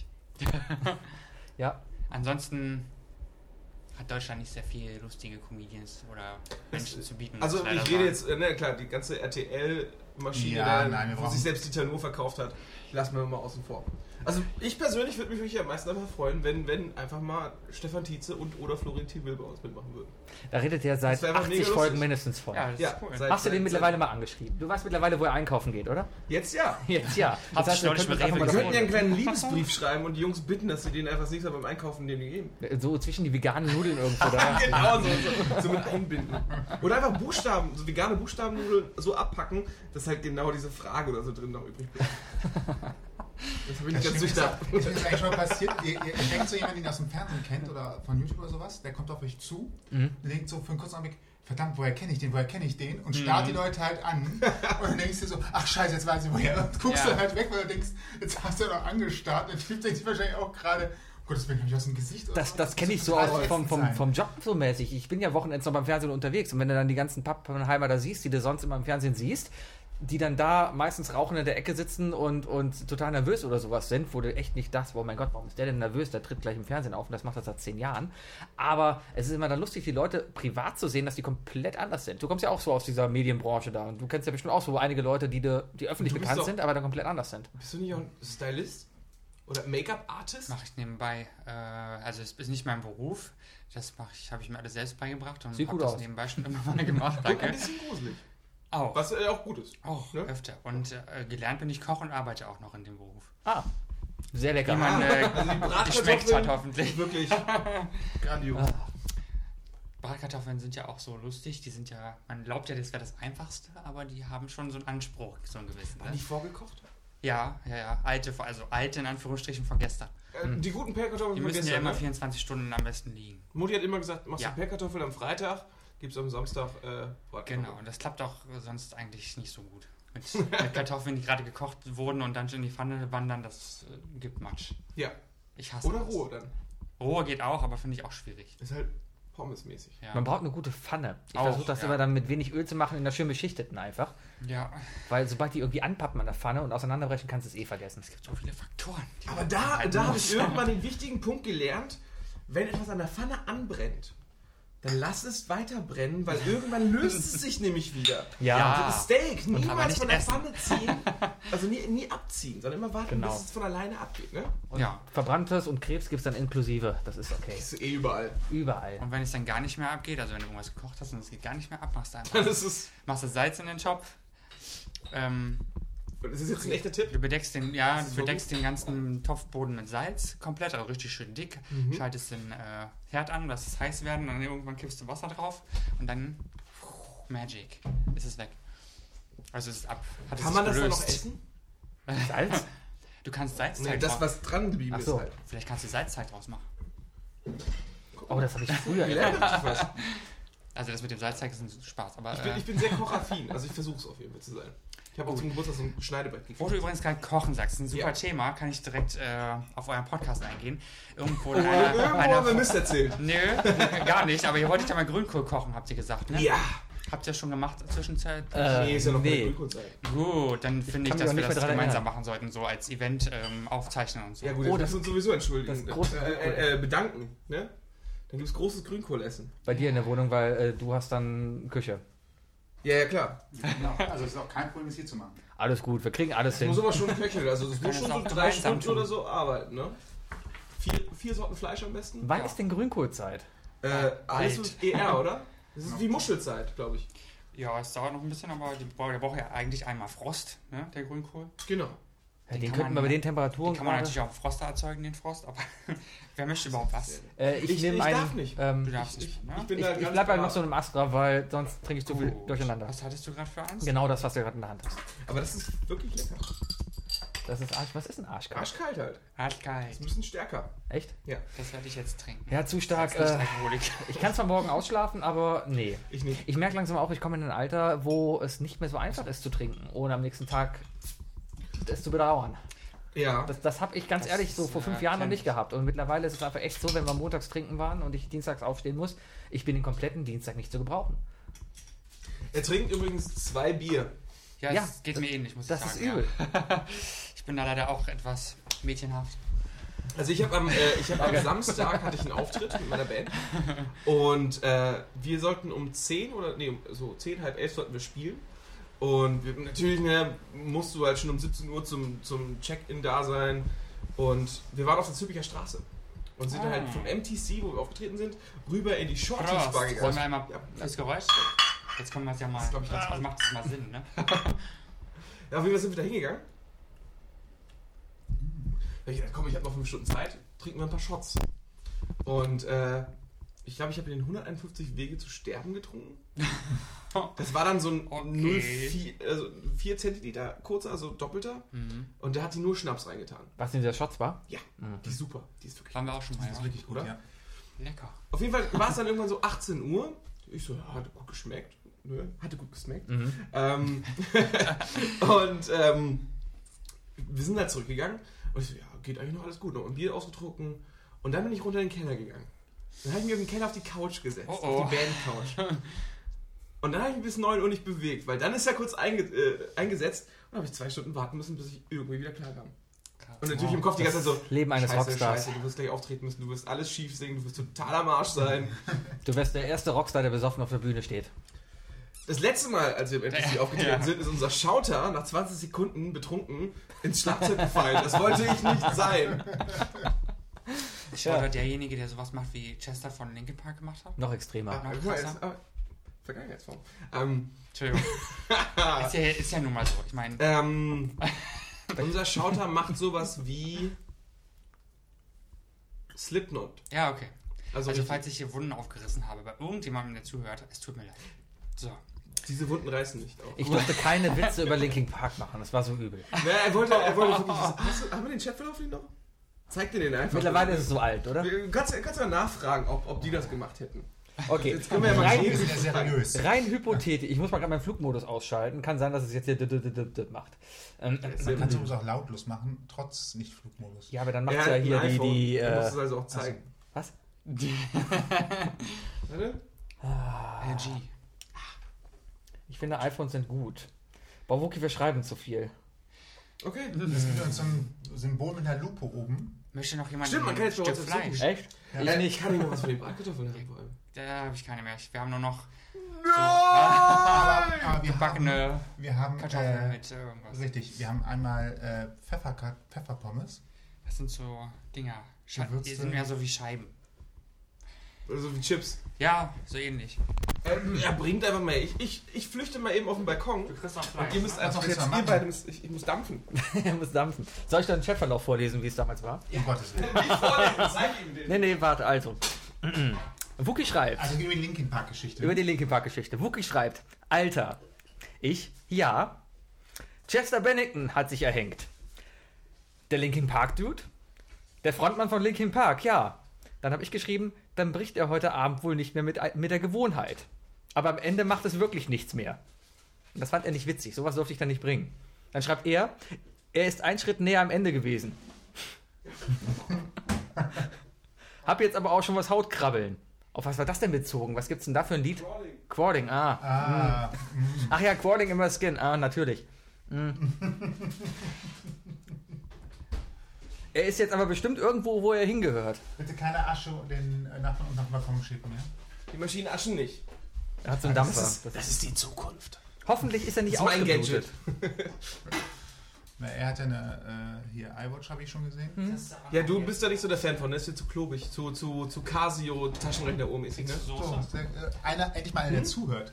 Ja. Ansonsten hat Deutschland nicht sehr viele lustige Comedians oder Menschen zu bieten. Also muss ich leider rede sagen. jetzt, äh, ne, klar, die ganze R T L-Maschine, Ja, da, nein, wir wo brauchen- sich selbst Dieter Nuhr verkauft hat, lassen wir mal außen vor. Also ich persönlich würde mich wirklich am meisten einfach freuen, wenn, wenn einfach mal Stefan Tietze und oder Florentin Will bei uns mitmachen würden. Da redet er seit Das wäre aber mega achtzig Folgen lustig. mindestens von. Ja, das Ja, ist cool. seit- Hast du den seit- mittlerweile mal angeschrieben? Du weißt mittlerweile, wo er einkaufen geht, oder? Jetzt ja. Jetzt ja. Hab ich wir neulich könnten mit uns einfach Rewe mal Wir gesehen. könnten ja einen kleinen Liebesbrief schreiben und die Jungs bitten, dass sie denen einfach das nächste Mal beim Einkaufen den geben. so zwischen die veganen Nudeln irgendwo da. Genau, so, so, so mit einbinden. Oder einfach Buchstaben, so vegane Buchstabennudeln so abpacken, dass halt genau diese Frage oder so drin noch übrig bleibt. Das habe ich nicht ganz durchdacht. Das ist eigentlich schon mal passiert. Ihr, ihr, ihr denkt so jemanden, den ihr aus dem Fernsehen kennt oder von YouTube oder sowas, der kommt auf euch zu, Mhm. denkt so für einen kurzen Augenblick, verdammt, woher kenne ich den, woher kenne ich den? Und starrt die Leute halt an und dann denkst du so, ach scheiße, jetzt weiß ich woher. Und guckst Ja. dann halt weg, weil du denkst, jetzt hast du ja noch angestarrt. Und der Typ denkt sich wahrscheinlich auch gerade, oh Gott, das bin ich aus dem Gesicht. Oder Das, so. das kenne ich so total aus vom, vom, sein. vom Job so mäßig. Ich bin ja wochenends noch beim Fernsehen unterwegs und wenn du dann die ganzen Pappenheimer da siehst, die du sonst immer im Fernsehen siehst, die dann da meistens rauchend in der Ecke sitzen und, und total nervös oder sowas sind, wo du echt nicht dachtest, oh mein Gott, warum ist der denn nervös? Der tritt gleich im Fernsehen auf und das macht er seit zehn Jahren. Aber es ist immer dann lustig, die Leute privat zu sehen, dass die komplett anders sind. Du kommst ja auch so aus dieser Medienbranche da und du kennst ja bestimmt auch so einige Leute, die, de, die öffentlich Du bist bekannt doch- sind, aber dann komplett anders sind. Bist du nicht auch ein Stylist? Oder Make-up-Artist? Mache ich nebenbei. Äh, also es ist nicht mein Beruf. Das mache ich, habe ich mir alles selbst beigebracht und Sieht habe gut das aus. nebenbei schon immer mal gemacht. Ein Danke. bisschen gruselig. Auch. Was äh, auch gut ist. Auch Ne? öfter. Und äh, gelernt bin ich Koch und arbeite auch noch in dem Beruf. Ah, sehr lecker. Wie man äh, Also die geschmeckt hat Bratkartoffeln hoffentlich. wirklich grandios. Ah. Bratkartoffeln sind ja auch so lustig. Die sind ja, man glaubt ja, das wäre das Einfachste, aber die haben schon so einen Anspruch, so einen gewissen. War Ne? nicht vorgekocht? Ja, ja, ja. Alte, also alte in Anführungsstrichen von gestern. Äh, die guten Pellkartoffeln Die von müssen ja gestern, immer ne? vierundzwanzig Stunden am besten liegen. Mutti hat immer gesagt, machst Ja. du Pellkartoffeln am Freitag, gibst am Samstag äh, Bratkartoffeln. Genau, und das klappt auch sonst eigentlich nicht so gut. Mit, mit Kartoffeln, die gerade gekocht wurden und dann in die Pfanne wandern, das äh, gibt Matsch. Ja. Ich hasse Oder das. roh dann. Rohe geht auch, aber finde ich auch schwierig. Ist halt pommesmäßig. Ja. Man braucht eine gute Pfanne. Ich Auch, versuche das ja. immer dann mit wenig Öl zu machen, in der schön beschichteten einfach. ja, Weil sobald die irgendwie anpappen an der Pfanne und auseinanderbrechen, kannst du es eh vergessen. es gibt so viele Faktoren. die Aber man da, behalten da habe muss. ich irgendwann den wichtigen Punkt gelernt, wenn etwas an der Pfanne anbrennt, dann lass es weiter brennen, weil irgendwann löst es sich nämlich wieder. Ja. Das Steak aber niemals nicht von der essen. Pfanne ziehen, also nie, nie abziehen, sondern immer warten, Genau. bis es von alleine abgeht. Ne? Und Ja. Verbranntes und Krebs gibt es dann inklusive. Das ist okay. Das ist eh überall. Überall. Und wenn es dann gar nicht mehr abgeht, also wenn du irgendwas gekocht hast und es geht gar nicht mehr ab, machst du einfach Das ist, machst du Salz in den Topf. Ähm, das ist jetzt ein echter Tipp. du bedeckst den, ja, Das ist du so bedeckst den ganzen Topfboden mit Salz komplett, also richtig schön dick. Mhm. Schaltest den äh, Herd an, lässt es heiß werden und dann irgendwann kippst du Wasser drauf und dann puh, Magic, ist es weg. Also es ist ab. Hat es Kann sich man das dann noch gelöst. essen? Salz? Du kannst Salzteig Nee, das, drauf. was dran geblieben Ach ist so. halt. Vielleicht kannst du Salzteig draus machen. Oh, das habe ich früher Gelernt gelernt. hab ich was. Also das mit dem Salzteig ist ein Spaß, aber Ich bin, äh, ich bin sehr kochaffin, also ich versuche es auf jeden Fall zu sein. Ich habe auch zum Geburtstag so ein Schneidebrett wo gekriegt. du übrigens gerade Kochen sagst, ein super Ja. Thema, kann ich direkt äh, auf euren Podcast eingehen. Irgendwo Oh, in einer, irgendwo haben wir einer Mist erzählt. Nö, gar nicht, aber ihr wolltet ja mal Grünkohl kochen, habt ihr gesagt, ne? Ja. Habt ihr schon gemacht in der Zwischenzeit? Äh, Nee, ist ja noch keine nee. Grünkohlzeit. Gut, dann finde ich, kann mich dass auch wir nicht das mehr dran gemeinsam erinnern. machen sollten, so als Event ähm, aufzeichnen und so. Ja gut, Oh, jetzt das- müssen wir uns sowieso entschuldigen. das große äh, äh, äh, bedanken, ne? Dann gibt es großes Grünkohlessen. Bei dir in der Wohnung, weil äh, du hast dann Küche. Ja, ja, klar. Genau. Also es ist auch kein Problem, es hier zu machen. Alles gut, wir kriegen alles Es hin. muss aber schon köcheln. Also es können muss es schon so auch drei gemeinsam Stunden tun. oder so arbeiten, ne? Vier, vier Sorten Fleisch am besten. Wann ist denn Grünkohlzeit? Äh, alles Bald. mit E R, oder? Das ist wie Muschelzeit, glaube ich. Ja, es dauert noch ein bisschen, aber die, der braucht ja eigentlich einmal Frost, ne, der Grünkohl. Genau. Ja, Den den kann könnten wir man- bei den Den Temperaturen kann man gerade- natürlich auch Froster erzeugen, den Frost, aber wer möchte überhaupt was? Äh, ich Ich- nehme ich einen. darf nicht. Ähm, Du darfst Ich, nicht, ich, ne? ich bin ich da ich ganz bleibe halt noch brav. so einem Astra, weil sonst trinke ich zu viel Gut. durcheinander. Was hattest du gerade für eins? Genau das, was du gerade in der Hand hast. Aber das ist wirklich lecker. Das ist Arsch. Was ist ein Arschkalt? Arschkalt halt. Arschkalt. Ist ein bisschen stärker. Echt? Das werde ich jetzt trinken. Ja, zu stark. Als Äh, Nicht-Alkoholik. ich kann zwar morgen ausschlafen, aber nee. Ich nicht. Ich merke langsam auch, ich komme in ein Alter, wo es nicht mehr so einfach ist zu trinken, ohne am nächsten Tag es zu bedauern. Ja. Das, das habe ich ganz Das ehrlich so ist, vor fünf äh, Jahren noch kenn nicht ich. gehabt. Und mittlerweile ist es einfach echt so, wenn wir montags trinken waren und ich dienstags aufstehen muss, ich bin den kompletten Dienstag nicht zu gebrauchen. Er trinkt übrigens zwei Bier. Ja, Ja, es geht mir ähnlich, muss Das ich ist sagen. übel. Ja. Ich bin da leider auch etwas mädchenhaft. Also ich habe am, äh, ich hab am Samstag hatte ich einen Auftritt mit meiner Band und äh, wir sollten um zehn oder nee, um so zehn, halb elf sollten wir spielen und wir, natürlich ne, musst du halt schon um siebzehn Uhr zum, zum Check-in da sein und wir waren auf der Zülpicher Straße und sind Ah. dann halt vom M T C, wo wir aufgetreten sind, rüber in die Shorties Prost. Bar Wollen gegangen. wir einmal Ja. das Geräusch? Jetzt können wir es ja mal. Das glaub ich ganz das macht es mal Sinn, ne? Ja, auf jeden Fall sind wir da hingegangen. Da hab ich gedacht, komm, ich habe noch fünf Stunden Zeit, trinken wir ein paar Shots. Und äh, ich glaube, ich habe in den hunderteinundfünfzig Wege zu sterben getrunken. Das war dann so ein Okay. null Komma vier also vier Zentiliter kurzer, also doppelter. Mhm. Und der hat die nur Schnaps reingetan. Was in der Shots war? Ja, Mhm. die ist super. Die ist wirklich Waren wir auch schon mal, Das ist ja. wirklich gut, Oder? ja. Lecker. Auf jeden Fall war es dann irgendwann so achtzehn Uhr. Ich so, ja, hatte gut geschmeckt. Nö, hatte gut geschmeckt. Mhm. Ähm, und ähm, wir sind da zurückgegangen und ich so, ja, geht eigentlich noch alles gut. Noch ein Bier ausgetrunken und dann bin ich runter in den Keller gegangen. Dann habe ich mich im Keller auf die Couch gesetzt, Oh, oh. auf die Band-Couch. Und dann habe ich mich bis neun Uhr nicht bewegt, weil dann ist er kurz einge äh, eingesetzt und habe ich zwei Stunden warten müssen, bis ich irgendwie wieder klar kam. Krass. Und natürlich im Kopf die ganze Zeit so, Leben eines Scheiße, Rockstars. Scheiße, du wirst gleich auftreten müssen, du wirst alles schief singen, du wirst total am Arsch sein. Du wärst der erste Rockstar, der besoffen auf der Bühne steht. Das letzte Mal, als wir im M T C Ja, aufgetreten ja. sind, ist unser Schauter nach zwanzig Sekunden betrunken ins Schlagzeug gefallen. Das wollte ich nicht sein. Ich war doch derjenige, der sowas macht, wie Chester von Linkin Park gemacht hat. Noch extremer. Ah, guck mal, jetzt, ah, Vergangenheitsform. Ähm, Entschuldigung. ist, ja, ist ja nun mal so. Ich meine, ähm, unser Schauter macht sowas wie Slipknot. ja, okay. Also, Also, richtig- falls ich hier Wunden aufgerissen habe bei irgendjemandem, der zuhört, es tut mir leid. So. diese Wunden reißen nicht auf. Ich durfte keine Witze über Linkin Park machen, das war so übel. Ja, er wollte, er wollte wirklich. Hast du, haben wir den Chatverlauf noch? Zeig dir den einfach. Mittlerweile ist es so alt, oder? Du kannst, kannst mal nachfragen, ob, ob die das gemacht hätten. Okay, Jetzt können wir ja mal rein, reden. Sehr seriös. rein hypothetisch. Ich muss mal gerade meinen Flugmodus ausschalten. Kann sein, dass es jetzt hier d- d- d- d- d- macht. Ähm, Sehr Man kann gut. es übrigens auch lautlos machen, trotz Nicht-Flugmodus. ja, aber dann macht Er es ja hat ein hier die... iPhone. die Er muss äh, es also auch zeigen. was? Warte. L G. Ich finde, iPhones sind gut. Boah, Wookie, wir schreiben zu viel. Okay. Es gibt uns so ein Symbol mit einer Lupe oben. Möchte noch jemand Stimmt, man ein kann jetzt noch Stück was dazu Fleisch? Echt? Ja. Ich Äh, nicht. Kann ich noch was von den Bratkartoffeln haben vor allem? Da habe ich keine mehr. Wir haben nur noch Aber, aber wir gebackene haben, wir haben Kartoffeln äh, mit irgendwas. richtig, wir haben einmal äh, Pfeffer, Pfefferpommes. Das sind so Dinger. Sche- Gewürze. Die sind mehr so wie Scheiben. Also wie Chips. Ja, so ähnlich. Ähm, ja, bringt einfach mal. Ich, ich, ich flüchte mal eben auf den Balkon. kriegst auch Und ihr müsst einfach willst jetzt, du mal ihr machen? beide müsst, ich, ich muss dampfen. Er muss dampfen. Soll ich dann den Chatverlauf vorlesen, wie es damals war? Um Gottes Willen. Nicht vorlesen, zeig ihm den. Nee, nee, warte, also. Wookie schreibt. Also über die Linkin Park Geschichte. Über die Linkin Park Geschichte. Wookie schreibt, Alter, ich, ja, Chester Bennington hat sich erhängt. Der Linkin Park Dude? Der Frontmann von Linkin Park, ja. Dann habe ich geschrieben, dann bricht er heute Abend wohl nicht mehr mit, mit der Gewohnheit. Aber am Ende macht es wirklich nichts mehr. Und das fand er nicht witzig, sowas durfte ich dann nicht bringen. Dann schreibt er, er ist einen Schritt näher am Ende gewesen. Hab jetzt aber auch schon was Hautkrabbeln. Auf was war das denn bezogen? Was gibt's denn da für ein Lied? Crawling. Quarding, ah. Ah, Mm. Ach ja, Quarding immer Skin, ah, natürlich. Mm. Er ist jetzt aber bestimmt irgendwo, wo er hingehört. bitte keine Asche den äh, Nachbarn und nach dem Balkon schicken, ja? Die Maschinen aschen nicht. Er hat so einen Dampfer. Das ist, Das das ist die Zukunft. Hoffentlich ist er nicht Das ist mein ausgeblutet. Na, er hat ja eine, äh, hier, iWatch habe ich schon gesehen. Ja, du bist da nicht so der Fan von, ne? Ist dir zu klobig, zu, zu, zu Casio Taschenrechner-Ohr-mäßig, ne? So, Soße. der, äh, einer, endlich mal einer, der zuhört.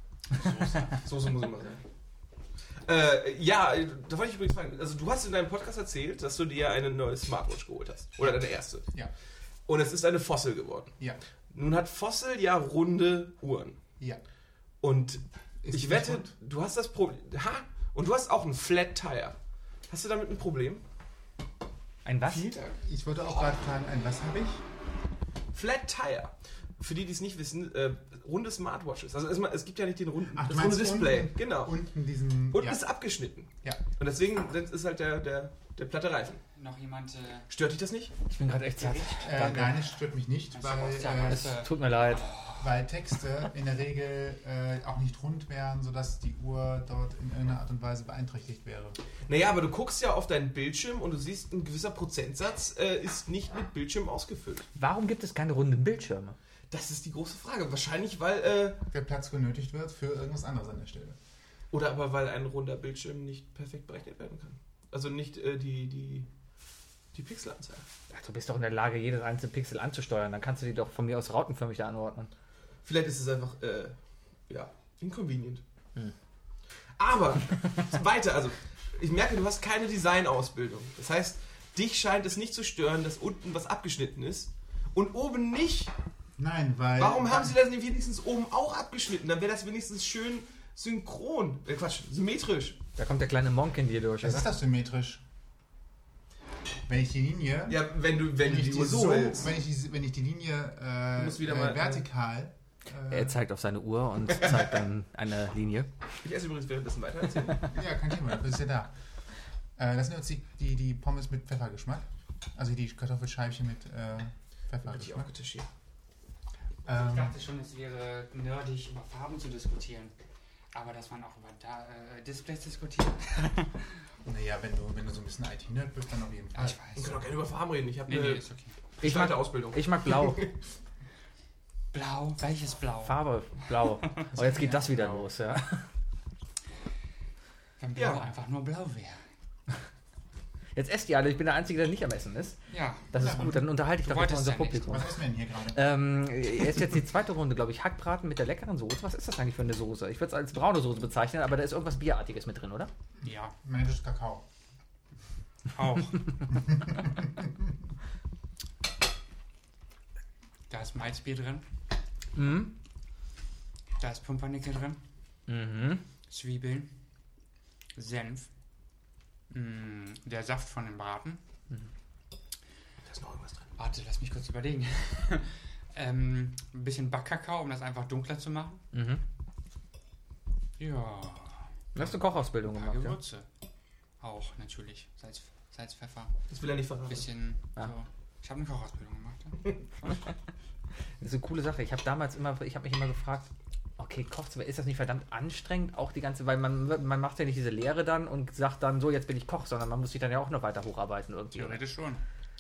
Soße muss immer sein. Äh, ja, da wollte ich übrigens fragen. Also, du hast in deinem Podcast erzählt, dass du dir eine neue Smartwatch geholt hast. Oder deine erste. Ja. Und es ist eine Fossil geworden. Ja. Nun hat Fossil ja runde Uhren. Ja. Und Ist ich die wette, nicht du hast das Problem. Ha! Und du hast auch einen Flat Tire. Hast du damit ein Problem? Ein was? Ich wollte auch gerade fragen, ein was habe ich? Flat Tire. Für die, die es nicht wissen, äh, runde Smartwatches. Also erstmal, es gibt ja nicht den runden, Ach, du das runde meinst Display. unten- Genau. Unten diesen... Unten ja. ist abgeschnitten. Ja. Und deswegen das ist halt der, der, der platte Reifen. Noch jemand. Äh, Stört dich das nicht? Ich bin gerade echt satt. Äh, Danke. nein, es stört mich nicht, Das weil, ist ja äh, was. Es tut mir leid. weil Texte in der Regel äh, auch nicht rund wären, sodass die Uhr dort in irgendeiner Art und Weise beeinträchtigt wäre. Naja, aber du guckst ja auf deinen Bildschirm und du siehst, ein gewisser Prozentsatz äh, ist nicht mit Bildschirm ausgefüllt. Warum gibt es keine runden Bildschirme? Das ist die große Frage. Wahrscheinlich, weil, äh, Der Platz benötigt wird für irgendwas anderes an der Stelle. oder aber weil ein runder Bildschirm nicht perfekt berechnet werden kann. Also nicht äh, die, die, die Pixelanzahl. Ach, du bist doch in der Lage, jedes einzelne Pixel anzusteuern. Dann kannst du die doch von mir aus rautenförmig da anordnen. Vielleicht ist es einfach, äh, ja, inconvenient. Hm. Aber, weiter, also, ich merke, du hast keine Designausbildung. Das heißt, dich scheint es nicht zu stören, dass unten was abgeschnitten ist und oben nicht. Nein, weil... Warum haben sie das nicht wenigstens oben auch abgeschnitten? Dann wäre das wenigstens schön synchron. Äh, Quatsch, symmetrisch. Da kommt der kleine Monk in dir durch, Was oder? ist das symmetrisch? Wenn ich die Linie... Ja, wenn du, wenn du ich die Uhr so hältst. wenn, ich die, wenn ich die Linie äh, Du musst wieder äh, mal, äh, vertikal... Äh, Er zeigt auf seine Uhr und zeigt dann eine Linie. Ich esse übrigens währenddessen weiter erzählen. ja, kein Thema, dafür ist ja da. Äh, das sind jetzt die, die, die Pommes mit Pfeffergeschmack. Also die Kartoffelscheibchen mit äh, Richtig Pfeffergeschmack. aufgetischt hier. ich Ähm, dachte schon, es wäre nerdig, über Farben zu diskutieren. Aber dass man auch über da, äh, Displays diskutiert. naja, wenn du, wenn du so ein bisschen I T-Nerd bist, dann auf jeden Fall. Ich Wir weiß. können auch gerne über Farben reden. Ich habe Nee, eine nee, ist okay. Ich mag, zweite Ausbildung. ich mag blau. Blau, welches Blau? Farbe, blau. Oh, jetzt geht das wieder los, ja. Wenn Blau Ja. einfach nur blau wäre. Jetzt esst ihr alle, ich bin der Einzige, der nicht am Essen ist. Ja. Das ist gut, dann unterhalte ich Du doch jetzt mal wolltest unser ja nicht. Publikum. Was essen wir denn hier gerade? Ähm, er ist jetzt die zweite Runde, glaube ich. Hackbraten mit der leckeren Soße. Was ist das eigentlich für eine Soße? Ich würde es als braune Soße bezeichnen, aber da ist irgendwas Bierartiges mit drin, oder? Ja. Manches Kakao. Auch. Da ist Malzbier drin. Mhm. Da ist Pumpernickel drin. Mhm. Zwiebeln. Senf. Mm, der Saft von dem Braten. Da ist noch irgendwas drin. Warte, lass mich kurz überlegen. ähm, ein bisschen Backkakao, um das einfach dunkler zu machen. Mhm. Ja. Du hast eine Kochausbildung Ein paar gemacht, ja? Gewürze. Auch natürlich. Salz, Salz, Pfeffer. Das will er nicht verraten. Bisschen. Ah. So. Ich habe eine Kochausbildung gemacht. Ja. Das ist eine coole Sache. Ich habe damals immer, ich habe mich immer gefragt, okay, kochst du, ist das nicht verdammt anstrengend, auch die ganze, weil man, man macht ja nicht diese Lehre dann und sagt dann so, jetzt bin ich Koch, sondern man muss sich dann ja auch noch weiter hocharbeiten irgendwie. Theoretisch schon.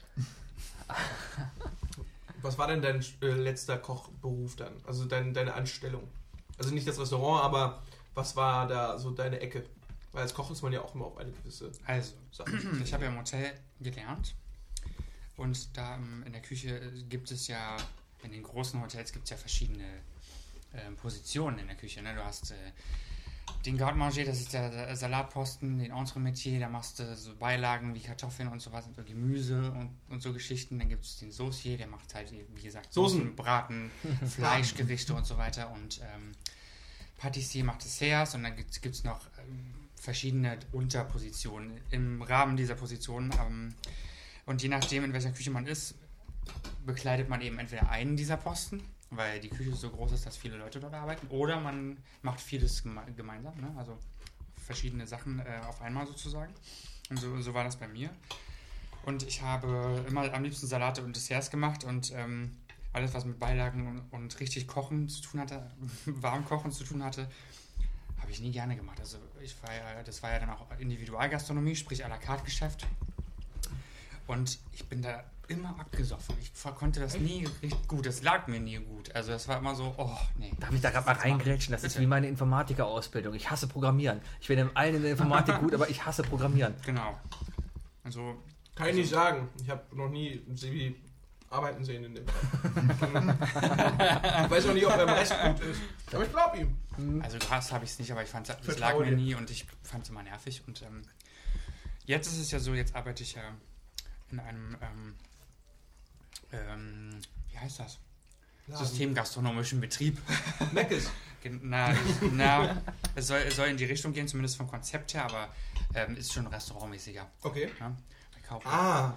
Was war denn dein äh, letzter Kochberuf dann? Also dein, deine Anstellung? Also nicht das Restaurant, aber was war da so deine Ecke? Weil als Koch ist man ja auch immer auf eine gewisse Also, Sache. ich habe ja im Hotel gelernt und da ähm, in der Küche äh, gibt es ja, in den großen Hotels gibt es ja verschiedene äh, Positionen in der Küche. Ne? Du hast äh, den Garde-Manger, das ist der, der Salatposten, den Entremetier, da machst du so Beilagen wie Kartoffeln und sowas, und so Gemüse und, und so Geschichten. Dann gibt es den Saucier, der macht halt, wie gesagt, Soßen. Soßen, Braten, Fleischgerichte und so weiter. Und ähm, Patissier macht Desserts und dann gibt es noch ähm, verschiedene Unterpositionen im Rahmen dieser Positionen. Ähm, und je nachdem, in welcher Küche man ist, bekleidet man eben entweder einen dieser Posten, weil die Küche so groß ist, dass viele Leute dort arbeiten, oder man macht vieles geme gemeinsam, ne? Also verschiedene Sachen äh, auf einmal sozusagen. Und so, so war das bei mir. Und ich habe immer am liebsten Salate und Desserts gemacht und ähm, alles was mit Beilagen und, und richtig Kochen zu tun hatte, warm Kochen zu tun hatte, habe ich nie gerne gemacht. Also ich war ja, das war ja dann auch Individualgastronomie, sprich à la carte Geschäft. Und ich bin da immer abgesoffen. Ich konnte das nie richtig gut. Das lag mir nie gut. Also das war immer so, oh, nee. Darf ich da gerade mal reingrätschen? Das ist wie meine Informatiker-Ausbildung. Ich hasse Programmieren. Ich bin in allen in der Informatik gut, aber ich hasse Programmieren. Genau. Also... Kann ich nicht sagen. Ich habe noch nie Sebi arbeiten sehen in dem Ich weiß auch nicht, ob er im Rest gut ist. Aber ich glaube ihm. Also krass habe ich es nicht, aber ich fand es lag Vertraue mir dir. nie und ich fand es immer nervig. Und ähm, jetzt ist es ja so, jetzt arbeite ich ja in einem, ähm, ähm, wie heißt das? Systemgastronomischen Betrieb. Meckes. Gen- Na, es- na es, soll, es soll in die Richtung gehen, zumindest vom Konzept her, aber ähm, ist schon restaurantmäßiger. Okay. Ja? Wir kaufen- Ah.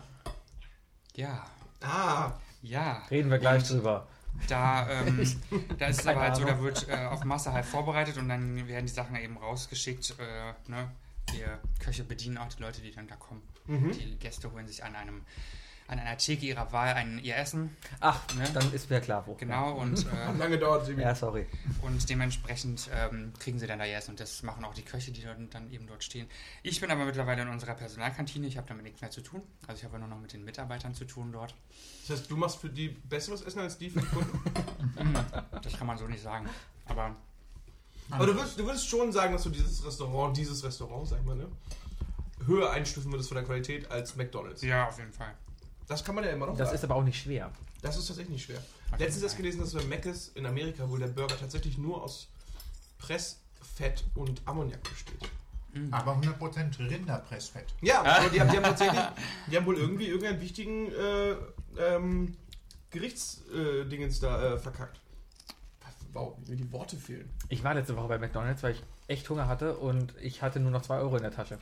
Ja, Ah. ja. Reden wir gleich Und drüber. Da, ähm, da ist es Keine aber halt so, da Ahnung. wird äh, auf Masse halt vorbereitet und dann werden die Sachen eben rausgeschickt. Äh, ne? Wir Köche bedienen auch die Leute, die dann da kommen. Mhm. Die Gäste holen sich an einem an einer Theke ihrer Wahl ein, ihr Essen. Ach, Ne? dann ist mir klar, wo. Genau, und, Hat äh, lange gedauert, Sebi. Ja, sorry. und dementsprechend ähm, kriegen sie dann da ihr Essen. Und das machen auch die Köche, die dann, dann eben dort stehen. Ich bin aber mittlerweile in unserer Personalkantine. Ich habe damit nichts mehr zu tun. Also ich habe nur noch mit den Mitarbeitern zu tun dort. Das heißt, du machst für die besseres Essen als die für die Kunden? Das kann man so nicht sagen. Aber Aber du würdest, du würdest schon sagen, dass du dieses Restaurant, dieses Restaurant, sag ich mal, ne, höher einstufen würdest von der Qualität als McDonalds. ja, auf jeden Fall. Das kann man ja immer noch Das sagen. ist aber auch nicht schwer. Das ist tatsächlich nicht schwer. Auf Letztens jeden erst Fall. gelesen, dass bei Mc's in Amerika wohl der Burger tatsächlich nur aus Pressfett und Ammoniak besteht. Aber hundert Prozent Rinderpressfett. Ja, aber die haben, die haben tatsächlich, die haben wohl irgendwie irgendeinen wichtigen äh, ähm, Gerichtsdingens da äh, verkackt. Wow, wie mir die Worte fehlen. Ich war letzte Woche bei McDonalds, weil ich echt Hunger hatte und ich hatte nur noch zwei Euro in der Tasche.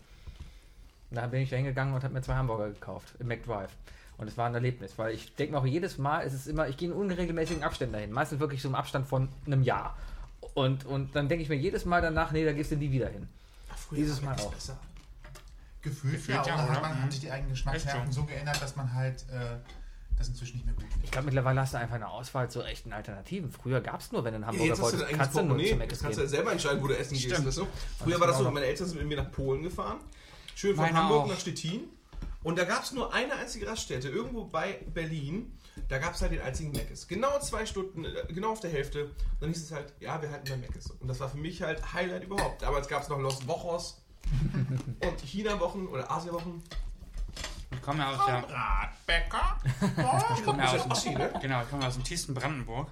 Da bin ich da hingegangen und habe mir zwei Hamburger gekauft im McDrive. Und es war ein Erlebnis, weil ich denke mir auch jedes Mal, es ist immer, ich gehe in unregelmäßigen Abständen dahin. Meistens wirklich so im Abstand von einem Jahr. Und, und dann denke ich mir jedes Mal danach, nee, da gehst du nie wieder hin. Ach, früher Dieses war Mal Mc's auch. besser. Gefühlt, Gefühlt ja, ja, oder oder? hat man, Mhm. haben sich die eigenen Geschmacksnerven Echt so geändert, dass man halt äh, das inzwischen nicht mehr gut Ich findet. glaube, mittlerweile hast du einfach eine Auswahl zu echten Alternativen. Früher gab es nur, wenn du einen Ja, Hamburger jetzt hast du wolltest, dein eigenes kannst du nur Portemonnaie. zum Jetzt Mc's kannst du ja gehen. selber entscheiden, wo du essen Stimmt. gehst. Weißt du? Früher war das so, genau meine Eltern sind mit mir nach Polen gefahren. Schön von Meine Hamburg auch. nach Stettin. Und da gab es nur eine einzige Raststätte, irgendwo bei Berlin. Da gab es halt den einzigen Mc's. Genau zwei Stunden, äh, genau auf der Hälfte. Dann hieß es halt, ja, wir halten bei Mc's. Und das war für mich halt Highlight überhaupt. Damals gab es noch Los Wochos und China-Wochen oder Asia-Wochen. Ich komme ja aus der... Radbäcker? Ich komme ja Das aus ist Ossi, ne? Genau, ich komme aus dem tiefsten Brandenburg.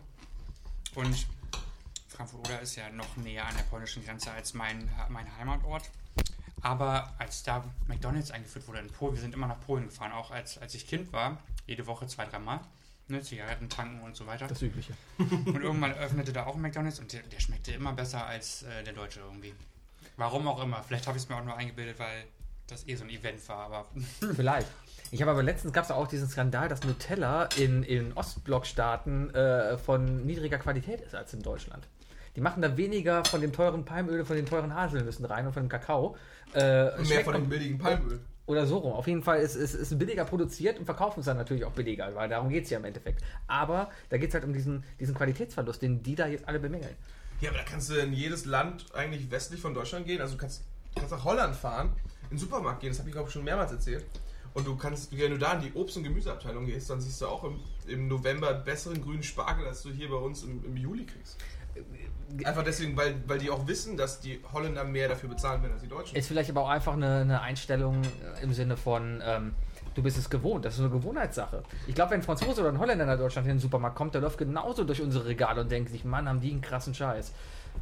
Und Frankfurt-Oder ist ja noch näher an der polnischen Grenze als mein, mein Heimatort. Aber als da McDonalds eingeführt wurde in Polen, wir sind immer nach Polen gefahren, auch als, als ich Kind war, jede Woche zwei, dreimal. Ne, Zigaretten tanken und so weiter. Das Übliche. Und irgendwann öffnete da auch ein McDonalds und der, der schmeckte immer besser als äh, der deutsche irgendwie. Warum auch immer. Vielleicht habe ich es mir auch nur eingebildet, weil das eh so ein Event war, aber Vielleicht. Ich habe aber letztens gab es auch diesen Skandal, dass Nutella in, in Ostblockstaaten äh, von niedriger Qualität ist als in Deutschland. Die machen da weniger von dem teuren Palmöl, von den teuren Haselnüssen rein und von dem Kakao. Äh, Und mehr schmeckt von dem billigen Palmöl. Oder so rum. Auf jeden Fall ist es ist, ist billiger produziert und verkaufen es dann natürlich auch billiger, weil darum geht es ja im Endeffekt. Aber da geht es halt um diesen, diesen Qualitätsverlust, den die da jetzt alle bemängeln. Ja, aber da kannst du in jedes Land eigentlich westlich von Deutschland gehen. Also du kannst, kannst nach Holland fahren, in den Supermarkt gehen, das habe ich glaube ich schon mehrmals erzählt. Und du kannst, wenn du da in die Obst- und Gemüseabteilung gehst, dann siehst du auch im, im November besseren grünen Spargel, als du hier bei uns im, im Juli kriegst. Einfach deswegen, weil, weil die auch wissen, dass die Holländer mehr dafür bezahlen werden als die Deutschen. Ist vielleicht aber auch einfach eine, eine Einstellung äh, im Sinne von, ähm, du bist es gewohnt. Das ist eine Gewohnheitssache. Ich glaube, wenn ein Franzose oder ein Holländer nach Deutschland in den Supermarkt kommt, der läuft genauso durch unsere Regale und denkt sich, Mann, haben die einen krassen Scheiß.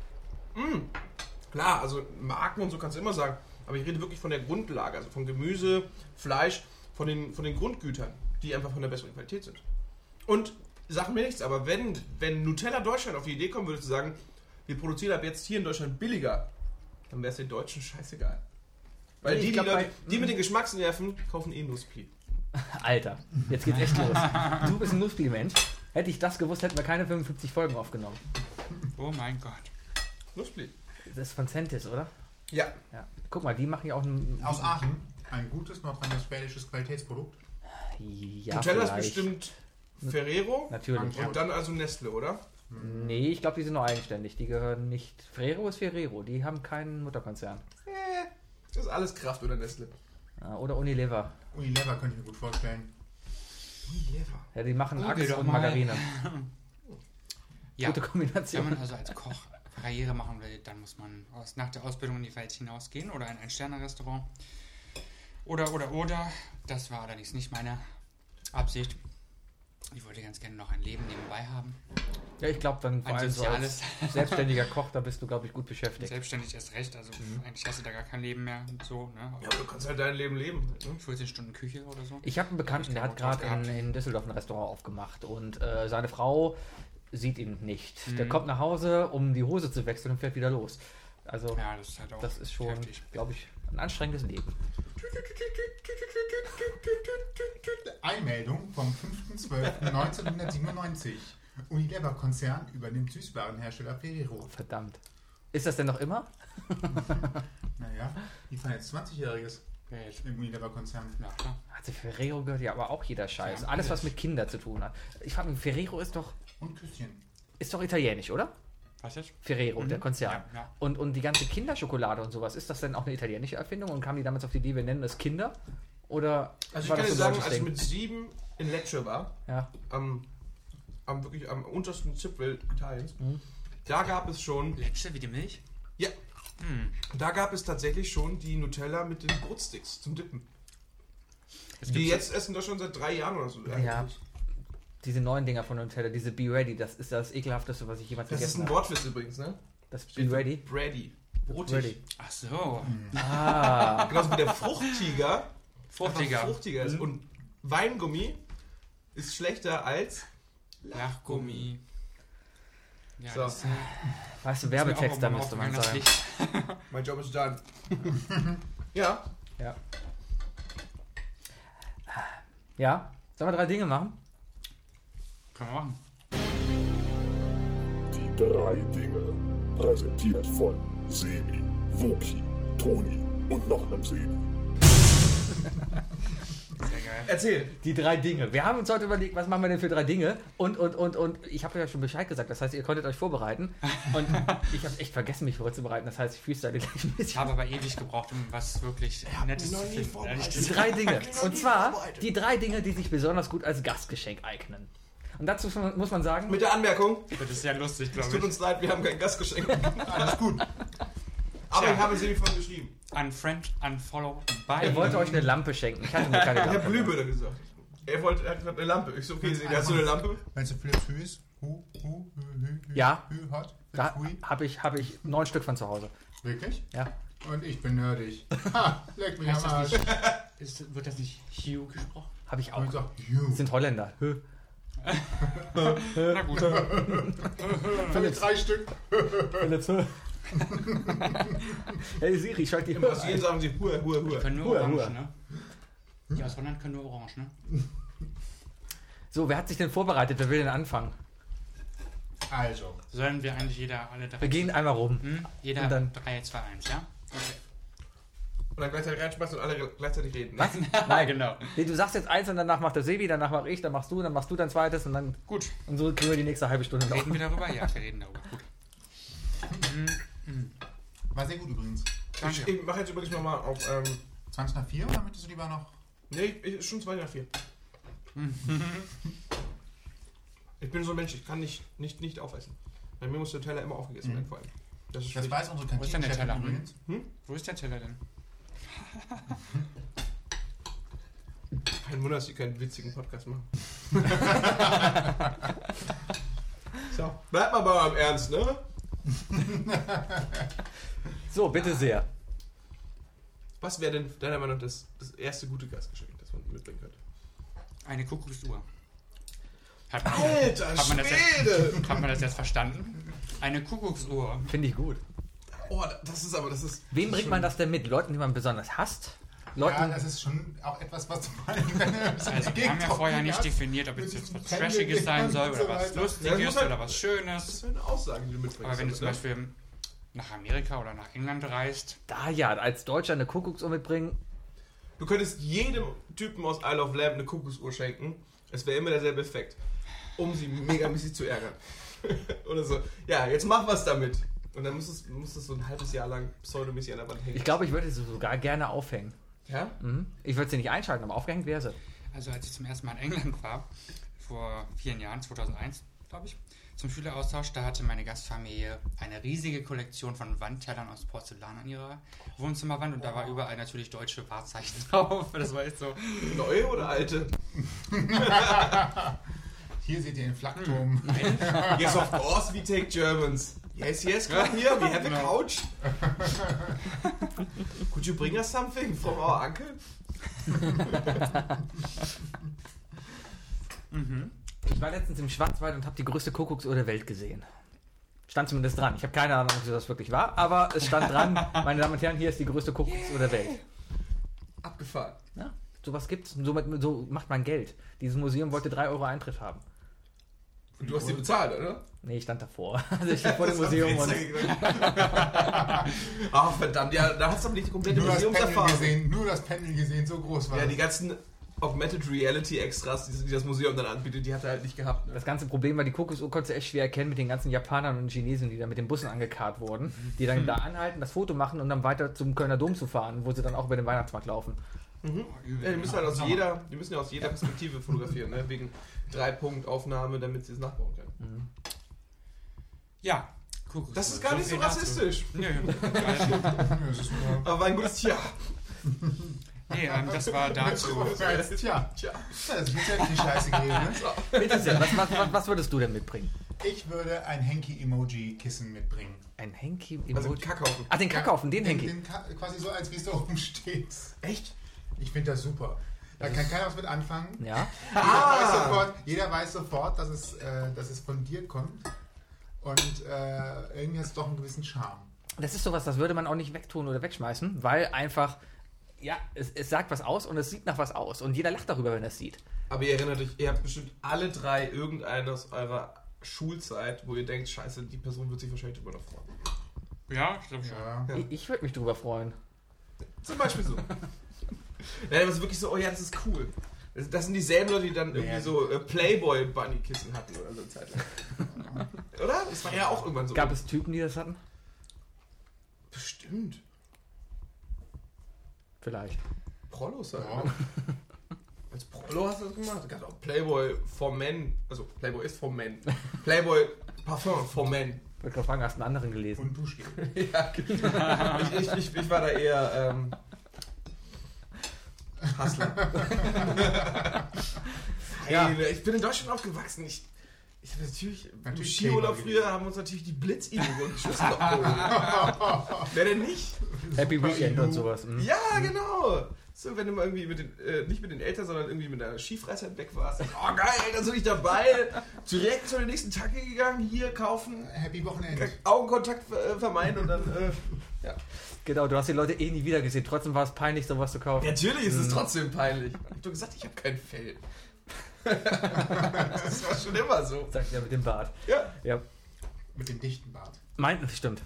Klar, also Marken und so kannst du immer sagen, aber ich rede wirklich von der Grundlage, also von Gemüse, Fleisch, von den, von den Grundgütern, die einfach von der besseren Qualität sind. Und sag mir nichts, aber wenn, wenn Nutella Deutschland auf die Idee kommen würde zu sagen, wir produzieren ab jetzt hier in Deutschland billiger, dann wäre es den Deutschen scheißegal. Weil Nee, die, ich die, glaub, Leute, bei- die mit den Geschmacksnerven kaufen eh Nusspi. Alter, jetzt geht's echt los. Du bist ein Nusspi-Mensch. Hätte ich das gewusst, hätten wir keine fünfundfünfzig Folgen aufgenommen. oh mein Gott. Nusspi. Das ist von Centis, oder? Ja. Ja. Guck mal, die machen ja auch ein... Aus Aachen. Ein gutes nordrhein-westfälisches Qualitätsprodukt. Ja, Nutella ist vielleicht. bestimmt Ferrero Natürlich. und dann also Nestle, oder? Nee, ich glaube, die sind noch eigenständig. Die gehören nicht. Ferrero ist Ferrero. Die haben keinen Mutterkonzern. Äh, das ist alles Kraft oder Nestle. Ja, oder Unilever. Unilever könnte ich mir gut vorstellen. Unilever. Ja, die machen Google Axe doch und mal. Margarine. Ja, Gute Kombination. wenn man also als Koch Karriere machen will, dann muss man aus, nach der Ausbildung in die Welt hinausgehen oder in ein Sterne-Restaurant. Oder, oder, oder. Das war allerdings nicht meine Absicht. Ich wollte ganz gerne noch ein Leben nebenbei haben. Ja, ich glaube, dann vor Ein allem so als soziales. selbstständiger Koch, da bist du, glaube ich, gut Und beschäftigt. selbstständig erst recht. Also eigentlich hast du da gar kein Leben mehr. Und so, ne? Ja, aber du kannst halt dein Leben leben. Ne? vierzehn Stunden Küche oder so. Ich habe einen Bekannten, der hat gerade in, in Düsseldorf ein Restaurant aufgemacht und äh, seine Frau sieht ihn nicht. Der Mhm. kommt nach Hause, um die Hose zu wechseln und fährt wieder los. Also Ja, das ist halt auch das ist schon, heftig. glaube ich, ein anstrengendes Leben. Einmeldung vom fünfter zwölfter neunzehnhundertsiebenundneunzig. Unilever-Konzern übernimmt Süßwarenhersteller Ferrero. Verdammt. Ist das denn noch immer? Naja, die feiern jetzt zwanzigjähriges Ja, jetzt- im Unilever-Konzern. Ja, klar. Also Ferrero gehört ja aber auch jeder Scheiß. Ja, Alles, was alles. mit Kindern zu tun hat. Ich frage mich, Ferrero ist doch, Und Küsschen. ist doch italienisch, oder? Was jetzt? Ferrero, der Konzern. Ja, ja. Und, und die ganze Kinderschokolade und sowas, ist das denn auch eine italienische Erfindung? Und kamen die damals auf die Idee, wir nennen das Kinder? Oder Also ich war kann das dir so ein sagen, deutsches als ich Ding? mit sieben in Lecce war, Ja. am, am wirklich am untersten Zipfel Italiens, Mhm. da gab es schon, Lecce wie die Milch? ja, Hm. da gab es tatsächlich schon die Nutella mit den Brotsticks zum Dippen. Es Die gibt jetzt essen das schon seit drei Jahren oder so. Ja. Diese neuen Dinger von Nutella, diese Be Ready, das ist das ekelhafteste, was ich jemals Das ist gegessen ein habe. Wortwitz übrigens, ne? Das Steht Be für Ready. Bready. Brotig. Ready. Ach so. Ah. Genauso wie der Fruchttiger Fruchtiger. einfach fruchtiger ist. Mhm. Und Weingummi ist schlechter als Lachgummi. Ja, So. das äh, Weißt du, ist mir auch Werbetexter irgendwann müsste man aufgegangen, das sagen. Licht. mein Job ist done. Ja. Ja. Ja. Sollen wir drei Dinge machen? Können wir machen. Die drei Dinge. Präsentiert von Sebi, Woki, Toni und noch einem Sebi. Sehr geil. Erzähl. Die drei Dinge. Wir haben uns heute überlegt, was machen wir denn für drei Dinge? Und, und, und, und ich habe ja schon Bescheid gesagt. Das heißt, ihr konntet euch vorbereiten. Und ich habe echt vergessen, mich vorzubereiten. Das heißt, ich freestyle gleich ein Ich bisschen. habe aber ewig gebraucht, um was wirklich Nettes mich noch zu nie finden. vorbereitet. Ehrlich Die gesagt. drei Dinge. Ich bin noch Und nie zwar vorbereitet. die drei Dinge, die sich besonders gut als Gastgeschenk eignen. Und dazu muss man sagen, Mit der Anmerkung, Das ist sehr lustig, es glaube tut ich. uns leid, wir haben kein Gastgeschenk. Alles gut. Aber Tja. ich habe Sebi von geschrieben. Unfriend, unfollow, bye. er wollte euch eine Lampe schenken. Ich hatte nur keine Ich habe Lampe. Glühbirne gesagt. Er wollte, er hat gesagt, eine Lampe. Ich so, okay, Sebi, hast du eine Lampe? Wenn es Philips Hue ist, Hu, Hu, Hü, Hü, Hü, Ja. Hü, Hot, Da Hui. habe ich, hab ich neun Stück von zu Hause. Wirklich? Ja. Und ich bin nerdig. Ha, leck mich Heißt am das Arsch. nicht, ist, wird das nicht Hugh gesprochen? Habe ich Und ich auch. sag, Hue. Sind Holländer. Hö. Na gut. Philips. Drei Stück. Philips. Hö. Hey Siri, schalt die In Hö Brasilien ein. sagen sie Hua, Hua, Hua. Können nur Hua, Orange, hua. ne? Die aus Holland können nur Orange, ne? So, wer hat sich denn vorbereitet? Wer will denn anfangen? Also, Sollen wir eigentlich jeder alle drei... Wir gehen einmal rum. Hm? Jeder Und dann- drei, zwei, eins, ja? Okay. Und dann gleichzeitig reinschmeißen und alle gleichzeitig reden. Was? Ah, Nein, genau. Nee, du sagst jetzt eins und danach macht der Sebi, danach mache ich, dann machst du, dann machst du dein zweites und dann Gut. und so kriegen wir die nächste halbe Stunde noch. Reden wir darüber? Ja, wir reden darüber. Gut. war sehr gut übrigens. Ich, Danke. ich mache jetzt übrigens nochmal auf. Ähm, zwanzig nach vier oder möchtest du lieber noch? nee, ich, ist schon zwei nach vier. Ich bin so ein Mensch, ich kann nicht, nicht, nicht aufessen. Bei mir muss der Teller immer aufgegessen werden, vor allem. Das ist Das schlecht. weiß unsere Wo ist denn der Kantinenchefin Teller? übrigens. Wo ist der Teller denn? Kein Wunder, dass sie keinen witzigen Podcast machen. So, bleibt mal beim Ernst, ne? So, bitte sehr. Was wäre denn deiner Meinung nach das, das erste gute Gastgeschenk, das man mitbringen könnte? Eine Kuckucksuhr. Hat man, Alter hat man, das Schwede! jetzt, hat man das jetzt verstanden? Eine Kuckucksuhr. Finde ich gut. Oh, das ist aber, das ist... Wem das ist bringt man schon- das denn mit? Leuten, die man besonders hasst? Leuten, Ja, das ist schon auch etwas, was du mal in deine Also wir haben ja vorher nicht definiert, ob es jetzt was Trashiges sein soll oder was Ja, das Lustiges muss halt- oder was Das Schönes. ist eine Aussage, die du mitbringst. Aber wenn du zum damit, ne? Beispiel nach Amerika oder nach England reist, da ja, als Deutscher eine Kuckucksuhr mitbringen. Du könntest jedem Typen aus Isle of Lamp eine Kuckucksuhr schenken, Es wäre immer derselbe Effekt, um sie megamäßig zu ärgern. Oder so, ja, jetzt mach was damit. Und dann muss es, muss es so ein halbes Jahr lang pseudomäßig an der Wand hängen. Ich glaube, ich würde sie sogar gerne aufhängen. Ja? Mhm. Ich würde sie nicht einschalten, aber aufgehängt wäre sie. Also als ich zum ersten Mal in England war, vor vielen Jahren, zweitausendeins, glaube ich, zum Schüleraustausch, da hatte meine Gastfamilie eine riesige Kollektion von Wandtellern aus Porzellan an ihrer Wohnzimmerwand und da war überall natürlich deutsche Wahrzeichen drauf. Das war echt so. Neue oder alte? Hier seht ihr den Flakturm. Yes, of course we take Germans. Yes, yes, come here, we have a couch. Could you bring us something from our uncle? Mhm. Ich war letztens im Schwarzwald und habe die größte Kuckucksuhr der Welt gesehen. Stand zumindest dran. Ich habe keine Ahnung, ob das wirklich war, aber es stand dran, meine Damen und Herren, hier ist die größte Kuckucksuhr der Welt. Abgefahren. Ja, sowas gibt's. So, so macht man Geld. Dieses Museum wollte drei Euro Eintritt haben. Und du hast die bezahlt, oder? Nee, ich stand davor. Also ich stand vor dem Museum und... Ach verdammt, ja, da hast du aber nicht die komplette Nur das Panel Museumserfahrung. gesehen, nur das Panel gesehen, so groß war Ja, das. die ganzen Augmented Reality Extras, die, die das Museum dann anbietet, die hat er halt nicht gehabt. Ne? Das ganze Problem war, die Kuckucksuhr konntest du echt schwer erkennen mit den ganzen Japanern und Chinesen, die da mit den Bussen angekarrt wurden, die dann da anhalten, das Foto machen und dann weiter zum Kölner Dom zu fahren, wo sie dann auch über den Weihnachtsmarkt laufen. Mhm. Ja, die müssen halt aus jeder, die müssen ja aus jeder Perspektive fotografieren, ne? Wegen Drei-Punkt-Aufnahme, damit sie es nachbauen können. Mhm. Ja, Kuckucksuhr. Das ist gar nicht so viel dazu. rassistisch. Nö. Nö, es ist nur- Aber war ein gutes Tja. Nee, ähm, das war dazu. Tja, Tja. das ist jetzt ja die Scheiße gewesen. Ne? Bitte sehr, was, was, was, was würdest du denn mitbringen? Ich würde ein Henki-Emoji-Kissen mitbringen. Ein Henki Also Emoji. Kackhaufen. Ah, den Kackhaufen, den Den, Henki. den Ka- quasi so, als wie es da oben steht. Echt? Ich finde das super. Da kann keiner was mit anfangen. Ja. Jeder, Ah! weiß sofort, jeder weiß sofort, dass es, äh, dass es von dir kommt. Und äh, irgendwie hat es doch einen gewissen Charme. Das ist sowas, das würde man auch nicht wegtun oder wegschmeißen, weil einfach, ja, es, es sagt was aus und es sieht nach was aus. Und jeder lacht darüber, wenn er es sieht. Aber ihr erinnert euch, ihr habt bestimmt alle drei irgendeinen aus eurer Schulzeit, wo ihr denkt, scheiße, die Person wird sich wahrscheinlich drüber noch freuen. Ja, ich glaube schon. Ja. Ja. Ich, ich würde mich drüber freuen. Zum Beispiel so. Nein, aber es ist wirklich so, oh ja, das ist cool. Das, das sind dieselben Leute, die dann irgendwie Ja. so äh, Playboy-Bunny-Kissen hatten oder so eine Zeit lang. Oder? Das war ja auch irgendwann so. Gab es Typen, die das hatten? Bestimmt. Vielleicht. Prollos halt. Ja. Ne? Als Prollo hast du das gemacht? Es gab auch Playboy for Men. Also Playboy ist for Men. Playboy Parfum for Men. Ich wollte gerade fragen, hast du einen anderen gelesen? Und Duschgel. Ja, genau. ich, ich, ich, ich war da eher ähm, Hustler. Ja. Hey, ich bin in Deutschland aufgewachsen. Ich, ich habe natürlich, im Natürlich Skiurlaub Playboy früher haben uns natürlich die Blitz-Igel geschossen. Wer denn nicht? Happy Weekend und sowas. Mhm. Ja, genau. So, wenn du mal irgendwie mit den, äh, nicht mit den Eltern, sondern irgendwie mit deiner Skifreizeit weg warst. Oh geil, da bin ich dabei. Direkt zu der nächsten Tacke gegangen, hier kaufen, Happy Wochenende. Augenkontakt äh, vermeiden und dann, äh, ja. Genau, du hast die Leute eh nie wieder gesehen. Trotzdem war es peinlich, sowas zu kaufen. Natürlich ist es trotzdem peinlich. Ich hab doch gesagt, ich habe kein Fell. Das war schon immer so. Sagt er mit dem Bart. Ja. Ja. Mit dem dichten Bart. Mein, stimmt.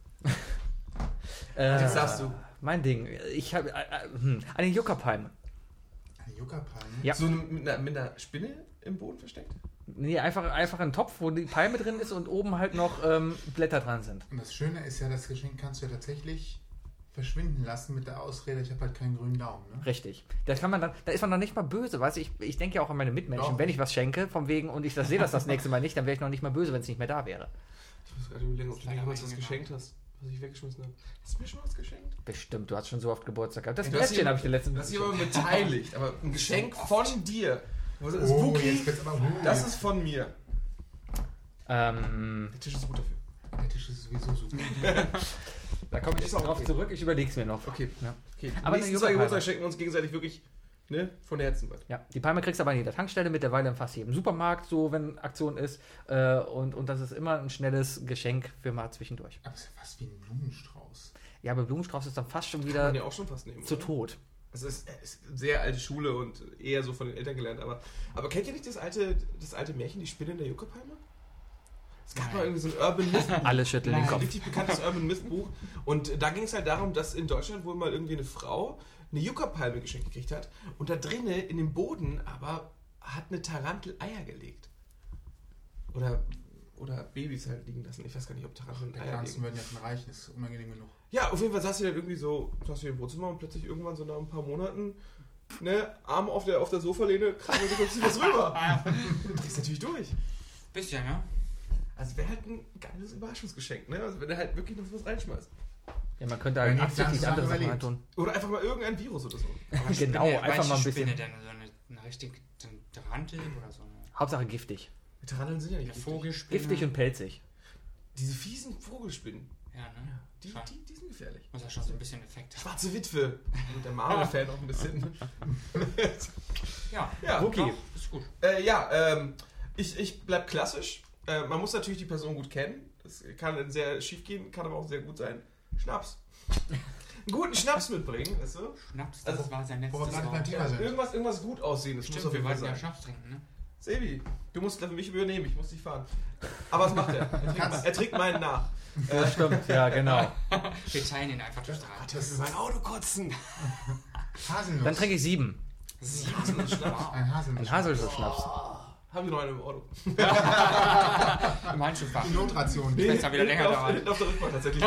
äh, Jetzt sagst du. Mein Ding. Ich habe äh, äh, hm, eine Juckerpalme. Eine Yucca-Palme. Ja. So eine, mit, einer, mit einer Spinne im Boden versteckt? Nee, einfach, einfach ein Topf, wo die Palme drin ist und oben halt noch ähm, Blätter dran sind. Und das Schöne ist ja, das Geschenk kannst du ja tatsächlich verschwinden lassen mit der Ausrede, ich habe halt keinen grünen Daumen. Ne? Richtig. Da kann man dann, da ist man dann nicht mal böse, weißt du? Ich, ich denke ja auch an meine Mitmenschen. Doch. Wenn ich was schenke, von wegen, und ich das sehe das das nächste Mal nicht, dann wäre ich noch nicht mal böse, wenn es nicht mehr da wäre. Ich muss gerade überlegen, ob du dir Leider jemals was eingegangen. geschenkt hast, was ich weggeschmissen habe. Hast du mir schon was geschenkt? Bestimmt, du hast schon so oft Geburtstag gehabt. Das Ey, du hast Plätzchen hier- habe ich dir letztens Das ist aber beteiligt, aber ein Geschenk von dir. Was ist das? Oh, Wookie? jetzt wird's aber uh, Das jetzt- ist von mir. Ähm, Der Tisch ist gut dafür. Der Tisch ist sowieso super. da komme ich Ist auch drauf okay. zurück, ich überlege es mir noch. Okay. Ja. Okay, Aber aber eine nächsten zwei Yucca-Palme. Geburtstag schenken wir uns gegenseitig wirklich ne, von Herzen was. Ja, die Palme kriegst du aber in jeder Tankstelle, mittlerweile in fast jedem Supermarkt, so wenn Aktion ist. Äh, und, und das ist immer ein schnelles Geschenk für mal zwischendurch. Aber es ist ja fast wie ein Blumenstrauß. Ja, aber Blumenstrauß ist dann fast schon Kann wieder man ja auch schon fast nehmen. zu oder? tot. Also es ist, es ist sehr alte Schule und eher so von den Eltern gelernt. Aber, aber kennt ihr nicht das alte, das alte Märchen, die Spinne in der Yucca-Palme? Es gab mal irgendwie so ein Urban Myth. Alle schütteln den Ein Kopf. richtig bekanntes Urban Myth Buch. Und da ging es halt darum, dass in Deutschland wohl mal irgendwie eine Frau eine Yucca-Palme geschenkt gekriegt hat und da drinnen in dem Boden aber hat eine Tarantel Eier gelegt. Oder, oder Babys halt liegen lassen. Ich weiß gar nicht, ob Taranteln Die Eier Kleinsten legen. würden ja schon reichen, das ist unangenehm genug. Ja, auf jeden Fall saß sie dann irgendwie so, saß sie im Wohnzimmer und plötzlich irgendwann so nach ein paar Monaten, ne, Arm auf der, auf der Sofalehne, krabbelt plötzlich was rüber. Du drehst natürlich durch. Bisschen, ne? Also wäre halt ein geiles Überraschungsgeschenk, ne? Also wenn er halt wirklich noch was reinschmeißt. Ja, man könnte Wenn halt die absichtlich Pflanze andere Sachen überlebt. reintun. Oder einfach mal irgendein Virus oder so. Aber Genau, Spinne, einfach manche mal ein bisschen. Spinne denn so eine, eine richtig so eine Tarantel oder so eine, Hauptsache giftig. Die Taranteln sind ja eine nicht giftig. Vogelspinne. Giftig und pelzig. Diese fiesen Vogelspinnen, Ja, ne? die, Schon. die, die sind gefährlich. Muss ja schon so ein bisschen Effekt haben. Schwarze Witwe. Und der Marvel-Fan auch ein bisschen. Ja, Ja, Okay. doch, ist gut. Äh, ja, ähm, ich, ich bleib klassisch. Äh, man muss natürlich die Person gut kennen. Das kann sehr schief gehen, kann aber auch sehr gut sein. Schnaps. Einen guten Schnaps mitbringen, weißt du? Schnaps, das Also, war sein wo wir letztes gerade beim Wort. Thema sind. Irgendwas, irgendwas gut aussehendes Stimmt, muss auf wir jeden Fall wollten ja sein. Schnaps trinken, ne? Sebi, du musst für mich übernehmen, ich muss dich fahren. Aber was macht er? Er trinkt, Kannst. er trinkt meinen nach. Ja, stimmt, ja, genau. Wir teilen ihn einfach durch drei. Das ist mein Auto kotzen. Haselnuss. Dann trinke ich sieben. Sieben. Schnaps. Ein Haselnuss. Ein Haselnuss-Schnaps. Haben wir noch einen im Auto? Im Handschuhfach. Die Notration. Nee. Wenn's da wieder länger auf, dauert. hinten auf der Rückbank tatsächlich.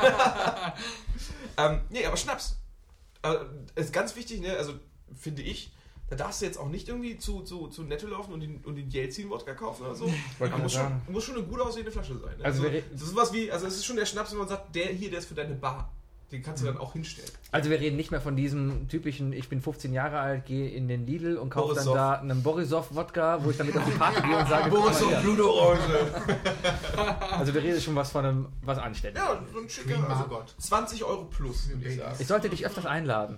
ähm, nee, aber Schnaps. Also, ist ganz wichtig, ne? Also finde ich, da darfst du jetzt auch nicht irgendwie zu, zu, zu Netto laufen und den, und den Jelzin-Wodka kaufen oder so. Wollte Da gerade muss schon, sagen. muss schon eine gut aussehende Flasche sein. Ne? Also Also, wir re- das ist was wie, also es ist schon der Schnaps, wenn man sagt, der hier, der ist für deine Bar. Den kannst du dann auch hinstellen. Also wir reden nicht mehr von diesem typischen, ich bin fünfzehn Jahre alt, gehe in den Lidl und kaufe dann Borisov. da einen Borisov-Wodka, wo ich dann mit auf die Party gehe und sage, Boris guck mal und hier. Blutorange. Also wir reden schon was von einem, was Anständiges. Ja, so ein schicker, Queen also Margot. zwanzig Euro plus, würde ich sagen. Ich sollte dich öfters einladen.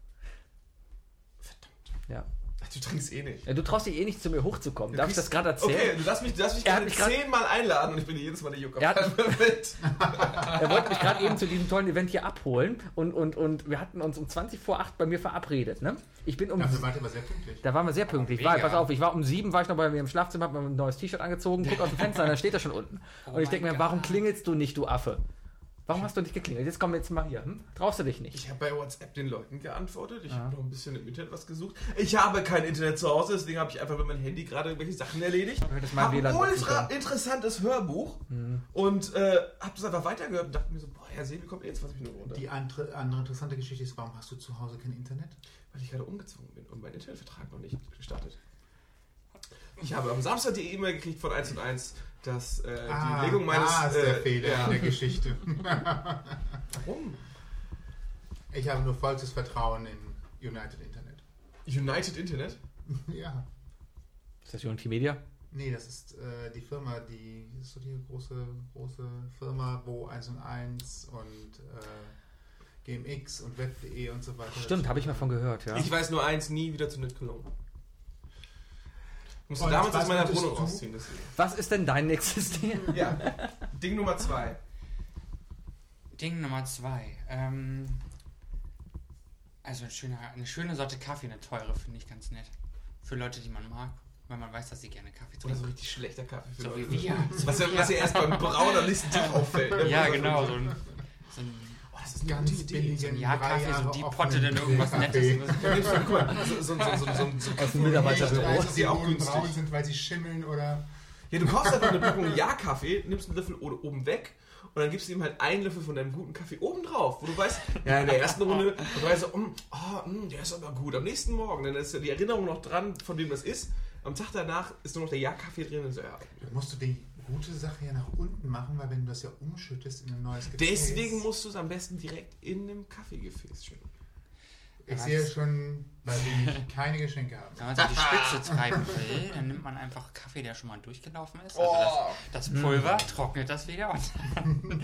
Ja. Ach, du trinkst eh nicht. Ja, du traust dich eh nicht zu mir hochzukommen. Darf ich das gerade Okay, erzählen? du darfst mich, du darfst mich Er hat gerade mich grad- zehnmal einladen und ich bin jedes Mal der Jucker. Er hat- mit. Er wollte mich gerade eben zu diesem tollen Event hier abholen und, und, und wir hatten uns um zwanzig vor acht bei mir verabredet. Ne? Ich bin um... Dafür wart ihr aber sehr pünktlich. Da waren wir sehr pünktlich. Mega. War, pass auf, ich war um sieben, war ich noch bei mir im Schlafzimmer, hab mir ein neues T-Shirt angezogen, guck aus dem Fenster und dann steht er schon unten. Oh und ich denke mein mir, warum Gott. klingelst du nicht, du Affe? Warum hast du nicht geklingelt? Jetzt komm jetzt mal hier. Hm? Traust du dich nicht? Ich habe bei WhatsApp den Leuten geantwortet. Ich habe noch ein bisschen im Internet was gesucht. Ich habe kein Internet zu Hause, deswegen habe ich einfach mit meinem Handy gerade irgendwelche Sachen erledigt. Du hättest mein Hab W L A N ein nutzen ultra können. interessantes Hörbuch und äh, habe das einfach weitergehört und dachte mir so, boah, Herr Sebi kommt eh in zwanzig Minuten runter. Die andere, andere interessante Geschichte ist, warum hast du zu Hause kein Internet? Weil ich gerade umgezogen bin und mein Internetvertrag noch nicht gestartet. Ich habe am Samstag die E-Mail gekriegt von eins und eins, dass äh, die Legung meines... Ah, ist der äh, Fehler ja. in der Geschichte. Warum? Ich habe nur vollstes Vertrauen in United Internet. United Internet? Ja. Ist das Unity Media? Nee, das ist äh, die Firma, die das ist so die große, große Firma, wo eins und eins und äh, G M X und Web punkt de und so weiter. Stimmt, habe ich mal von gehört, ja. Ich weiß nur eins, nie wieder zu Net gelungen. Ich musste Und damals was aus meiner würdest Wohnung du- ausziehen. Deswegen. Was ist denn dein nächstes Ding? Ja, Ding Nummer zwei. Ding Nummer zwei. Ähm, also ein schöner, eine schöne Sorte Kaffee, eine teure, finde ich ganz nett. Für Leute, die man mag, weil man weiß, dass sie gerne Kaffee Oder so trinken. richtig schlechter Kaffee für So Leute. wie wir. Was ja, was ja erst beim Brauen am nächsten Tag auffällt. ne? Ja, genau. So ein, so ein Oh, das ist eine Ganz gute Idee. billigen, so ein drei Jahrkaffee, so Jahre die offenen Potte, denn irgendwas Kaffee. Nettes. Da nimmst du, guck mal, so, so, so, so, so, so Aus dem Mitarbeiterbüro. Nicht, weil Die sie auch auch günstig. braun sind, weil sie schimmeln oder... Ja, du kaufst einfach eine Packung Ja-Kaffee, nimmst einen Löffel o- oben weg und dann gibst du ihm halt einen Löffel von deinem guten Kaffee oben drauf, wo du weißt, ja, in der ersten Runde, du weißt so, mm, oh, mm, der ist aber gut. Am nächsten Morgen, dann ist ja die Erinnerung noch dran, von wem das ist. Am Tag danach ist nur noch der Ja-Kaffee drin und so, ja. Dann musst du die gute Sache ja nach unten machen, weil wenn du das ja umschüttest in ein neues Gefäß... Deswegen musst du es am besten direkt in einem Kaffeegefäß schütten. Ich sehe schon, weil wir keine Geschenke haben. Wenn man es auf die Spitze treiben will, dann nimmt man einfach Kaffee, der schon mal durchgelaufen ist. Also Oh, das, das Pulver trocknet das wieder und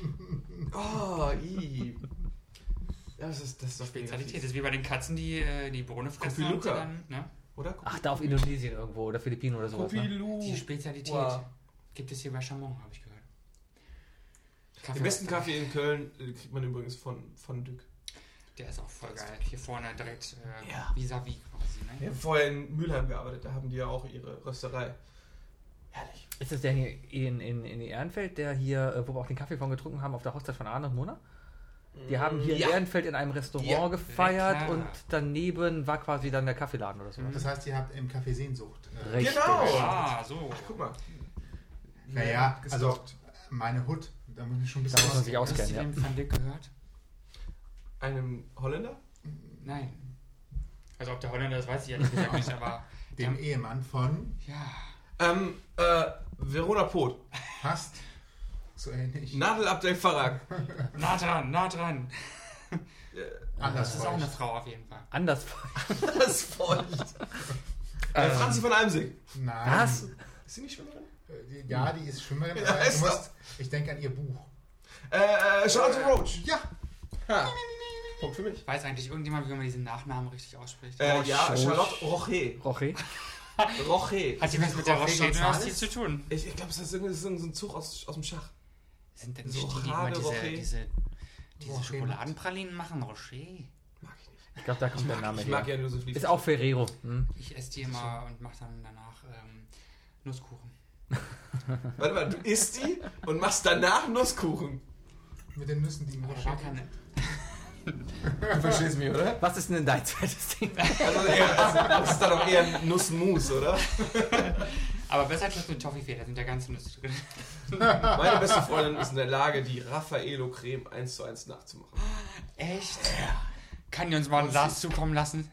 oh, i. Ja, das ist, das ist doch Spezialität. Das ist wie bei den Katzen, die äh, die Bohne fressen. Kopi und sie Luca. dann, ne? Oder? Ach, da auf Indonesien irgendwo oder Philippinen oder sowas. Ne? Kopilu. Die Spezialität Wow. gibt es hier bei Chamon, habe ich gehört. Kaffee Den besten aus- Kaffee in Köln äh, kriegt man übrigens von, von Dück. Der ist auch voll geil. Hier vorne direkt äh, Ja. vis-à-vis quasi. Ich Ne? habe vorher in Mülheim gearbeitet, da haben die ja auch ihre Rösterei. Herrlich. Ist das der hier in, in, in Ehrenfeld, der hier, äh, wo wir auch den Kaffee von getrunken haben, auf der Hochzeit von Arne und Mona? Die haben hier Ja. in Ehrenfeld in einem Restaurant Ja. gefeiert Lecker. und daneben war quasi dann der Kaffeeladen oder so. Das heißt, ihr habt im Café Sehnsucht. Äh, Richtig. Genau. Ah, so. Guck mal. Naja, also Gestockt. meine Hut, da muss ich schon ein Da bisschen muss man sich was- Hast du auskennen, ja. den von Dick gehört? Einem Holländer? Nein. Also ob der Holländer das weiß ich ehrlich gesagt nicht, aber dem Ehemann von ja. Ähm, äh, Verona Pot. fast so ähnlich. Nadel Abdel Farag. Nah dran, nah dran. Anders Das ist auch feucht. eine Frau auf jeden Fall. Anders. Das ist feucht. Äh, Franzi von Almsig. Nein. Was? Ist sie nicht Schwimmerin? Äh, die- Ja, die ist Schwimmerin. Ja, aber du ist so. musst, ich denke an ihr Buch. Äh, äh, Charlotte Roach. Ja. Ha. Punkt für mich. Weiß eigentlich irgendjemand, wie man diesen Nachnamen richtig ausspricht? Äh, Roche. ja, Charlotte Roche. Roche. Roche. Hat die was mit der Roche Rocher-Dynastie González? zu tun? Ich, ich glaube, das ist irgendwie das ist so ein Zug aus, aus dem Schach. Sind denn So nicht die, die immer Rade, diese, Rocher. diese, diese Rocher. Schokoladenpralinen machen? Rocher? Mag ich nicht. Ich glaube, da kommt der Name Ich mag her. ja nur so viel. Ist auch Ferrero. Hm? Ich esse die immer und mache dann danach ähm, Nusskuchen. Warte mal, du isst die und machst danach Nusskuchen. Mit den Nüssen, die im Aber Rocher gar keine. Du verstehst mich, oder? Was ist denn dein zweites Ding? Also eher, also, das ist dann auch eher Nussmus, oder? Aber besser als mit Toffifee, da sind ja ganze Nüsse drin. Meine beste Freundin ist in der Lage, die Raffaello Creme eins zu eins nachzumachen. Echt? Kann die uns mal ein Glas zukommen lassen?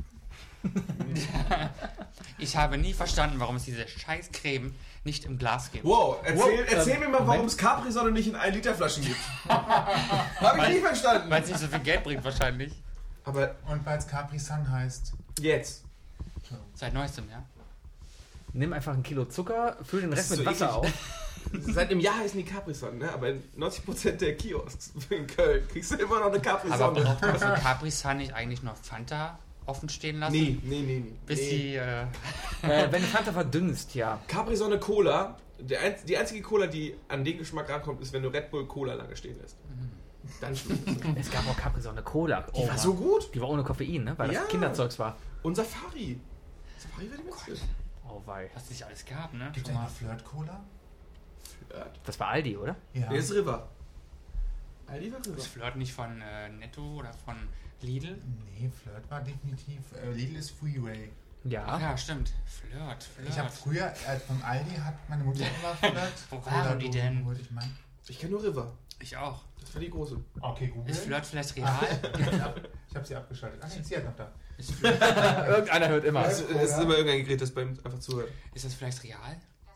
Ich habe nie verstanden, warum es diese scheiß Creme nicht im Glas gibt. Wow, erzähl, Wow, erzähl ähm, mir mal, warum Moment. es Capri-Sonne nicht in ein Liter Flaschen gibt. Hab ich nicht verstanden. Weil es nicht so viel Geld bringt wahrscheinlich. Aber Und weil es Capri Sun heißt. jetzt. Seit neuestem, ja. Nimm einfach ein Kilo Zucker, füll den Rest Das mit ist so Wasser eklig. auf. Seit einem Jahr heißen die Capri-Sonne, ne? Aber in neunzig Prozent der Kiosks in Köln kriegst du immer noch eine Aber Capri-Sonne. braucht man für Capri Sun nicht eigentlich nur Fanta offen stehen lassen? Nee, nee, nee, nee. Bis nee. die, äh, Äh, wenn du Fanta verdünnst, ja. Capri-Sonne Cola, der ein, die einzige Cola, die an den Geschmack rankommt, ist, wenn du Red Bull Cola lange stehen lässt. Dann schmeckt es. Es gab auch Capri-Sonne Cola. Die war so gut. Die war ohne Koffein, ne? Weil Ja. das Kinderzeugs war. Und Safari. Safari war die beste. Oh wei. was es nicht alles gab, ne? Gibt es Schon mal. eigentlich Flirt-Cola? Das war Aldi, oder? Ja. Der ist River. Aldi war River. Ist Flirt nicht von äh, Netto oder von Lidl? Nee, Flirt war definitiv. Äh, Lidl ist Freeway. Ach Ja. ja, stimmt. Flirt, Flirt. Ich habe früher, äh, vom Aldi hat meine Mutter immer Flirt. Wo Cola waren die denn? geholt, Ich mein. Ich kenne nur River. Ich auch. Das war die große. Okay, Google. Ist Flirt vielleicht Ah, real? ich habe sie abgeschaltet. Ach, nee, sie hat noch da. Ist, Flirt, Irgendeiner hört immer. Es, es ist immer irgendein Gerät, das bei ihm einfach zuhört. ist das vielleicht real?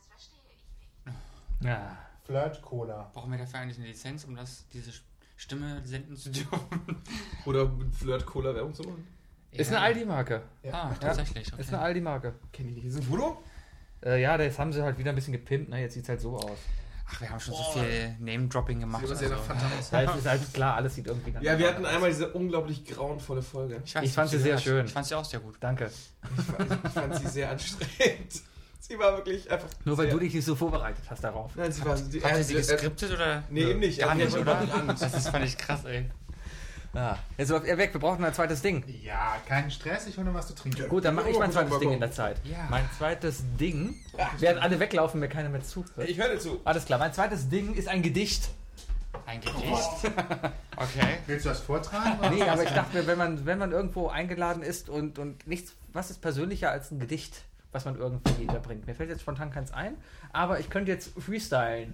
Ja. Flirt-Cola. Brauchen wir dafür eigentlich eine Lizenz, um das, diese Stimme senden zu dürfen? Oder mit Flirt-Cola-Werbung zu machen. Ist eine Aldi-Marke. Ah, tatsächlich. Okay. Ist eine Aldi-Marke. Kenn ich nicht. Ist ein Foto? Äh, ja, das haben sie halt wieder ein bisschen gepimpt. Ne? Jetzt sieht es halt so aus. Ach, wir haben schon so viel Name-Dropping gemacht. Sieht aber sehr Also. nach Fanta aus. Das heißt, ist halt klar, alles sieht irgendwie ganz Ja, wir normal hatten aus. einmal diese unglaublich grauenvolle Folge. Ich, weiß, Ich fand hab sie sehr gehört. schön. Ich fand sie auch sehr gut. Danke. Ich fand, ich fand sie sehr anstrengend. Sie war wirklich einfach. Nur weil sehr, du dich nicht so vorbereitet hast darauf. Nein, sie war. Die, Habt ihr äh, sie äh, geskriptet oder? Nee, eben nicht. Gar Also, nicht, wir oder? haben überhaupt nicht Angst. Das ist, fand ich krass, ey. Ja. Jetzt läuft er weg, wir brauchen ein zweites Ding. Ja, keinen Stress, ich hole noch was zu trinken. Gut, dann mache ich mein zweites Ding in der Zeit. Ja. Mein zweites Ding, während alle weglaufen, mir keiner mehr zuhört. Ich höre dir zu. Alles klar, mein zweites Ding ist ein Gedicht. Ein Gedicht. Okay. Willst du das vortragen? oder Nee, was? aber ich dachte mir, wenn man, wenn man irgendwo eingeladen ist und, und nichts, was ist persönlicher als ein Gedicht, was man irgendwie da bringt. Mir fällt jetzt spontan keins ein, aber ich könnte jetzt freestylen.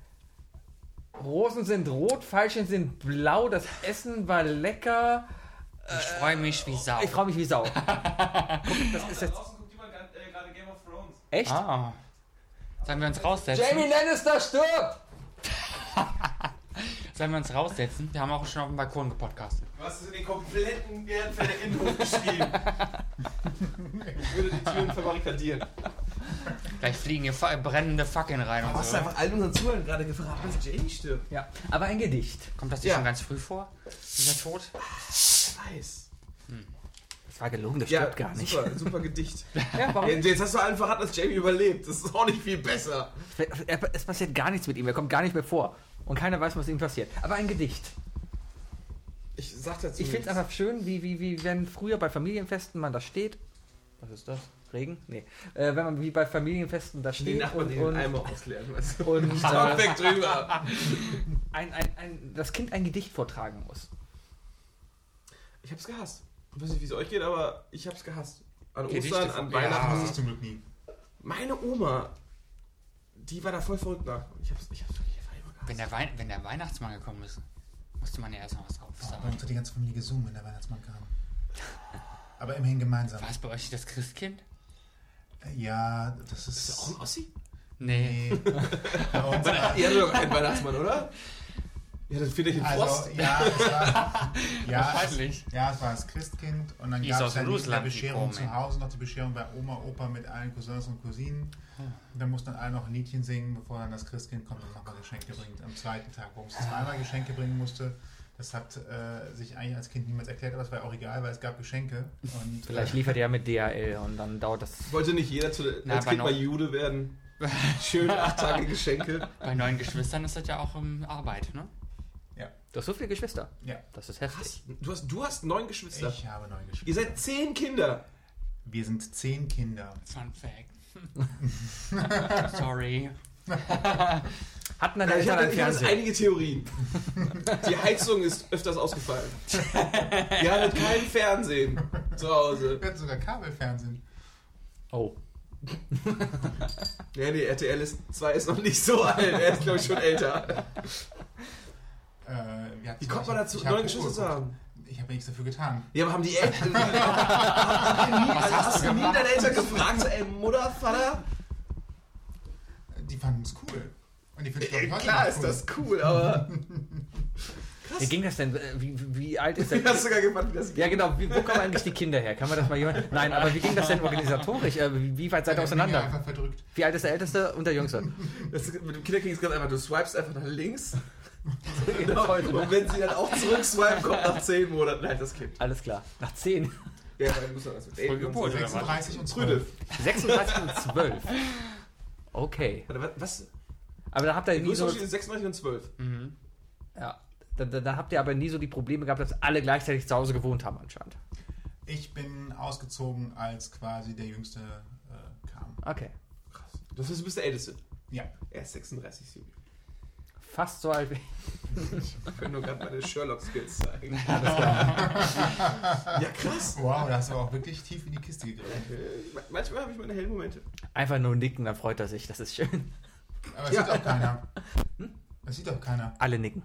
Rosen sind rot, Veilchen sind blau, das Essen war lecker. Ich freue mich wie Sau. Ich freue mich wie Sau. Guck, das ist jetzt guckt jemand gerade Game of Thrones. echt? Ah. Sollen wir uns raussetzen? Jamie Lannister stirbt! Sollen wir uns raussetzen? Wir haben auch schon auf dem Balkon gepodcastet. Du hast es in den kompletten Ehrenfelder Innenhof geschrieben. Ich würde die Türen verbarrikadieren. Gleich fliegen hier fa- brennende Fackeln rein Du und hast so. einfach allen unseren Zuhörern gerade gefragt, dass Jamie stirbt. Ja, aber ein Gedicht. Kommt das dir Ja. schon ganz früh vor? Dieser Tod? Wer weiß. Das war gelogen, das Ja, stirbt gar nicht. super, super Gedicht. Ja, warum? Ja, jetzt hast du allen verraten, dass Jamie überlebt. Das ist auch nicht viel besser. Es passiert gar nichts mit ihm, er kommt gar nicht mehr vor. Und keiner weiß, was ihm passiert. Aber ein Gedicht. Ich sag dazu Ich finde es nichts. einfach schön, wie, wie, wie wenn früher bei Familienfesten man da steht. Was ist das? Regen? Nee. Äh, wenn man wie bei Familienfesten da die steht Nachbarn, und, die den und, Eimer ausleeren. Weißt du? und, Stock äh, weg drüber. ein, ein, ein, das Kind ein Gedicht vortragen muss. Ich hab's gehasst. Ich weiß nicht, wie es euch geht, aber ich hab's gehasst. An Gedichte Ostern, von- an ja. Weihnachten. Das ist zum Glück nie. Meine Oma, die war da voll verrückt nach. Ich hab's, ich hab's wirklich immer gehasst. Wenn der, Wein wenn der Weihnachtsmann gekommen ist, musste man ja erstmal was Bei aufsammeln. uns hat die ganze Familie gesungen, wenn der Weihnachtsmann kam. Aber immerhin gemeinsam. War es bei euch das Christkind? Ja, das Ist das auch ist... ein Ossi? Nee. Nee. Bei uns Ihr hattet doch einen Weihnachtsmann, oder? Ihr hattet Väterchen Frost. Also, ja, es war, ja, Wahrscheinlich. es, ja, es war das Christkind und dann Die gab ist es aus dann die Russland Bescherung gekommen, zu Hause, noch die Bescherung bei Oma, Opa mit allen Cousins und Cousinen. Und dann mussten dann alle noch ein Liedchen singen, bevor dann das Christkind kommt und nochmal Geschenke bringt. Am zweiten Tag, warum es zweimal Geschenke bringen musste, das hat äh, sich eigentlich als Kind niemals erklärt, aber es war auch egal, weil es gab Geschenke. Und, Vielleicht äh, liefert er mit D H L und dann dauert das. Wollte nicht jeder zu, Na, als aber Kind noch- mal Jude werden. Schön acht Tage Geschenke. Bei neun Geschwistern ist das ja auch um, Arbeit, ne? Du hast so viele Geschwister. Ja, Das ist heftig. Was? Du hast, du hast neun Geschwister. ich habe neun Geschwister. Ihr seid zehn Kinder. Wir sind zehn Kinder. Fun Fact. Sorry. Hatten deine Ich Eltern habe einen ich habe Fernseher? einige Theorien. Die Heizung ist öfters ausgefallen. Ihr hattet kein Fernsehen zu Hause. Wir hatten sogar Kabelfernsehen. Oh. Nee, nee, R T L ist, zwei ist noch nicht so alt. Er ist, glaube ich, schon älter. Äh, wir hatten Wie so- kommt man ich- dazu, ich hab neun Hugo Geschwister zu geguckt. haben? Ich habe nichts dafür getan. Ja, aber haben die Eltern... hast, hast du nie deine Eltern gefragt, so, ey, Mutter, Vater? Die fanden es cool. Und die finden es, glaub ich, heute Klar noch ist cool. das cool, aber... Wie ging das denn? Wie, wie alt ist Ich der? hast sogar gefragt, wie das Ja, genau. Wie, wo kommen eigentlich die Kinder her? Kann man das mal jemand? Nein, aber wie ging das denn organisatorisch? Äh, Wie, wie weit seid ihr Ich bin ja auseinander? einfach verdrückt. Wie alt ist der Älteste und der Jüngste? Das ist, mit dem Kinderkrieg ist ganz einfach, du swipest einfach nach links. Genau. Und wenn sie dann auch zurück swipen, kommt nach zehn Monaten halt das Kind. Alles klar. Nach zehn. Ja, dann muss man das mit Voll Alien und so. Geburt, oder was? sechsunddreißig und Brüder. zwölf. sechsunddreißig und zwölf. Okay. Warte, wa- was? Aber da habt ihr Der nie größte so. Unterschied ist sechsunddreißig und zwölf. Mhm. Ja. Da, da, da habt ihr aber nie so die Probleme gehabt, dass alle gleichzeitig zu Hause gewohnt haben anscheinend. Ich bin ausgezogen, als quasi der Jüngste äh, kam. Okay. Krass. Das heißt, du bist der Älteste. Ja. Er ist sechsunddreißig, Silvio. Fast so alt wie. Ich kann nur gerade meine Sherlock-Skills zeigen. Ja, krass. Wow, da hast du aber auch wirklich tief in die Kiste gegriffen. Äh, Manchmal habe ich meine hellen Momente. Einfach nur nicken, dann freut er sich. Das ist schön. Aber es Ja. sieht auch keiner. Das sieht auch keiner. Alle nicken.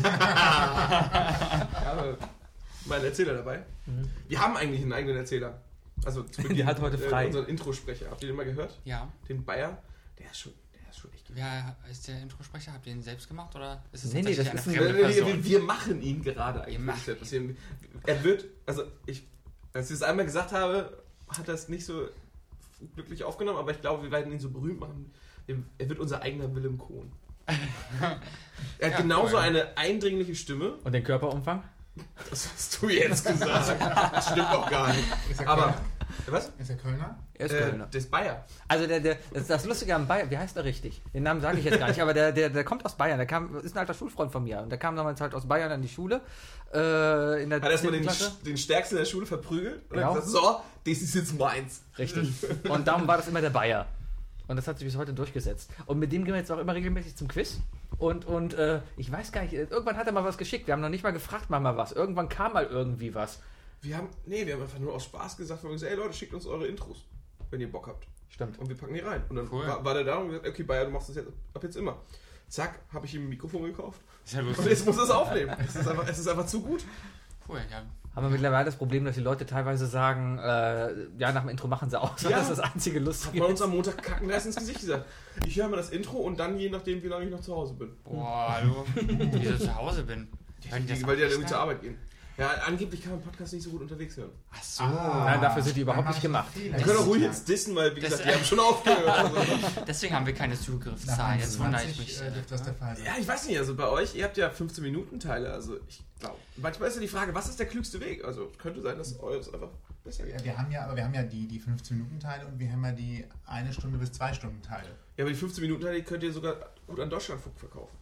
Aber mein Erzähler dabei. Wir haben eigentlich einen eigenen Erzähler. Also zu Beginn, Der hat heute frei. Äh, unseren Introsprecher. Habt ihr den mal gehört? Ja. Den Bayer? Der ist schon, der ist schon echt gut. Wer ist der Introsprecher? Habt ihr ihn selbst gemacht oder ist es Nee, nee, tatsächlich das eine ist ein- fremde Wir, Person? wir, wir machen ihn gerade Ihr eigentlich. macht Das wir- Er wird, also ich, als ich es einmal gesagt habe, hat er es nicht so glücklich aufgenommen, aber ich glaube, wir werden ihn so berühmt machen. Er wird unser eigener Willem Kohn. Er hat Ja, genauso cool. eine eindringliche Stimme. Und den Körperumfang? Das hast du jetzt gesagt. Das stimmt doch gar nicht. Ist er Aber, Kölner? was? Ist er Kölner? Er ist Äh, Kölner. das ist Bayer. Also der, der, das, das Lustige am Bayern, wie heißt er richtig? Den Namen sage ich jetzt gar nicht, aber der, der, der kommt aus Bayern. Der kam, ist ein alter Schulfreund von mir. Und der kam damals halt aus Bayern an die Schule. Äh, in der Hat erstmal den, zehnten Klasse. den Stärksten der Schule verprügelt und Genau. hat gesagt, so, das ist jetzt meins. Richtig. Und darum war das immer der Bayer. Und das hat sich bis heute durchgesetzt. Und mit dem gehen wir jetzt auch immer regelmäßig zum Quiz. Und, und äh, ich weiß gar nicht, irgendwann hat er mal was geschickt. Wir haben noch nicht mal gefragt, mal mal was. Irgendwann kam mal irgendwie was. Wir haben, nee, wir haben einfach nur aus Spaß gesagt, wir haben gesagt, ey Leute, schickt uns eure Intros, wenn ihr Bock habt. Stimmt. Und wir packen die rein. Und dann Cool. war, war der da und gesagt, okay, Bayer, du machst das jetzt ab jetzt immer. Zack, habe ich ihm ein Mikrofon gekauft. Ist ja Und lustig. jetzt muss er es aufnehmen. Es ist einfach, es ist einfach zu gut. Cool, ja. Haben wir mittlerweile das Problem, dass die Leute teilweise sagen, äh, ja, nach dem Intro machen sie aus. Ja. Das ist das einzige Hat Lustige. man uns am Montag kacken ins Gesicht gesagt. Ich höre mal das Intro und dann je nachdem, wie lange ich noch zu Hause bin. Boah, hallo. Wie ich so zu Hause bin. Hören die das Weil die auch dann irgendwie nicht zur an? Arbeit gehen. Ja, angeblich kann man Podcast nicht so gut unterwegs hören. Ach so. Nein, dafür sind die überhaupt nicht gemacht. Wir können auch ruhig jetzt dissen, weil, wie Das- gesagt, die haben schon aufgehört. Also. Deswegen haben wir keine Zugriffszahlen. Jetzt wundere ich mich. äh, dürfte das der Fall sein. Ja, ich weiß nicht, also bei euch, ihr habt ja fünfzehn Minuten Teile, also ich glaube, manchmal ist ja die Frage, was ist der klügste Weg? Also es könnte sein, dass eures einfach besser geht. Ja, wir haben ja, aber wir haben ja die, die fünfzehn-Minuten-Teile und wir haben ja die eine Stunde bis zwei Stunden Teile. Ja, aber die fünfzehn Minuten Teile die könnt ihr sogar gut an Deutschlandfunk verkaufen.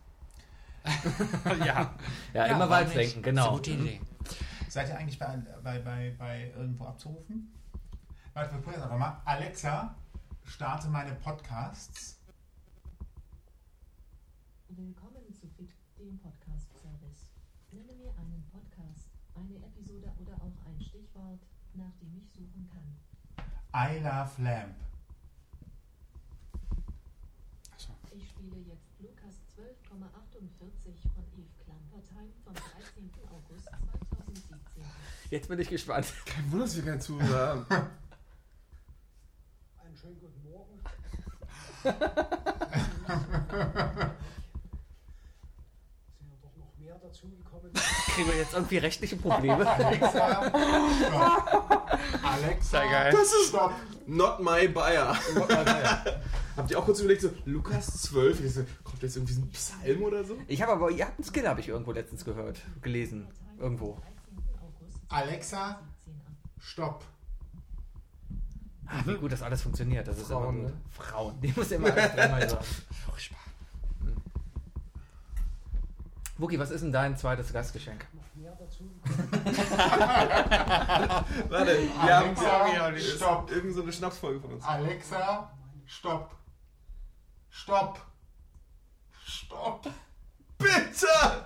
Ja, ja, immer warum weit nicht? denken, Das genau. ist eine gute Idee. Seid ihr eigentlich bei, bei, bei, bei irgendwo abzurufen? Warte, wir probieren das einfach mal. Alexa, starte meine Podcasts. Willkommen zu Fit, dem Podcast-Service. Nenne mir einen Podcast, eine Episode oder auch ein Stichwort, nach dem ich suchen kann. I love Lamp. Ich spiele jetzt Lukas zwölf Komma achtundvierzig von Eve Klampertheim vom dreizehnten August zweitausendsiebzehn. Jetzt bin ich gespannt. Kein Wunder, dass wir keine Zuhörer haben. Einen schönen guten Morgen. Sind ja doch noch mehr dazugekommen. Kriegen wir jetzt irgendwie rechtliche Probleme? Alexa, stopp. Alexa, Sehr geil. Das ist not my buyer. Habt ihr auch kurz überlegt, so Lukas zwölf, ich so, kommt jetzt irgendwie so ein Psalm oder so? Ich habe aber, ihr habt einen Skill, habe ich irgendwo letztens gehört, gelesen. Irgendwo. Alexa, stopp. Ah, wie gut das alles funktioniert. Das ist Frauen, immer gut. ne? Frauen. Die muss immer alles dreimal sagen. Furchtbar. Wookie, was ist denn dein zweites Gastgeschenk? Noch mehr dazugekommen. Warte, wir haben Alexa, ist stopp. irgend so eine Schnapsfolge von uns. Alexa, stopp. Stopp. Stopp. Bitte!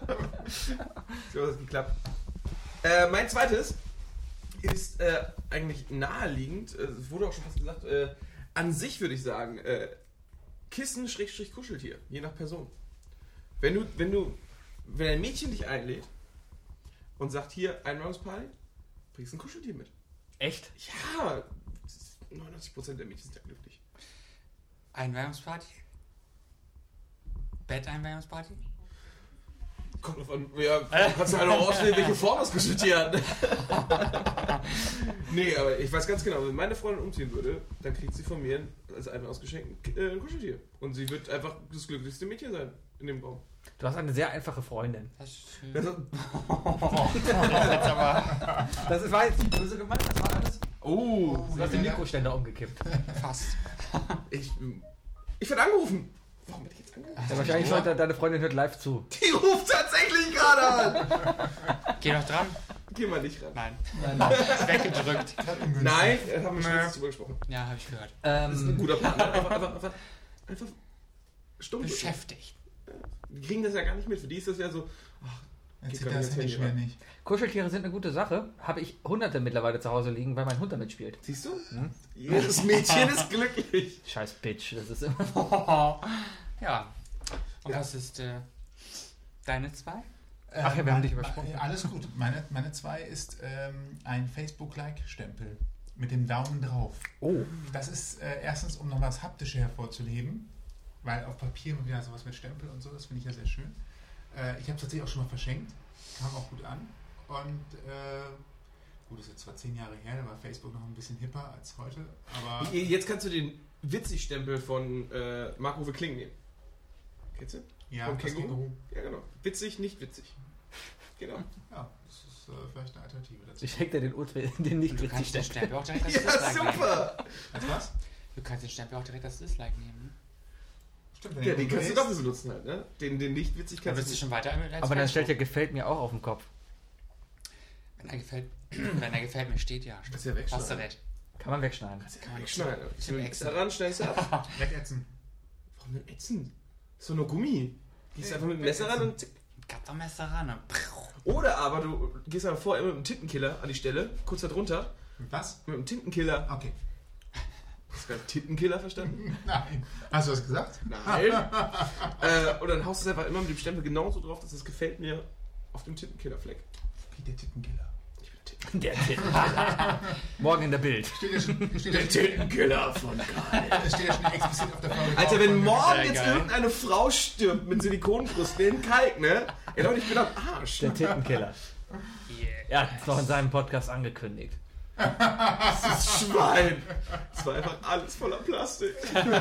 So hat es geklappt. Äh, mein zweites ist äh, eigentlich naheliegend, äh, es wurde auch schon fast gesagt, äh, an sich würde ich sagen, äh, Kissen-Kuscheltier, je nach Person. Wenn du, wenn du, wenn ein Mädchen dich einlädt und sagt, hier, Einweihungsparty, bringst du ein Kuscheltier mit. Echt? Ja, neunundneunzig Prozent der Mädchen sind ja glücklich. Einweihungsparty? Betteinweihungsparty? Kommt drauf an, ja, kannst du halt auch auswählen, welche Form das Kuscheltier hat. Nee, aber ich weiß ganz genau, wenn meine Freundin umziehen würde, dann kriegt sie von mir als ein Ausgeschenk äh, ein Kuscheltier. Und sie wird einfach das glücklichste Mädchen sein in dem Raum. Du hast eine sehr einfache Freundin. Das ist schön. Also, Jetzt aber Das ist, war jetzt nicht böse gemeint, das war alles. oh, Du hast den Mikroständer umgekippt. fast. ich, ich werde angerufen. Warum werde ich jetzt angerufen? Ja, wahrscheinlich hört deine Freundin hört live zu. Die ruft tatsächlich gerade an. Geh doch dran. Geh mal nicht ran. Nein. Nein, nein. Ist weggedrückt. Nein, da haben wir schon letztes drüber gesprochen. Ja, habe ich gehört. Das ist ein Ähm, guter Partner. Einfach, einfach, einfach, einfach stumm. Beschäftigt. Die kriegen das ja gar nicht mit. Für die ist das ja so, ach, Jetzt geht sieht gar das nicht Handy ins Handy schwer ran. nicht. Kuscheltiere sind eine gute Sache. Habe ich hunderte mittlerweile zu Hause liegen, weil mein Hund damit spielt. Siehst du? Hm? Jedes Mädchen ist glücklich. Scheiß Bitch, das ist immer. Ja. Und Ja. was ist äh, deine zwei? Ach ja, wir haben dich übersprungen. Äh, Alles gut. Meine, meine zwei ist ähm, ein Facebook-Like-Stempel mit dem Daumen drauf. Oh. Das ist äh, erstens, um noch was Haptisches hervorzuheben, weil auf Papier ja sowas mit Stempel und so, das finde ich ja sehr schön. Äh, ich habe es tatsächlich auch schon mal verschenkt, kam auch gut an. Und äh, gut, das ist jetzt zwar zehn Jahre her, da war Facebook noch ein bisschen hipper als heute, aber Jetzt kannst du den Witzig-Stempel von äh, Marc-Uwe Kling nehmen. Kennst du? ja, Vom das Känguru? Känguru. Ja, genau. Witzig, nicht witzig. Genau. Ja, das ist äh, vielleicht eine Alternative dazu. Ich schenke dir den, Ultra- den nicht Du kannst den witzig Stempel auch direkt als Ja, Dislike nehmen. super! Als was? Du kannst den Stempel auch direkt als Dislike nehmen. Stimmt, wenn Ja, ihr den kannst du lest. doch so nutzen halt, ne? Den, den nicht witzig Da kannst bist du du nicht. schon weiter als Aber dann stellt ja Facebook. gefällt mir auch auf den Kopf. Wenn er gefällt, wenn er gefällt mir steht, ja. Das ist ja Hast du wegschneiden. recht. Kann man wegschneiden. Kann man Wegschneiden. Ich Ich will hab nichts extra. daran, schneidest du ab. Wegätzen. Warum denn ätzend? Das ist doch nur Gummi. Gehst einfach mit dem Messer ran und zick. Gattermesser ran. und- Oder aber du gehst einfach vorher mit einem Tintenkiller an die Stelle, kurz da drunter, Mit was? mit einem Tintenkiller. Okay. Hast du gerade Tintenkiller verstanden? Nein. Hast du das gesagt? Nein. äh, und dann haust du es einfach immer mit dem Stempel genauso drauf, dass es gefällt mir auf dem Tintenkiller-Fleck. Wie der Tittenkiller. Ich bin Tintenkiller. Der Tintenkiller. Morgen in der Bild. Steht ja schon, steht ja schon, Tintenkiller von Karl. es steht ja schon explizit auf der Frage. Alter, wenn morgen Sehr jetzt geil. irgendeine Frau stirbt mit Silikonbrüsten in Kalk, ne? Ey Leute, ich bin am Arsch. Der Tintenkiller. Yeah. Er hat es noch in seinem Podcast angekündigt. Das Schwein. Es war einfach alles voller Plastik.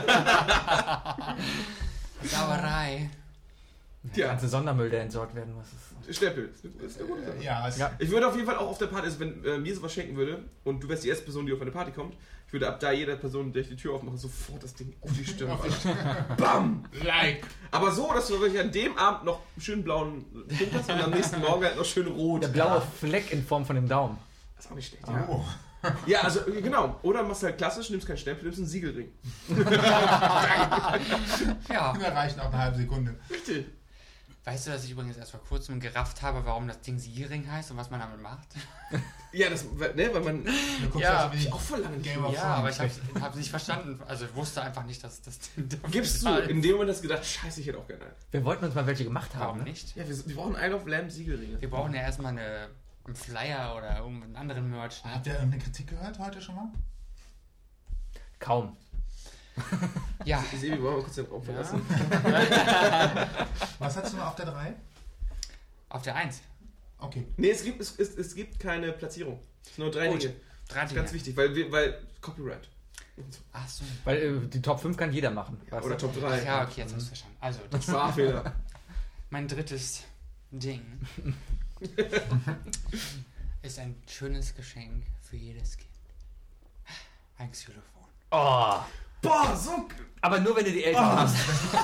Sauerei. Der Ja, ganze Sondermüll, der entsorgt werden muss. Ist Stempel. Das ist eine gute Sache. Ja, es, Ja. Ich würde auf jeden Fall auch auf der Party, also wenn äh, mir sowas schenken würde und du wärst die erste Person, die auf eine Party kommt, ich würde ab da jeder Person, der ich die Tür aufmache, sofort das Ding auf die Stirn. Bam! like. Aber so, dass du wirklich an dem Abend noch einen schönen blauen Punkt hast und am nächsten Morgen halt noch schön rot. der blaue Fleck in Form von dem Daumen. Das ist auch nicht schlecht, ja. Oh. Ja, also äh, genau. Oder machst du halt klassisch, nimmst keinen Stempel, nimmst einen Ja. Da reicht auch eine halbe Sekunde. Richtig. Weißt du, dass ich übrigens erst vor kurzem gerafft habe, warum das Ding Siegering heißt und was man damit macht? Ja, das, ne, weil man... Du guckst Ja, also wie auch voll lange nicht Game of Ja, Thrones. aber ich habe es nicht verstanden. Also ich wusste einfach nicht, dass das Ding dafür Gibst du, da ist. in dem Moment hast du gedacht, scheiße, ich hätte auch gerne einen. Wir wollten uns mal welche gemacht haben. Warum Ne? nicht? Ja, wir, wir brauchen Isle of Lamb Siegelringe. Wir brauchen ja erstmal eine, einen Flyer oder irgendeinen anderen Merch. Ne? Habt ihr irgendeine Kritik gehört heute schon mal? Kaum. Ja, Sebi, wollen wir kurz den Raum verlassen? Was hast du noch auf der drei? auf der eins. Okay. Nee, es gibt, es, es, es gibt keine Platzierung. Es sind nur drei Gut. Dinge. Drei Das ist Dinge. ganz wichtig, weil, wir- weil Copyright. Ach so. Weil äh, die Top fünf kann jeder machen. Ja, weißt oder du? Top drei. Ach ja, okay, jetzt hast du verstanden. Also, das Sprachfehler. mein drittes Ding ist ein schönes Geschenk für jedes Kind. Ein Xylophon. Oh. Boah, so... Aber nur wenn du die Eltern hast.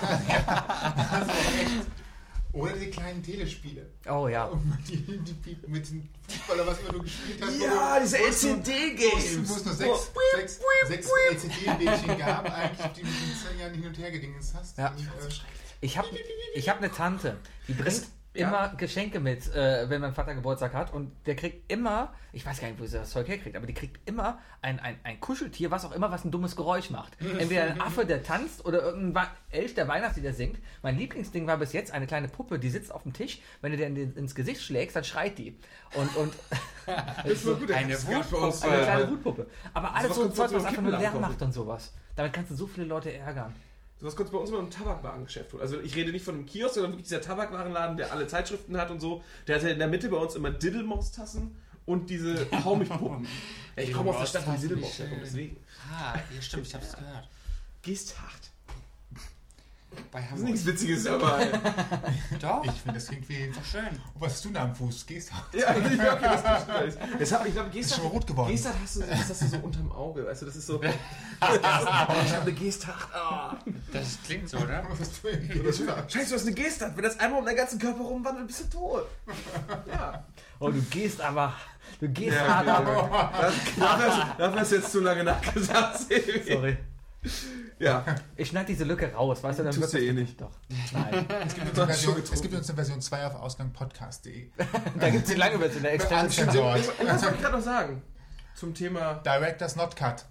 Oder die kleinen Telespiele. Oh ja. Die, die, die, mit dem Fußballer, was immer du gespielt hast. Ja, wo diese wo es nur- L C D-Games. Wo es nur sechs, sechs, sechs L C D-Bildchen gab, eigentlich, die du in zehn Jahren hin und her gedingens hast. Ja. Und, äh, Ich habe ich hab eine Tante, die bringt Ja. immer Geschenke mit, äh, wenn mein Vater Geburtstag hat. Und der kriegt immer, ich weiß gar nicht, wo sie das Zeug herkriegt, aber die kriegt immer ein, ein, ein Kuscheltier, was auch immer, was ein dummes Geräusch macht. Entweder ein Affe, der tanzt, oder irgendein Wa- Elch, der Weihnachtslieder der singt. Mein Lieblingsding war bis jetzt eine kleine Puppe, die sitzt auf dem Tisch. Wenn du der in den, ins Gesicht schlägst, dann schreit die. Und, und Das war gut. Eine das gab's bei uns, eine äh, kleine Wutpuppe. Aber alles Sowas so ein kommt Zeug, so was im einfach nur Kippenladen Lärm kaufen. macht und sowas. Damit kannst du so viele Leute ärgern. Sowas konntest du bei uns immer im Tabakwarengeschäft holen. Also ich rede nicht von einem Kiosk, sondern wirklich dieser Tabakwarenladen, der alle Zeitschriften hat und so. Der hatte in der Mitte bei uns immer Diddlemaus-Tassen und diese Haumich-Puppen. Ja, ich komme aus der Stadt, wo die Diddlemaus herkommen, deswegen. Ah, ja, stimmt, ich hab's gehört. Gehst hart. Bei Das ist Hamburg. nichts Witziges, aber... Doch, Ich finde, das klingt wie. doch schön. Oh, was hast du da am Fuß? Gehst du? ja, okay, das ist das hat, ich glaube, Ist Gestart, schon rot geworden. Gestart hast du, das hast du so unterm Auge, weißt du, das ist so... ich habe eine Gestart. Ah. Das klingt so, oder? Was hast du denn Gehst? Scheiße, du hast eine Gestart. Wenn das einmal um deinen ganzen Körper rumwandelt, bist du tot. Ja. Oh, du gehst aber, du gehst Ja, hart, okay, aber... Das, dafür, hast, dafür hast du jetzt zu lange nachgesagt, Sebi. Sorry. Ja. Ich schneide diese Lücke raus, weißt du? Dann Tust wird du das- eh nicht. Doch. Nein. Es gibt uns eine Version, es gibt uns eine Version zwei auf ausgang podcast punkt de. Da gibt es die lange Version, der Extended. Uncensored. Und was wollte ich gerade noch sagen? Zum Thema... Director's Not Cut.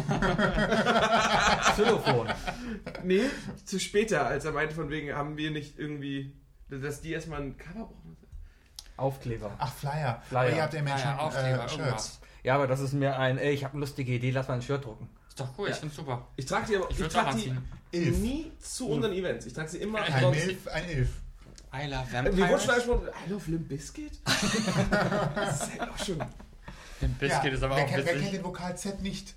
Xylophon. Nee, zu später, als er meinte, von wegen, haben wir nicht irgendwie... Dass die erstmal ein Cover brauchen. Aufkleber. Ach, Flyer. Flyer. Aber ihr habt ja immerhin Flyer, schon Aufkleber, äh, Shirts. irgendwas. Ja, aber das ist mir ein, ey, ich habe eine lustige Idee, lass mal ein Shirt drucken. Ist doch cool, ich find's super. Ich trage die aber... Ich Ich, würd's trage auch die anziehen. Ilf. nie zu unseren Events. Ich trage sie immer... Ein sonst- Ilf, ein Ilf. I love Wir wurden schon Vampires. angesprochen, I love Limp Bizkit? Das ist halt auch schon... Den Biscuit ist aber wer, auch kennt, wer kennt witzig. den Vokal Z nicht?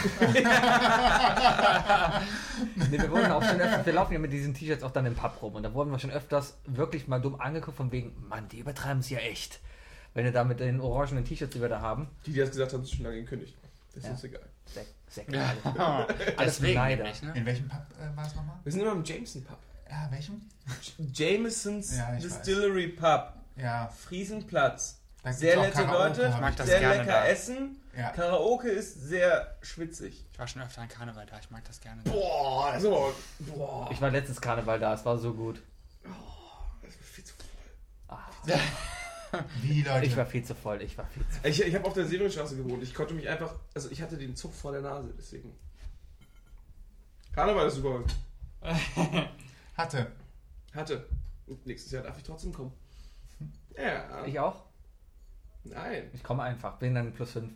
Nee, wir, wurden auch schon öfters, wir laufen ja mit diesen T-Shirts auch dann im Pub rum und da wurden wir schon öfters wirklich mal dumm angeguckt von wegen, Mann, die übertreiben es ja echt. Wenn ihr da mit den orangenen T-Shirts, die wir da haben, Die, die das gesagt haben, sind schon lange gekündigt. Das ist Ja. uns egal. Sek Sek Ja. Alles Deswegen Neider. nämlich, ne? In welchem Pub äh, war es nochmal? Wir sind immer im Jameson Pub. Ja, welchem? Jamesons Ja, ich Distillery Pub. Ja, Friesenplatz. da gibt's Sehr auch nette Karaoke, Leute, hab mag ich das sehr gerne lecker da. essen. Ja. Karaoke ist sehr schwitzig. Ich war schon öfter an Karneval da, ich mag das gerne. Boah, das ist aber... Boah. Ich war letztens Karneval da, es war so gut. Das ist viel zu voll. Wie, Leute? Ich war viel zu voll, ich war viel zu voll. Ich, ich habe auf der Severinstraße gewohnt. Ich konnte mich einfach... Also ich hatte den Zug vor der Nase, deswegen... Karneval ist super. Hatte. Hatte. Und nächstes Jahr darf ich trotzdem kommen. Ja. Ich auch? Nein. Ich komme einfach, bin dann plus fünf.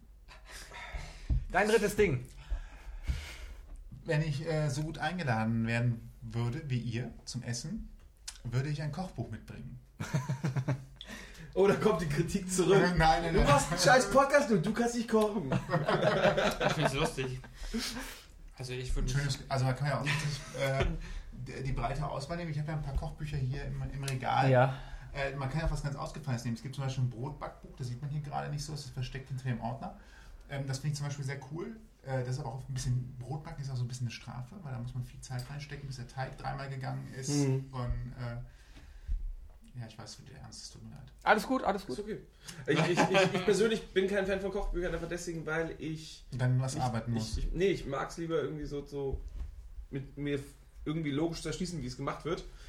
Dein drittes Ding. Wenn ich äh, so gut eingeladen werden würde wie ihr zum Essen, würde ich ein Kochbuch mitbringen. Oh, da kommt die Kritik zurück. Nein, nein, Du nein. machst einen scheiß Podcast und du kannst nicht kochen. Ich find's lustig. Also ich würde mich... Schönes, also man kann ja auch natürlich, äh, die, die breite Auswahl nehmen. Ich habe ja ein paar Kochbücher hier im, im Regal. Ja. Äh, man kann ja auch was ganz Ausgefallenes nehmen. Es gibt zum Beispiel ein Brotbackbuch, das sieht man hier gerade nicht so, es ist versteckt hinter dem Ordner. Ähm, das finde ich zum Beispiel sehr cool. Äh, das ist aber auch ein bisschen, Brotbacken ist auch so ein bisschen eine Strafe, weil da muss man viel Zeit reinstecken, bis der Teig dreimal gegangen ist. Mhm. Und äh, ja, ich weiß, es wird dir ernst, es tut mir leid. Alles gut, alles Ist gut. okay. Ich, ich, ich, ich persönlich bin kein Fan von Kochbüchern, einfach deswegen, weil ich... Und dann was ich, arbeiten muss. Ich, ich, nee, ich mag es lieber irgendwie so, so mit mir irgendwie logisch zu erschließen, wie es gemacht wird.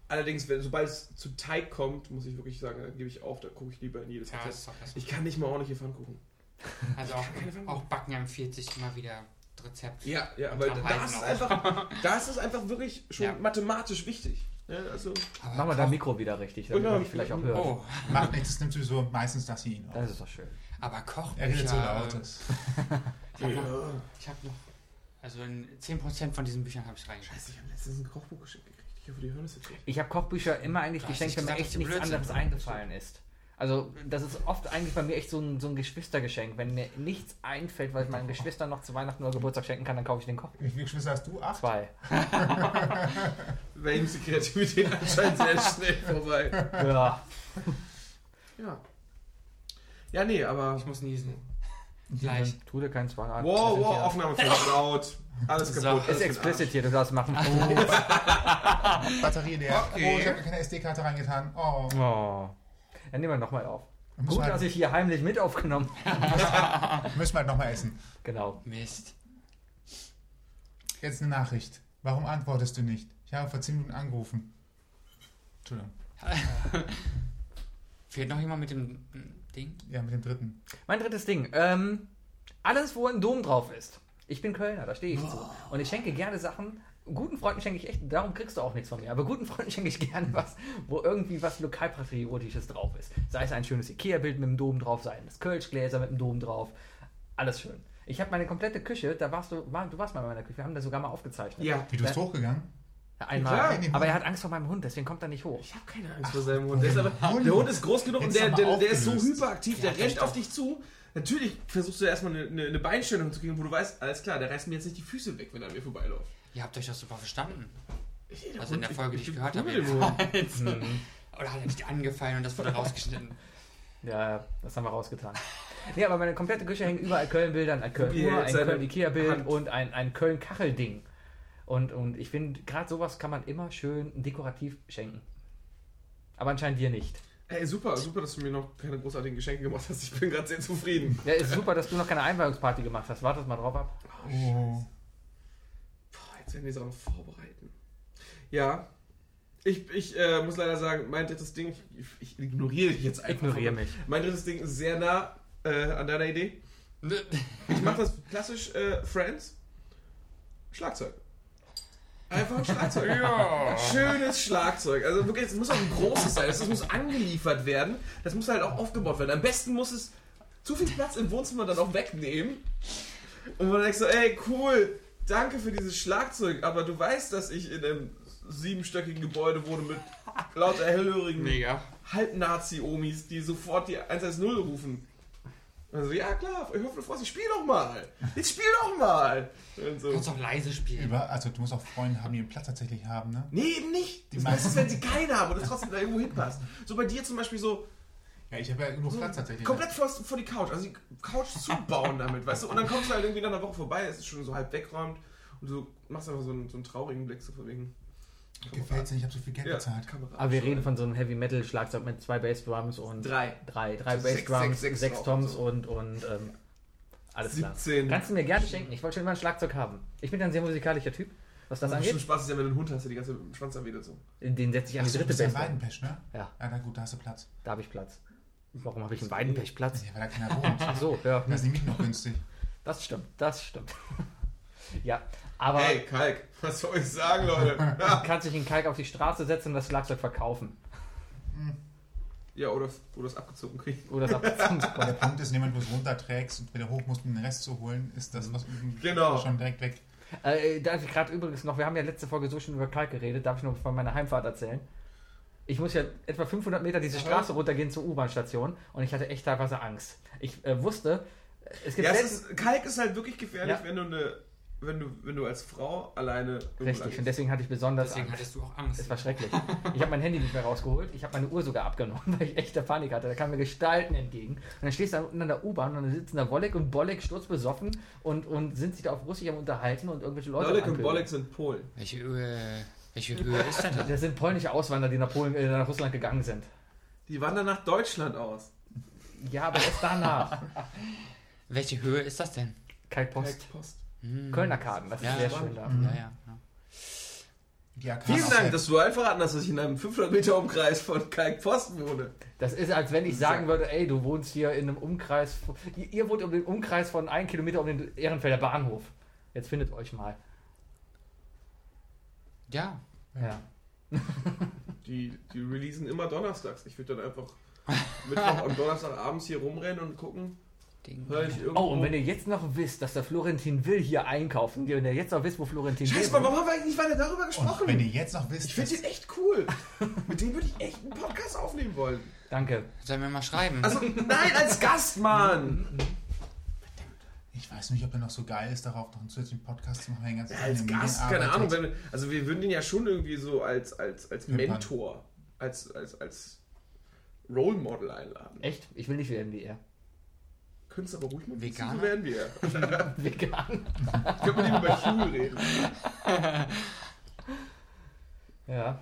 Allerdings, wenn, sobald es zu Teig kommt, muss ich wirklich sagen, dann gebe ich auf, da gucke ich lieber in jedes Ja, das Rezept. ist doch besser. Ich kann nicht mal ordentliche Pfannen gucken. Also auch, keine Pfanne. auch Backen empfiehlt sich immer wieder Rezept. Ja, ja, Und aber am da Heißen ist, es auch. einfach, da ist es einfach wirklich schon Ja. mathematisch wichtig. Ja, also, Aber Mach mal Koch- dein Mikro wieder richtig, damit Ja, man dich vielleicht auch hört. Oh, Macht nichts, das nimmt sowieso meistens das hier ihn auf. Das ist doch schön. aber Kochbücher... Er redet so äh, laut. Ich habe noch, ich hab noch... Also in zehn Prozent von diesen Büchern habe ich reingeschrieben. Scheiße, ich habe letztens ein Kochbuch geschenkt gekriegt. Ich hoffe, die hören das jetzt nicht. Ich habe Kochbücher immer eigentlich Du hast geschenkt, nicht wenn mir gesagt, echt dass du nichts Blödsinn anderes machst. eingefallen ist. Also das ist oft eigentlich bei mir echt so ein, so ein Geschwistergeschenk. Wenn mir nichts einfällt, was ich meinen Geschwistern noch zu Weihnachten oder Geburtstag schenken kann, dann kaufe ich den Kochbuch. Wie viele Geschwister hast du? Acht? Zwei. Bei ihm ist die Kreativität anscheinend sehr schnell vorbei. Ja. Ja. Ja, nee, aber... Ich muss niesen. Gleich. Tu dir keinen Zwang an. Wow, Wir sind wow, hier- Aufnahme fällt laut. Alles So. kaputt. Ist alles für den explicit Arsch. hier, du darfst machen. Batterie leer. Okay. Oh, ich habe keine S D-Karte reingetan. Oh. Oh. Dann nehmen wir nochmal auf. Müssen Gut, wir dass halt, ich hier heimlich mit aufgenommen habe. müssen wir halt nochmal essen. Genau. Mist. Jetzt eine Nachricht. Warum antwortest du nicht? Ich habe vor zehn Minuten angerufen. Entschuldigung. Fehlt noch jemand mit dem mm, Ding? Ja, mit dem dritten. Mein drittes Ding. Ähm, alles, wo ein Dom drauf ist. Ich bin Kölner, da stehe ich zu. Und ich schenke gerne Sachen. Guten Freunden schenke ich echt, darum kriegst du auch nichts von mir, aber guten Freunden schenke ich gerne was, wo irgendwie was Lokalpatriotisches drauf ist. Sei es ein schönes Ikea-Bild mit einem Dom drauf, sei es Kölschgläser mit einem Dom drauf. Alles schön. Ich habe meine komplette Küche, da warst du, war, du warst mal in meiner Küche, wir haben das sogar mal aufgezeichnet. Ja. Wie, du bist Ja. hochgegangen? Einmal. Klar. Aber er hat Angst vor meinem Hund, deswegen kommt er nicht hoch. Ich habe keine Angst vor seinem Hund. Der, ist aber, Hund. der Hund ist groß genug und Hättest der, du der, mal der ist so aufgelöst. hyperaktiv, Ja, der das rennt stimmt. auf dich zu. Natürlich versuchst du erstmal eine, eine, eine Beinstellung zu kriegen, wo du weißt, alles klar, der reißt mir jetzt nicht die Füße weg, wenn er an mir vorbeiläuft. Ihr habt euch das super verstanden. Ich- Also in der Folge, die ich bin gehört cool habe. mit dem Hund. jedenfalls. Mhm. Oder hat er dich angefallen und das wurde rausgeschnitten? Ja, das haben wir rausgetan. Nee, aber meine komplette Küche hängt überall Köln-Bilder, ein Wie Köln-Uhr, er ein seine Köln-Ikea-Bild Hand- und ein, ein Köln-Kachelding. Und, und ich finde, gerade sowas kann man immer schön dekorativ schenken. Aber anscheinend dir nicht. Ey, super, super, dass du mir noch keine großartigen Geschenke gemacht hast. Ich bin gerade sehr zufrieden. Ja, ist super, dass du noch keine Einweihungsparty gemacht hast. Wartet mal drauf ab. Oh. Boah, jetzt werden wir Sachen vorbereiten. Ja. Ich, ich äh, muss leider sagen, mein drittes Ding, ich, ich ignoriere dich jetzt einfach. Ignoriere mich. Mein drittes Ding ist sehr nah äh, an deiner Idee. Ich mache das klassisch äh, Friends. Schlagzeug. Einfach ein Schlagzeug. Ja. Schönes Schlagzeug. Also wirklich, es muss auch ein großes sein. Das muss angeliefert werden. Das muss halt auch aufgebaut werden. Am besten muss es zu viel Platz im Wohnzimmer dann auch wegnehmen. Und man denkt so, ey, cool, danke für dieses Schlagzeug, aber du weißt, dass ich in einem siebenstöckigen Gebäude wohne mit lauter hellhörigen Mega. Halb-Nazi-Omis, die sofort die eins eins null rufen. Also, ja klar, ich hoffe, du freust dich, spiel doch mal. Jetzt spiel doch mal. Und so. Du kannst auch leise spielen. Über, also du musst auch Freunde haben, die einen Platz tatsächlich haben, ne? Nee, eben nicht. Die Das meisten- ist, wenn sie keinen haben und es trotzdem da irgendwo hinpasst. So bei dir zum Beispiel so, Ja, ich habe ja genug so Platz tatsächlich. komplett vor, vor die Couch, also die Couch zubauen damit, weißt du? Und dann kommst du halt irgendwie nach einer Woche vorbei, es ist schon so halb wegräumt und du machst einfach so einen, so einen traurigen Blick so von wegen. Gefällt's nicht, ich habe so viel Geld Ja, bezahlt. Kamera. Aber wir reden von so einem Heavy-Metal-Schlagzeug mit zwei Bassdrums und... Drei. Drei. Drei So sechs, Bassdrums, sechs, sechs sechs drauf Toms und so. und, und ähm, alles klar. siebzehn. Kannst du mir gerne schenken. Ich wollte schon immer ein Schlagzeug haben. Ich bin ein sehr musikalischer Typ, was das Das ist angeht. schon Spaß, ist ja, wenn du einen Hund hast, der die ganze Schwanz erwidert so. Den setze ich an Ach die so, du dritte bist ja ein Bassdrum. Weidenpesch, ne? Ja. Ja, na gut, da hast du Platz. Da habe ich Platz. Warum habe ich einen Weidenpech Platz? Ja, weil da keiner wohnt. Ach so, ja. Da ist die Miete noch günstig. Das stimmt, das stimmt. Ja, aber Hey, Kalk, was soll ich sagen, Leute? du kannst dich in Kalk auf die Straße setzen und das Schlagzeug verkaufen. Ja, oder, oder es abgezogen kriegen. Oder das abgezogen Der bekommen. Punkt ist, wenn du es runterträgst und wieder hoch musst, um den Rest zu holen, ist das was unten Genau. schon direkt weg. Äh, darf ich gerade übrigens noch, wir haben ja letzte Folge so schon über Kalk geredet, darf ich noch von meiner Heimfahrt erzählen? Ich muss ja etwa fünfhundert Meter diese Straße runtergehen zur U-Bahn-Station und ich hatte echt teilweise Angst. Ich äh, wusste, es gibt Ja, es selten- ist, Kalk ist halt wirklich gefährlich, Ja. wenn du eine, wenn du, wenn du als Frau alleine irgendwo lang Richtig, gehst. und deswegen hatte ich besonders Deswegen Angst. hattest du auch Angst. Es war schrecklich. Ich habe mein Handy nicht mehr rausgeholt. Ich habe meine Uhr sogar abgenommen, weil ich echte Panik hatte. Da kamen mir Gestalten entgegen. Und dann stehst du da unten an der U-Bahn und dann sitzen da Wolleck und Bolleck sturzbesoffen und, und sind sich da auf Russisch am Unterhalten und irgendwelche Leute Lolek und anpöbeln. Bolek sind Polen. Welche Höhe, welche Höhe ist denn das? Das sind polnische Auswanderer, die nach, Polen, äh, nach Russland gegangen sind. Die wandern nach Deutschland aus. Ja, aber erst danach. Welche Höhe ist das denn? Kalkpost. Kalkpost. Hm. Kölner Karten, das ist Ja, sehr spannend. schön da. Mhm. Ja, ja, ja. Die A K Vielen auch Dank, selbst- dass du allen verraten hast, dass ich in einem fünfhundert Meter Umkreis von Kalkpfosten wohne. Das ist, als wenn ich sagen würde, ey, du wohnst hier in einem Umkreis, von- ihr, ihr wohnt um den Umkreis von einem Kilometer um den Ehrenfelder Bahnhof. Jetzt findet euch mal. Ja. Ja. Die, die releasen immer donnerstags. Ich würde dann einfach Mittwoch und Donnerstagabends hier rumrennen und gucken. Ding. Hör ich irgendwo. Oh, und wenn ihr jetzt noch wisst, dass der Florentin Will hier einkaufen, wenn ihr jetzt noch wisst, wo Florentin Will Scheiße, Mann, warum haben wir eigentlich nicht weiter darüber Und gesprochen? wenn ihr jetzt noch wisst, Ich finde dass- den echt cool. Mit dem würde ich echt einen Podcast aufnehmen wollen. Danke. Sollen wir mal schreiben? Also, nein, als Gast, Mann! ich weiß nicht, ob er noch so geil ist, darauf noch einen zusätzlichen Podcast zu machen. den ganzen Ja, Tag als in den Gast, Medien keine Ahnung. arbeitet. Wenn, also, wir würden den ja schon irgendwie so als, als, als Irgendwann. Mentor, als, als, als Role Model einladen. Echt? Ich will nicht werden wie er. Könntest aber ruhig mal Veganer? so werden wir. Vegan. Können wir nicht über Hugh reden. Ja.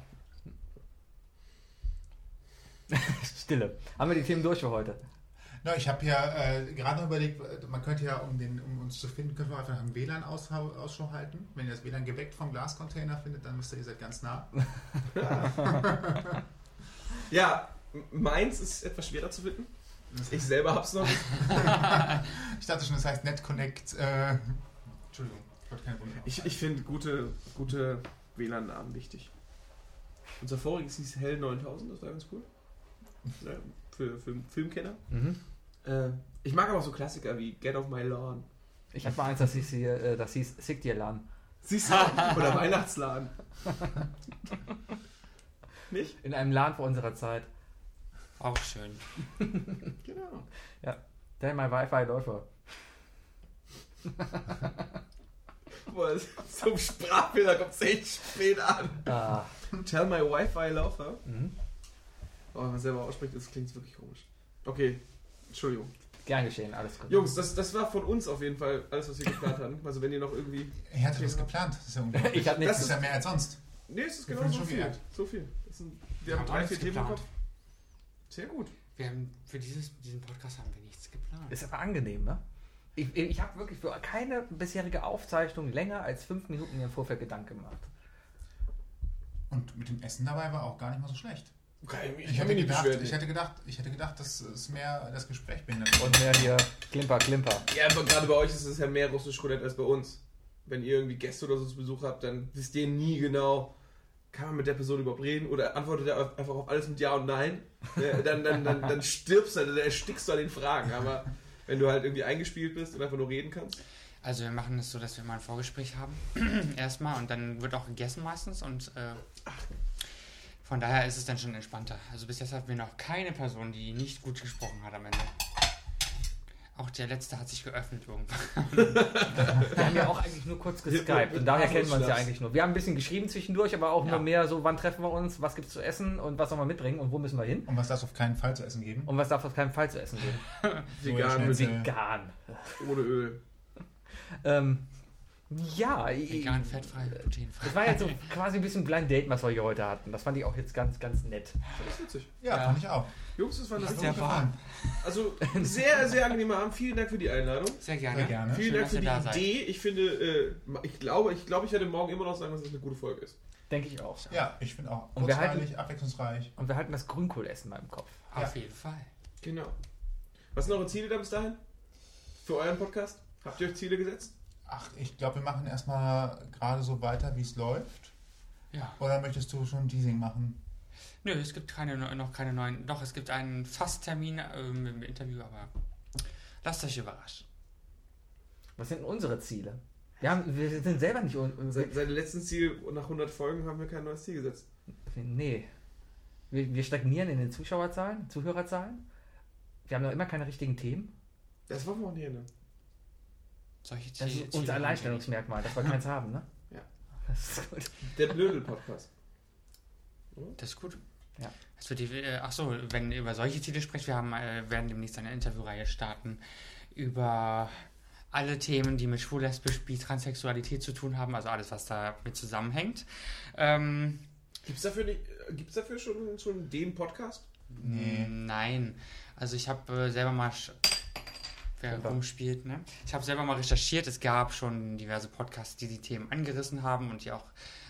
Stille. Haben wir die Themen durch für heute? No, ich habe ja äh, gerade noch überlegt, äh, man könnte ja, um, den, um uns zu finden, könnte man einfach nach dem W L A N-Ausschau halten. Wenn ihr das W L A N geweckt vom Glascontainer findet, dann wisst ihr, ihr seid ganz nah. Ja, m- meins ist etwas schwerer zu finden. Ich selber hab's noch nicht. Ich dachte schon, das heißt NetConnect. Äh, Entschuldigung, ich wollte keine Wunder. Ich, ich finde gute, gute W L A N-Namen wichtig. Unser voriges hieß Hell neuntausend, das war ganz cool. Ja, für, für Filmkenner. Mhm. Äh, ich mag aber auch so Klassiker wie Get Off My Lawn. Ich hatte mal eins, das hieß, hier, äh, das hieß Sick Dir Lan. Siehst du? Oder Weihnachtsladen. Nicht? In einem Laden vor unserer Zeit. Auch schön. Genau. Tell my Wi-Fi Läufer. Boah, so ein Sprachfehler kommt echt spät an. Ah. Tell my Wi-Fi Laufer. Mhm. Oh, wenn man selber ausspricht, das klingt wirklich komisch. Okay, Entschuldigung. Gern geschehen, alles gut. Jungs, das, das war von uns auf jeden Fall alles, was wir geplant hatten. Also wenn ihr noch irgendwie... Er hatte das geplant. Das ist ja unglaublich. Ich hab nichts- Das ist ja mehr als sonst. Nee, es ist Wir genau fühlen so schon viel. geehrt. So viel. Das sind, wir Wir haben haben drei, alles vier Themen im geplant. Kopf. Sehr gut. Wir haben für dieses, diesen Podcast haben wir nichts geplant. Ist aber angenehm, ne? Ich, ich habe wirklich für keine bisherige Aufzeichnung länger als fünf Minuten mir im Vorfeld Gedanken gemacht. Und mit dem Essen dabei war auch gar nicht mal so schlecht. Okay, ich, Ich kann hätte, mich nicht gedacht, beschweren. ich, hätte gedacht, ich hätte gedacht, dass es mehr das Gespräch behindert. Und mehr hier Klimper, Klimper. Ja, aber gerade bei euch ist es ja mehr russisch Roulette als bei uns. Wenn ihr irgendwie Gäste oder so zu Besuch habt, dann wisst ihr nie genau, kann man mit der Person überhaupt reden oder antwortet er auf- einfach auf alles mit Ja und Nein. Ja, dann, dann, dann, dann stirbst du, dann erstickst du an den Fragen. Aber wenn du halt irgendwie eingespielt bist und einfach nur reden kannst. Also wir machen es so, dass wir mal ein Vorgespräch haben. Erstmal und dann wird auch gegessen meistens und äh, von daher ist es dann schon entspannter. Also bis jetzt hatten wir noch keine Person, die nicht gut gesprochen hat am Ende. Auch der letzte hat sich geöffnet irgendwann. Wir haben ja auch eigentlich nur kurz geskypt und daher kennen wir uns ja eigentlich nur. Wir haben ein bisschen geschrieben zwischendurch, aber auch Ja. nur mehr so, wann treffen wir uns, was gibt's zu essen und was sollen wir mitbringen und wo müssen wir hin Und was darf es auf keinen Fall zu essen geben? und was darf auf keinen Fall zu essen geben. Vegan mit Schnitzel. Vegan. ohne Öl. Ähm, ja, ich- Vegan, fettfrei, glutenfrei. das war jetzt so quasi ein bisschen Blind Date, was wir hier heute hatten. Das fand ich auch jetzt ganz, ganz nett. Das ist witzig. Ja, Ja. fand ich auch. Jungs, das war eine Hat sehr mir warm. gefallen. Also sehr, sehr angenehmer Abend. Vielen Dank für die Einladung. Sehr gerne. Sehr gerne. Vielen Schön, Dank dass für ihr die da seid. Idee. Ich finde, äh, ich glaube, ich glaube, ich werde morgen immer noch sagen, dass es eine gute Folge ist. Denke ich auch. Ja, ich finde auch. Und wir Kurzweilig, abwechslungsreich. Und wir halten das Grünkohlessen mal im Kopf. Auf jeden Fall. Genau. Was sind eure Ziele da bis dahin? Für euren Podcast? Habt ihr euch Ziele gesetzt? Ach, ich glaube, wir machen erstmal gerade so weiter, wie es läuft. Ja. Oder möchtest du schon Teasing machen? Nö, es gibt keine, noch keine neuen. Doch, es gibt einen Fasttermin ähm, im Interview, aber lasst euch überraschen. Was sind denn unsere Ziele? Wir, haben, wir sind selber nicht... Un Seit, seit dem letzten Ziel nach hundert Folgen haben wir kein neues Ziel gesetzt. nee. Wir, wir stagnieren in den Zuschauerzahlen, Zuhörerzahlen. Wir haben noch immer keine richtigen Themen. Das wollen wir auch nicht ändern. Solche Das Ziele- ist Ziele unser haben wir Alleinstellungsmerkmal, dass wir keins haben, ne? Ja. Das ist gut. Der Blödel-Podcast. nicht. Das ist gut. Ja. Es wird die, äh, ach so, wenn ihr über solche Ziele sprecht, wir haben, äh, werden demnächst eine Interviewreihe starten über alle Themen, die mit schwul, lesbisch, bi, Transsexualität zu tun haben, also alles, was da mit zusammenhängt. Ähm, Gibt es dafür, nicht- äh, gibt's dafür schon, schon den Podcast? Nee. Nein, also ich habe äh, selber mal, sch- wer Selber. rumspielt, ne? Ich habe selber mal recherchiert, es gab schon diverse Podcasts, die die Themen angerissen haben und die auch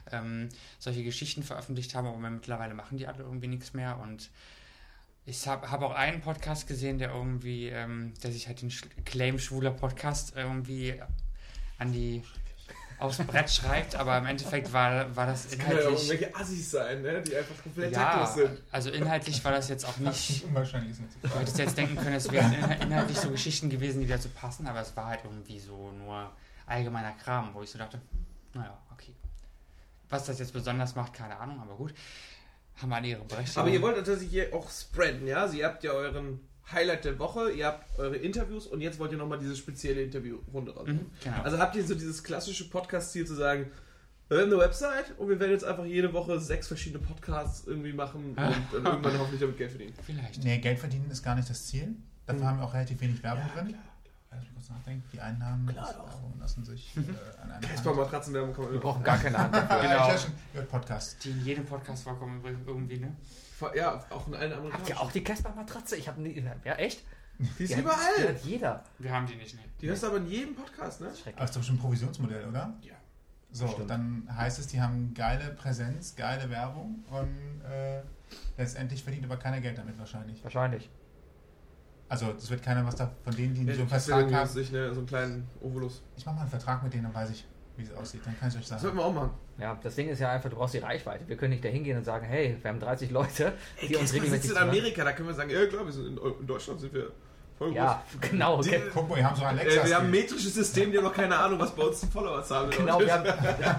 ähm, solche Geschichten veröffentlicht haben, aber mittlerweile machen die alle irgendwie nichts mehr und ich habe hab auch einen Podcast gesehen, der irgendwie, ähm, der sich halt den Sch- Claim schwuler Podcast irgendwie an die aufs Brett schreibt, aber im Endeffekt war, war das Das kann ja inhaltlich... irgendwelche Assis sein, ne? Die einfach komplett Ja, taktlos sind. also inhaltlich war das jetzt auch nicht... Unwahrscheinlich ist nicht so. Du hättest jetzt denken können, es wären inhal- inhaltlich so Geschichten gewesen, die dazu passen, aber es war halt irgendwie so nur allgemeiner Kram, wo ich so dachte, naja, okay. Was das jetzt besonders macht, keine Ahnung, aber gut. Haben alle ihre Berechtigung. Aber ihr wollt natürlich hier auch spreaden, ja? Also ihr habt ja euren Highlight der Woche, ihr habt eure Interviews und jetzt wollt ihr nochmal diese spezielle Interviewrunde raus. Mhm, genau. Also habt ihr so dieses klassische Podcast-Ziel zu sagen, wir haben eine Website und wir werden jetzt einfach jede Woche sechs verschiedene Podcasts irgendwie machen und dann irgendwann hoffentlich damit Geld verdienen. Vielleicht. Nee, Geld verdienen ist gar nicht das Ziel. Dafür Mhm. haben wir auch relativ wenig Werbung Ja, drin. Lass mich kurz nachdenken. Die Einnahmen Klar aus doch. Werbung lassen sich äh, an einer Casper Hand. Matratzenwerbung kann man Wir immer. brauchen gar keine Hand dafür. Ja, Genau. ich weiß schon. Ja, Podcast. Die in jedem Podcast vorkommen irgendwie, ne? Ja, auch in allen Habt amerikanischen. ihr auch die Casper-Matratze? Ich habe nie... Ja, echt? Die ist Die hat- überall. Die hat jeder. Wir haben die nicht, ne? Die hörst du aber in jedem Podcast, ne? Aber Schrecklich. das ist doch bestimmt ein Provisionsmodell, oder? Ja. So, Stimmt. dann heißt es, die haben geile Präsenz, geile Werbung und äh, letztendlich verdient aber keiner Geld damit wahrscheinlich. Wahrscheinlich. Also es wird keiner was da von denen, die Ja, so einen du kriegst Vertrag irgendwie haben. sich, ne, so einen kleinen Ovolus. Ich mache mal einen Vertrag mit denen, dann weiß ich, wie es aussieht. Dann kann ich euch Das sagen. sollten wir auch machen. Ja, das Ding ist ja einfach, du brauchst die Reichweite. Wir können nicht da hingehen und sagen, hey, wir haben dreißig Leute, die Ey, uns Casper regelmäßig sitzt in zuhören. Amerika, da können wir sagen, ja klar, wir sind in, in Deutschland sind wir voll groß. Ja, genau. Die- Okay. Guck mal, wir haben so Alexa. Äh, wir haben ein metrisches System, die haben noch keine Ahnung, was bei uns die Followerzahlen Genau, wir haben,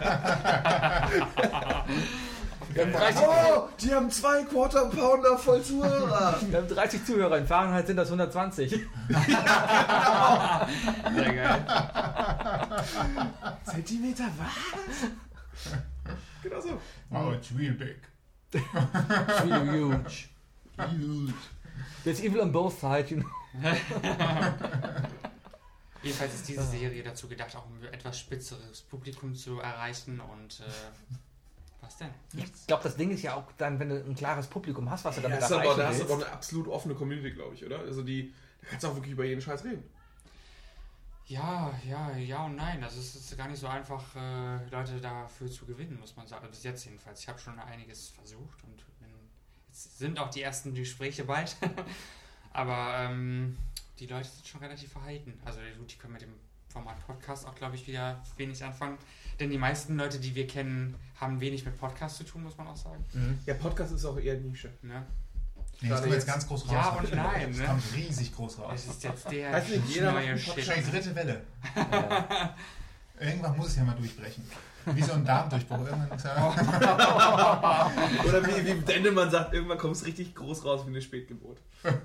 wir haben dreißig, Oh, die haben zwei Quarter Pounder voll Zuhörer. wir haben dreißig Zuhörer. In Fahrenheit sind das hundertzwanzig. Sehr geil. Zentimeter, was? Genau so. Oh, it's real big. Huge. Huge. There's evil on both sides, you know. Jedenfalls ist diese Serie dazu gedacht, auch um etwas spitzeres Publikum zu erreichen und äh, was denn? Ich glaube, das Ding ist ja auch dann, wenn du ein klares Publikum hast, was du Ja, damit das ist aber, erreichen da hast du willst. aber eine absolut offene Community, glaube ich, oder? Also die, da kannst du auch wirklich über jeden Scheiß reden. Ja, ja, ja und nein. Also es ist gar nicht so einfach, äh, Leute dafür zu gewinnen, muss man sagen. Bis jetzt jedenfalls. Ich habe schon einiges versucht und bin, jetzt sind auch die ersten Gespräche bald. Aber ähm, die Leute sind schon relativ verhalten. Also die können mit dem Format Podcast auch, glaube ich, wieder wenig anfangen. Denn die meisten Leute, die wir kennen, haben wenig mit Podcast zu tun, muss man auch sagen. Mhm. Ja, Podcast ist auch eher Nische. Ne? Nee, das kommt jetzt ganz groß raus. Ja und nein, Das ne? kommt riesig groß raus. Es ist jetzt der Weiß nicht, jeder macht neue einen Shit. Wahrscheinlich dritte Welle. Ja. Irgendwann muss es ja mal durchbrechen. Wie so ein Darmdurchbruch. Irgendwann muss ja Oder wie, wie Dendemann sagt, irgendwann kommt es richtig groß raus wie eine Spätgeburt.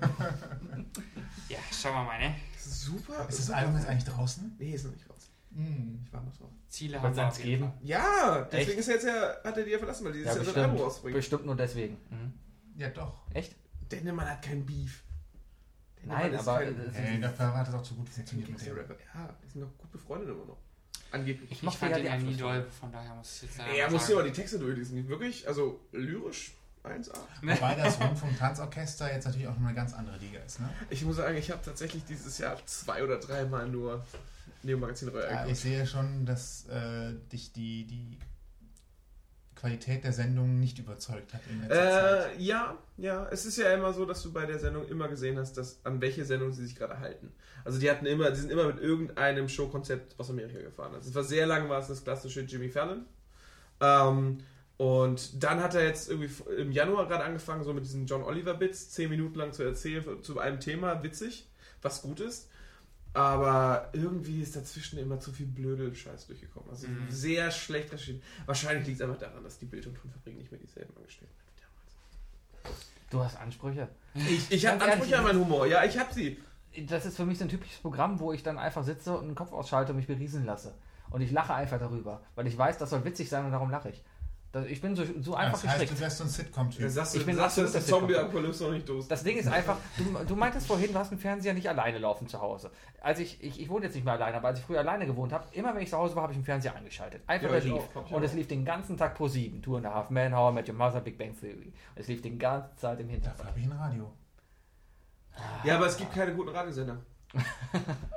Ja, schauen wir mal, ne? Das ist super. Ist das Album jetzt eigentlich draußen? Nee, ist noch nicht raus. Hm. Ich war noch drauf. Ziele Wollt's haben wir eins auf jeden geben? Fall. Ja, deswegen Echt? ist er jetzt ja, hat er die ja verlassen, weil die Ja, dieses Jahr sein bestimmt. Album rausbringt. Bestimmt nur deswegen. Mhm. Ja, doch. Echt? Dendemann hat kein Beef. Nein, ist aber kein- das ist- Hey, dafür hat es auch zu gut Das ist ein funktioniert mit dem. Gangster-Rapper. Ja, die sind doch gut befreundet immer noch. Angeblich. Ich Ich mochte fand ja den die ja nie Abschlussfolge. doll, von daher muss ich jetzt Ey, er muss ja mal die Texte durchlesen. Die wirklich, also lyrisch eins A. Wobei das Rundfunk-Tanzorchester jetzt natürlich auch noch eine ganz andere Liga ist. Ne? Ich muss sagen, ich habe tatsächlich dieses Jahr zwei oder dreimal nur Neo-Magazin Reue Ja, ich angeguckt. sehe schon, dass äh, dich die, die Qualität der Sendung nicht überzeugt hat in letzter Zeit. Äh, ja, ja. Es ist ja immer so, dass du bei der Sendung immer gesehen hast, dass an welche Sendung sie sich gerade halten. Also die hatten immer, die sind immer mit irgendeinem Showkonzept aus Amerika gefahren. Also es war sehr lange war es das klassische Jimmy Fallon. Ähm, und dann hat er jetzt irgendwie im Januar gerade angefangen, so mit diesen John Oliver Bits zehn Minuten lang zu erzählen zu einem Thema, witzig, was gut ist. Aber irgendwie ist dazwischen immer zu viel Blödel-Scheiß durchgekommen. Also Mhm. sehr schlecht recherchiert. Wahrscheinlich liegt es einfach daran, dass die Bild- und Tonfabrik nicht mehr dieselben angestellt hat wie damals. Du hast Ansprüche. Ich, ich habe Ganz Ansprüche ehrlich, an meinen Humor. Ja, ich habe sie. Das ist für mich so ein typisches Programm, wo ich dann einfach sitze und den Kopf ausschalte und mich berieseln lasse. Und ich lache einfach darüber, weil ich weiß, das soll witzig sein und darum lache ich. Das, ich bin so, so einfach das heißt, gestrickt. du wärst so ein Sitcom-Typ. Dann sagst Ich du, bin sagst du, dass die absolut der Zombie-Apokalypse noch nicht durch. Das Ding ist einfach, du, du meintest vorhin, du hast einen Fernseher nicht alleine laufen zu Hause. Als ich, ich, ich wohne jetzt nicht mehr alleine, aber als ich früher alleine gewohnt habe, immer wenn ich zu Hause war, habe ich einen Fernseher eingeschaltet. Einfach Ja, der ich lief. auch, hab ich Und auch. es lief den ganzen Tag pro sieben. Two and a Half Men, How I Met Your Mother, Big Bang Theory. Und es lief den ganzen Zeit im Dafür Hintergrund. habe ich ein Radio. Ja, aber es gibt keine guten Radiosender. Oh,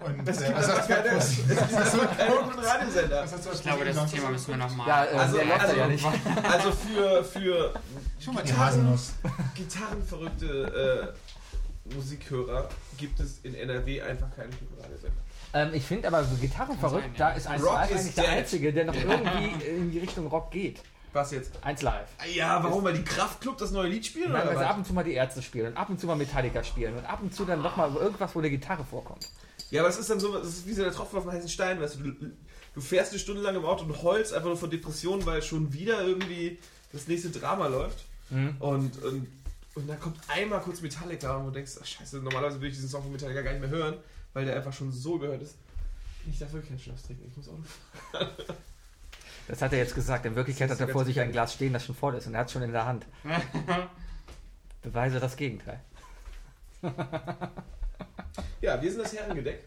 Und Es äh, gibt was aber hast du keine, für es gibt aber keinen guten Radiosender. was hast du als Ich glaube, das Musik- Thema müssen wir nochmal. Ja, äh, Also, der läuft also, ja nicht. also für, für Schon mal die Gitarren- Haselnuss. gitarrenverrückte äh, Musikhörer gibt es in N R W einfach keinen guten Radiosender. Ähm, ich finde aber so Gitarrenverrückt, Kann sein, da ja. ist eins Rock Live is eigentlich der dead. Einzige, der noch irgendwie in die Richtung Rock geht. Was jetzt? eins Live. Ja, warum? Weil die Kraftklub das neue Lied spielen? Nein, Oder weil sie was? ab und zu mal die Ärzte spielen und ab und zu mal Metallica spielen und ab und zu dann nochmal irgendwas, wo eine Gitarre vorkommt. Ja, aber es ist dann so, das ist wie so der Tropfen auf den heißen Stein, weißt du, du, du fährst eine Stunde lang im Auto und heulst einfach nur von Depressionen, weil schon wieder irgendwie das nächste Drama läuft. Mhm. Und, und, und dann kommt einmal kurz Metallica und du denkst, ach scheiße, normalerweise würde ich diesen Song von Metallica gar nicht mehr hören, weil der einfach schon so gehört ist. Ich darf wirklich keinen Schnaps trinken, ich muss auch noch. Das hat er jetzt gesagt. In Wirklichkeit Das hat ist er vor ganz sich ein gefährlich. Glas stehen, das schon voll ist und er hat es schon in der Hand. Beweise das Gegenteil. Ja, wir sind das Herrengedeck.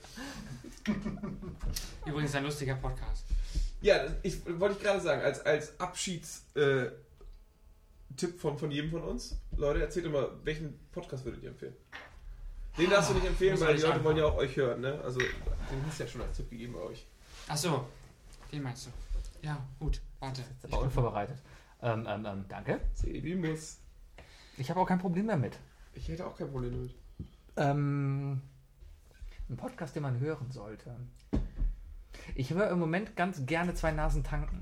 Übrigens ein lustiger Podcast. Ja, ich wollte ich gerade sagen, als, als Abschiedstipp äh, Tipp von, von jedem von uns, Leute, erzählt immer, welchen Podcast würdet ihr empfehlen? Den darfst du nicht empfehlen, Muss weil die ich Leute anfangen. wollen ja auch euch hören, ne? Also, den hast du ja schon als Tipp gegeben bei euch. Achso, den meinst du. Ja, gut, warte. Ist aber unvorbereitet. Ähm, ähm, ähm, danke. Sebi muss. Ich habe auch kein Problem damit. Ich hätte auch kein Problem damit. Ähm, ein Podcast, den man hören sollte. Ich höre im Moment ganz gerne Zwei Nasen tanken.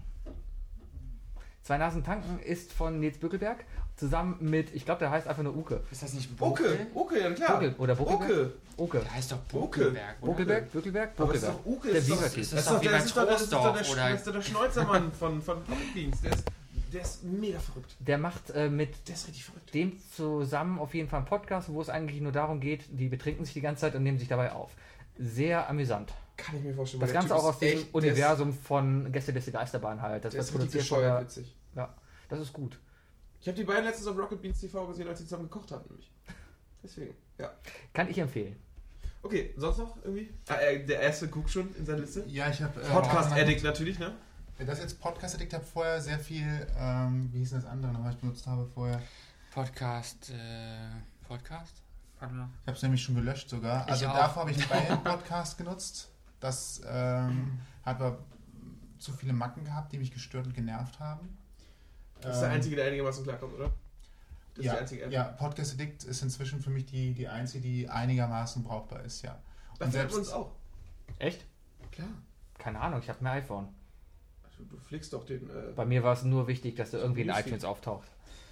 Zwei Nasen tanken ist von Nils Bückelberg zusammen mit, ich glaube, der heißt einfach nur Uke. Ist das nicht Oke, Buckel? Oke, ja klar. Buckel oder Buckelberg? Oke. Uke. Der heißt doch Buckel. Buckelberg. oder? Buckelberg, Bückelberg, Aber es ist Buckelberg. doch Uke. Der ist doch- Siegertitel. ist Das doch ist doch wie der, bei das ist doch der, das ist doch der, Troisdorf, oder? das ist doch der Schnäuzermann von, von Rocket Beans. Der ist, der ist mega verrückt. Der macht äh, mit Der ist richtig verrückt. dem zusammen auf jeden Fall einen Podcast, wo es eigentlich nur darum geht, die betrinken sich die ganze Zeit und nehmen sich dabei auf. Sehr amüsant. Kann ich mir vorstellen. Das weil der Ganze Typ auch ist aus diesem echt- Universum von Gästeliste Geisterbahn halt. Das Der wird ist, der ist richtig produziert von bescheuert der, witzig. ja, das ist gut. Ich habe die beiden letztens auf Rocket Beans T V gesehen, als sie zusammen gekocht haben, nämlich. Deswegen, ja. Kann ich empfehlen. Okay, sonst noch irgendwie? Ah, äh, der erste guckt schon in seiner Liste. Ja, ich habe. Äh, Podcast warte mal Addict natürlich, ne? kurz. Das jetzt Podcast Addict habe vorher sehr viel. Ähm, wie hieß denn das andere noch, was ich benutzt habe vorher? Podcast, äh, Podcast? Warte mal. Ich habe es nämlich schon gelöscht sogar. Ich Also auch. davor habe ich einen Bayern-Podcast genutzt. Das ähm, hat aber zu viele Macken gehabt, die mich gestört und genervt haben. Das ist der Ähm, Einzige, der einigermaßen klarkommt, oder? Das ja, ist die einzige App. ja, Podcast Addict ist inzwischen für mich die, die einzige, die einigermaßen brauchbar ist, ja. Das Und selbst selbst uns auch. Echt? Klar. Keine Ahnung, ich habe ein iPhone. Also, du pflegst doch den. Äh, Bei mir war es nur wichtig, dass er irgendwie in Newsfeed. iTunes auftaucht.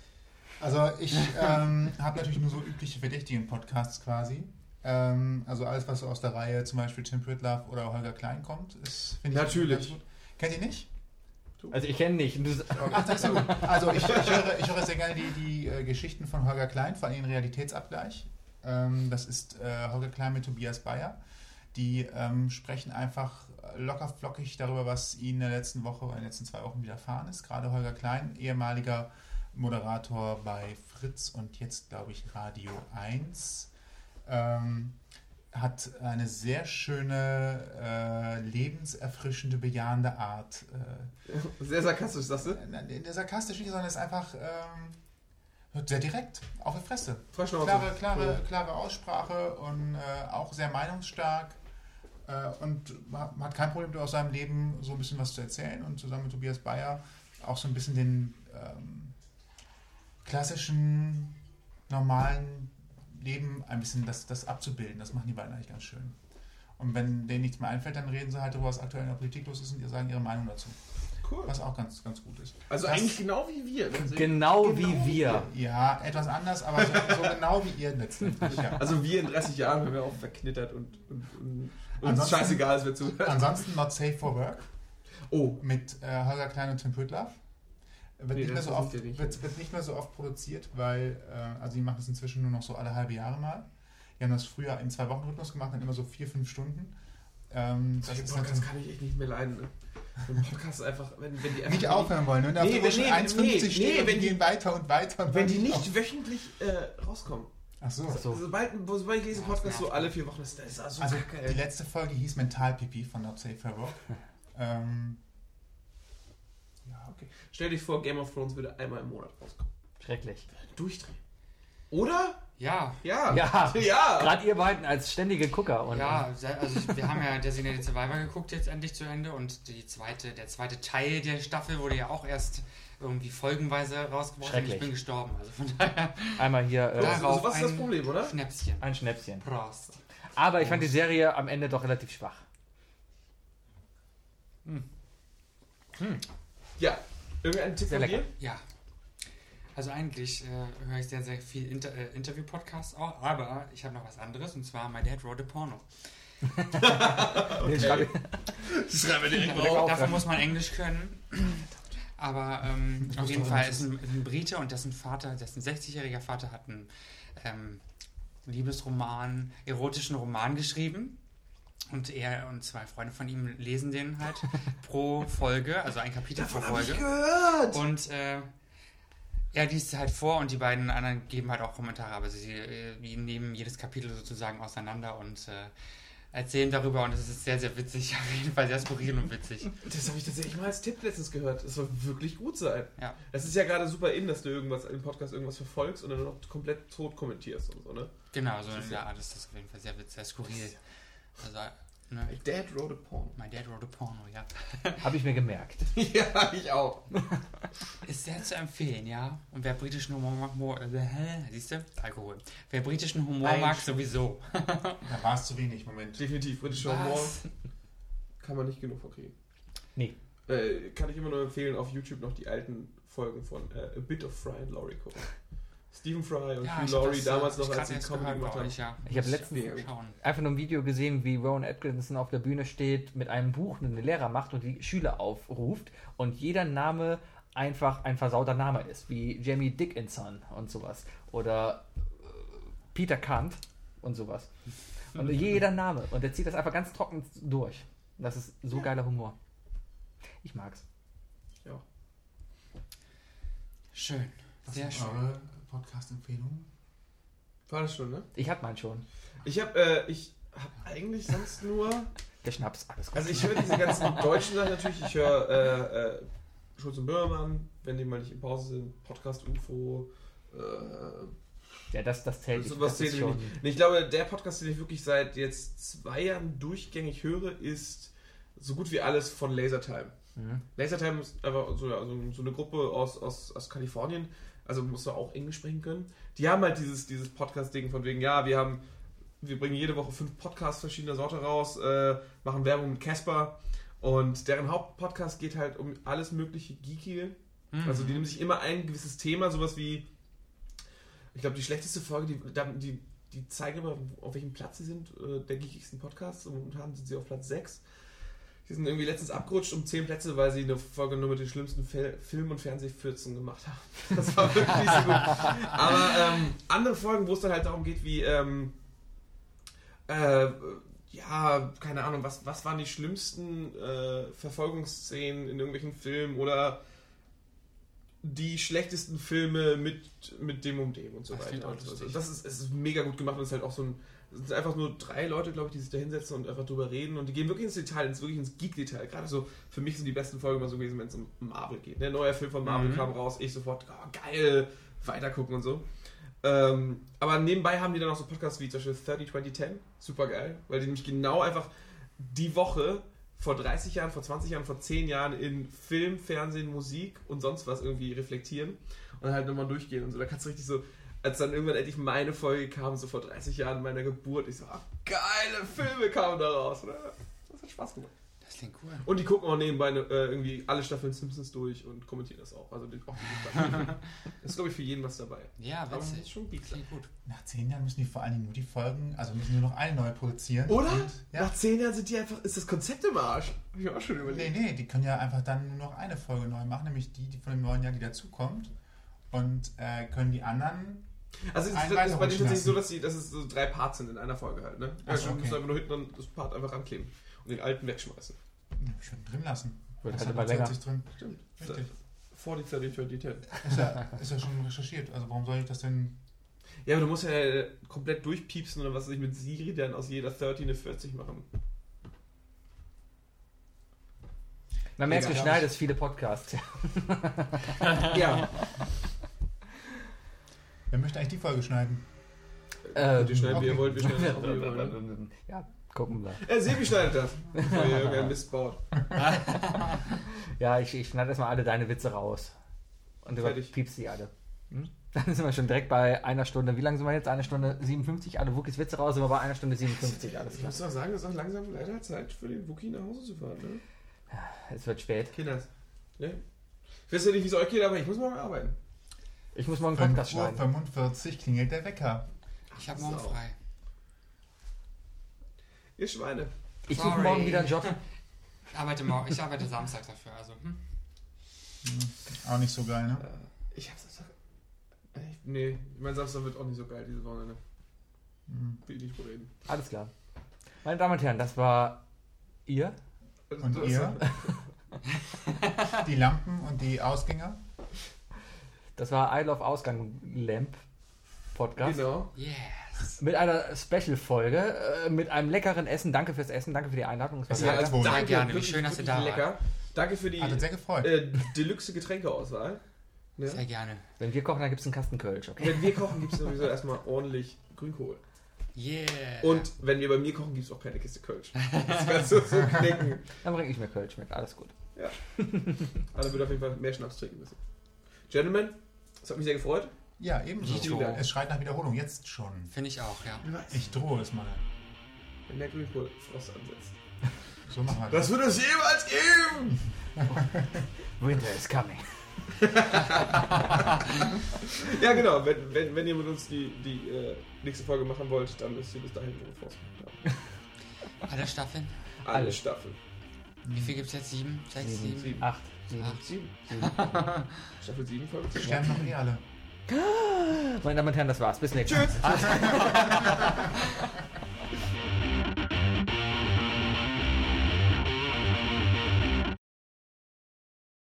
Also ich ähm, habe natürlich nur so übliche verdächtigen Podcasts quasi. Ähm, also alles, was so aus der Reihe zum Beispiel Tim Pritlove oder Holger Klein kommt, ist finde ich Natürlich. ganz gut. Kennt ihr nicht? Also ich kenne nicht. Ach, das ist gut. Also ich, ich, höre, ich höre sehr gerne die, die äh, Geschichten von Holger Klein, vor allem den Realitätsabgleich. Ähm, das ist äh, Holger Klein mit Tobias Bayer. Die ähm, sprechen einfach locker flockig darüber, was ihnen in der letzten Woche oder in den letzten zwei Wochen widerfahren ist. Gerade Holger Klein, ehemaliger Moderator bei Fritz und jetzt, glaube ich, Radio eins, ähm, hat eine sehr schöne, äh, lebenserfrischende, bejahende Art. Äh, sehr sarkastisch, sagst du? der sarkastisch nicht, sondern ist einfach ähm, sehr direkt, auf die Fresse. Freischnauze. Klare, klare, klare Aussprache und äh, auch sehr meinungsstark äh, und man hat kein Problem, aus seinem Leben so ein bisschen was zu erzählen und zusammen mit Tobias Bayer auch so ein bisschen den ähm, klassischen, normalen Leben ein bisschen das, das abzubilden. Das machen die beiden eigentlich ganz schön. Und wenn denen nichts mehr einfällt, dann reden sie halt darüber, was aktuell in der Politik los ist und sagen ihre Meinung dazu. Cool. Was auch ganz, ganz gut ist. Also Das- eigentlich genau wie wir. ne? Genau wie wir. Ja, etwas anders, aber so, so genau wie ihr letztendlich. Ja. Also wir in dreißig Jahren, wenn wir auch verknittert und, und, und uns Ansonsten- scheißegal ist, wer zuhört. Ansonsten Not Safe for Work Oh, mit äh, Holger Klein und Tim Pritlove. Wird, Nee, nicht mehr das so weiß oft, ich ja nicht. wird, wird nicht mehr so oft produziert, weil äh, also die machen das inzwischen nur noch so alle halbe Jahre mal. Die haben das früher im Zwei-Wochen-Rhythmus gemacht, dann immer so vier, fünf Stunden. Ähm, das solche ist Podcasts natürlich kann ich echt nicht mehr leiden. Ne? Ein Podcast ist einfach, wenn, wenn die einfach nicht aufhören wollen. Ne? Und auf Nee, der wenn- Uhr schon nee, eins fünfzig nee, stehen nee, und wenn die die- gehen weiter und weiter. Und wenn die weiter. nicht wöchentlich äh, rauskommen. Ach so. So. Sobald, sobald ich lese Podcast so alle vier Wochen, das ist das so Also kacke, die ey. letzte Folge hieß Mentalpipi von Not Safe for Work. ähm, Ja, okay. Stell dich vor, Game of Thrones würde einmal im Monat rauskommen. Schrecklich. Durchdrehen. Oder Ja. Ja. Ja, Ja. gerade ihr beiden als ständige Gucker. Und, Ja, sehr- also wir haben ja Designated Survivor geguckt jetzt endlich zu Ende und die zweite, der zweite Teil der Staffel wurde ja auch erst irgendwie folgenweise rausgebracht und Schrecklich. ich bin gestorben. Also von daher Einmal hier äh, Also, Darauf was ist das ein- Problem, oder? Schnäpschen. ein Schnäpschen. Prost. Aber ich fand die Serie am Ende doch relativ schwach. Ja. Irgendein Tipp Sehr von lecker. dir? Ja. Also eigentlich äh, höre ich sehr, sehr viel Inter äh, Interview-Podcasts auch, aber ich habe noch was anderes und zwar My Dad Wrote a Porno. Den schreibe Das schreiben wir direkt mal Da- auf. Dafür muss man Englisch können. Aber ähm, auf jeden Fall ist ein, ein Brite und dessen Vater, dessen sechzigjähriger Vater hat einen ähm, Liebesroman, erotischen Roman geschrieben. Und er und zwei Freunde von ihm lesen den halt pro Folge, also ein Kapitel pro Hab ich Folge. gehört. Und äh, er liest halt vor und die beiden anderen geben halt auch Kommentare, aber sie äh, die nehmen jedes Kapitel sozusagen auseinander und äh, erzählen darüber und es ist sehr, sehr witzig, auf jeden Fall sehr skurril und witzig. Das habe ich tatsächlich mal als Tipp letztens gehört. Das soll wirklich gut sein. Ja. Das ist ja gerade super in, dass du irgendwas im Podcast irgendwas verfolgst und dann noch komplett tot kommentierst und so, ne? Genau, so in der Art ist das auf jeden Fall sehr witzig, sehr skurril. Also, ne? My Dad wrote a porn. My Dad Wrote a Porno, ja. Habe ich mir gemerkt. Ja, ich auch. Ist sehr zu empfehlen, ja. Und wer britischen Humor mag, mo- äh, hä? siehst du? Alkohol. Wer britischen Humor Ein mag, Sch- sowieso. Da war es zu wenig, Moment. Definitiv. Britischer Humor Was? kann man nicht genug von kriegen. Nee. Äh, kann ich immer nur empfehlen, auf YouTube noch die alten Folgen von äh, A Bit of Fry and Laurie gucken. Stephen Fry und Ja, Hugh ich hab Laurie das, damals äh, noch, ich als grad sie erst Comedy gehört gemacht bei haben. euch, ja. Ich habe Muss letztens schauen. einfach nur ein Video gesehen, wie Rowan Atkinson auf der Bühne steht, mit einem Buch eine Lehrer macht und die Schüler aufruft und jeder Name einfach ein versauter Name ist, wie Jamie Dickinson und sowas oder äh, Peter Kant und sowas. Und jeder Name. Und der zieht das einfach ganz trocken durch. Und das ist so geiler Humor. Ich mag's. Ja. Schön. Was Sehr sind schön. eure Podcast-Empfehlungen? War das schon, ne? Ich hab meinen schon. Ich habe äh, ich hab eigentlich sonst nur... Der Schnaps, alles gut. Also ich höre diese ganzen deutschen Sachen natürlich. Ich höre äh, äh, Schulz und Böhmermann, wenn die mal nicht in Pause sind. Podcast U F O. Äh, ja, das, das zählt. sowas das ist zählt schon. nicht. Nee, ich glaube, der Podcast, den ich wirklich seit jetzt zwei Jahren durchgängig höre, ist so gut wie alles von Lasertime. Mhm. Lasertime ist einfach so, also so eine Gruppe aus, aus, aus Kalifornien, also musst du auch Englisch sprechen können. Die haben halt dieses, dieses Podcast-Ding von wegen, ja, wir haben, wir bringen jede Woche fünf Podcasts verschiedener Sorte raus, äh, machen Werbung mit Casper und deren Hauptpodcast geht halt um alles mögliche Geekige. Mhm. Also die nehmen sich immer ein gewisses Thema, sowas wie, ich glaube, die schlechteste Folge, die, die, die zeigen immer, auf welchem Platz sie sind, äh, der geekigsten Podcasts. Und momentan sind sie auf Platz sechs. Die sind irgendwie letztens abgerutscht um zehn Plätze, weil sie eine Folge nur mit den schlimmsten Fel- Film- und Fernsehfürzen gemacht haben. Das war wirklich nicht so gut. Aber ähm, andere Folgen, wo es dann halt darum geht, wie, ähm, äh, ja, keine Ahnung, was, was waren die schlimmsten äh, Verfolgungsszenen in irgendwelchen Filmen oder die schlechtesten Filme mit, mit dem und dem und so Das klingt weiter. auch Also, lustig. das ist, es ist mega gut gemacht und es ist halt auch so ein, es sind einfach nur drei Leute, glaube ich, die sich da hinsetzen und einfach drüber reden und die gehen wirklich ins Detail, ins, wirklich ins Geek-Detail. Gerade so, für mich sind die besten Folgen immer so gewesen, wenn es um Marvel geht. Der neue Film von Marvel Mhm. kam raus, ich sofort, oh, geil, weitergucken und so. Ähm, aber nebenbei haben die dann auch so Podcasts wie zum Beispiel thirty twenty ten, super geil, weil die nämlich genau einfach die Woche vor dreißig Jahren, vor zwanzig Jahren, vor zehn Jahren in Film, Fernsehen, Musik und sonst was irgendwie reflektieren und dann halt nochmal durchgehen und so. Da kannst du richtig so, als dann irgendwann endlich meine Folge kam, so vor dreißig Jahren meiner Geburt, ich so, ah, geile Filme kamen da raus. Oder? Das hat Spaß gemacht. Das klingt cool. Und die gucken auch nebenbei äh, irgendwie alle Staffeln Simpsons durch und kommentieren das auch. Also die, auch die Staffeln. Das ist, glaube ich, für jeden was dabei. Ja, Aber das ist witzig. schon Geek. Klingt gut. Nach zehn Jahren müssen die vor allen Dingen nur die Folgen, also müssen nur noch eine neu produzieren. Oder? Und, ja. Nach zehn Jahren sind die einfach, ist das Konzept im Arsch. Hab ich auch schon Nee, überlegt. nee, die können ja einfach dann nur noch eine Folge neu machen, nämlich die, die von dem neuen Jahr, die dazukommt. Und äh, können die anderen. Also es ist, Einen das ist bei denen weiterrutschen tatsächlich so, lassen. dass, die, dass es so drei Parts sind in einer Folge halt. Ne? Ach Ja, so, du musst okay. einfach nur hinten dann das Part einfach rankleben und den alten wegschmeißen. Ich würde drin lassen. Wird Das halt hat immer noch länger. zusätzlich drin. Stimmt. Richtig. forty, thirty, twenty, ten. Ist ja, ist ja schon recherchiert. Also warum soll ich das denn? Ja, aber du musst ja komplett durchpiepsen oder was weiß ich mit Siri dann aus jeder dreißig eine vierzig machen. Man merkt, du Egal. schneidest viele Podcasts. Ja. Wer möchte eigentlich die Folge schneiden? Ähm, ihr schneiden, wie ihr okay. wollt, wir schneiden das auch, wie ihr wollt. Ja, gucken wir. Äh, Sebi schneidet das, bevor ihr irgendeinen Mist baut. Ja, ich, ich schneide erstmal alle deine Witze raus. Und du Fertig. piepst die alle. Hm? Dann sind wir schon direkt bei einer Stunde. Wie lange sind wir jetzt? Eine Stunde siebenundfünfzig. Alle Wookies Witze raus, sind wir bei einer Stunde siebenundfünfzig. Alles Ich klar. muss doch sagen, es ist auch langsam leider Zeit für den Wookie nach Hause zu fahren, ne? Es wird spät. Kinders. Ne? Ich weiß ja nicht, wie es euch geht, aber ich muss morgen arbeiten. Ich muss morgen einen Podcast fünf Uhr schneiden. fünfundvierzig klingelt der Wecker. Ich habe morgen Sau. frei. Ihr Schweine. Ich suche Sorry. morgen wieder einen Job. Ich arbeite, morgen, ich arbeite Samstag dafür, also. Hm? Auch nicht so geil, ne? Äh, Ich hab's Samstag. Echt? Nee, mein Samstag wird auch nicht so geil dieses Wochenende. Mhm. Will ich nicht reden. Alles klar. Meine Damen und Herren, das war ihr. Und ihr? Die Lampen und die Ausgänger? Das war I Love Ausgang Lamp Podcast. Genau. Yes. Mit einer Special-Folge, äh, mit einem leckeren Essen. Danke fürs Essen, danke für die Einladung. Es war Ja, sehr als lecker. wohl. Sehr Danke, gerne, wie wirklich, schön, dass ihr wirklich da lecker. Danke für die Hat uns sehr gefreut. äh, deluxe Getränkeauswahl. Ne? Sehr gerne. Wenn wir kochen, dann gibt es einen Kasten Kölsch, okay? Wenn wir kochen, gibt es sowieso erstmal ordentlich Grünkohl. Yeah. Und wenn wir bei mir kochen, gibt es auch keine Kiste Kölsch. Das kannst du so knicken. Dann bringe ich mir Kölsch mit, alles gut. Ja. Alle würde auf jeden Fall mehr Schnaps trinken müssen. Gentlemen, es hat mich sehr gefreut. Ja, ebenso. Dito. Es schreit nach Wiederholung, jetzt schon. Finde ich auch, ja. Ich drohe es mal. Wenn der Grünkohl Frost ansetzt. So machen wir Das das. wird es jemals geben! Winter is coming. Ja, genau. Wenn, wenn, wenn ihr mit uns die, die äh, nächste Folge machen wollt, dann müsst ihr bis dahin schon Frost. Ja. Alle Staffeln. Alle Alle. Staffeln. Wie viel gibt es jetzt? Sieben? Sechs? Sieben? Sieben. Acht, sieben. Acht. Sieben. Staffel sieben, Folge zehn. Sterben noch eh alle. Meine Damen und Herren, das war's. Bis nächstes Mal. Tschüss.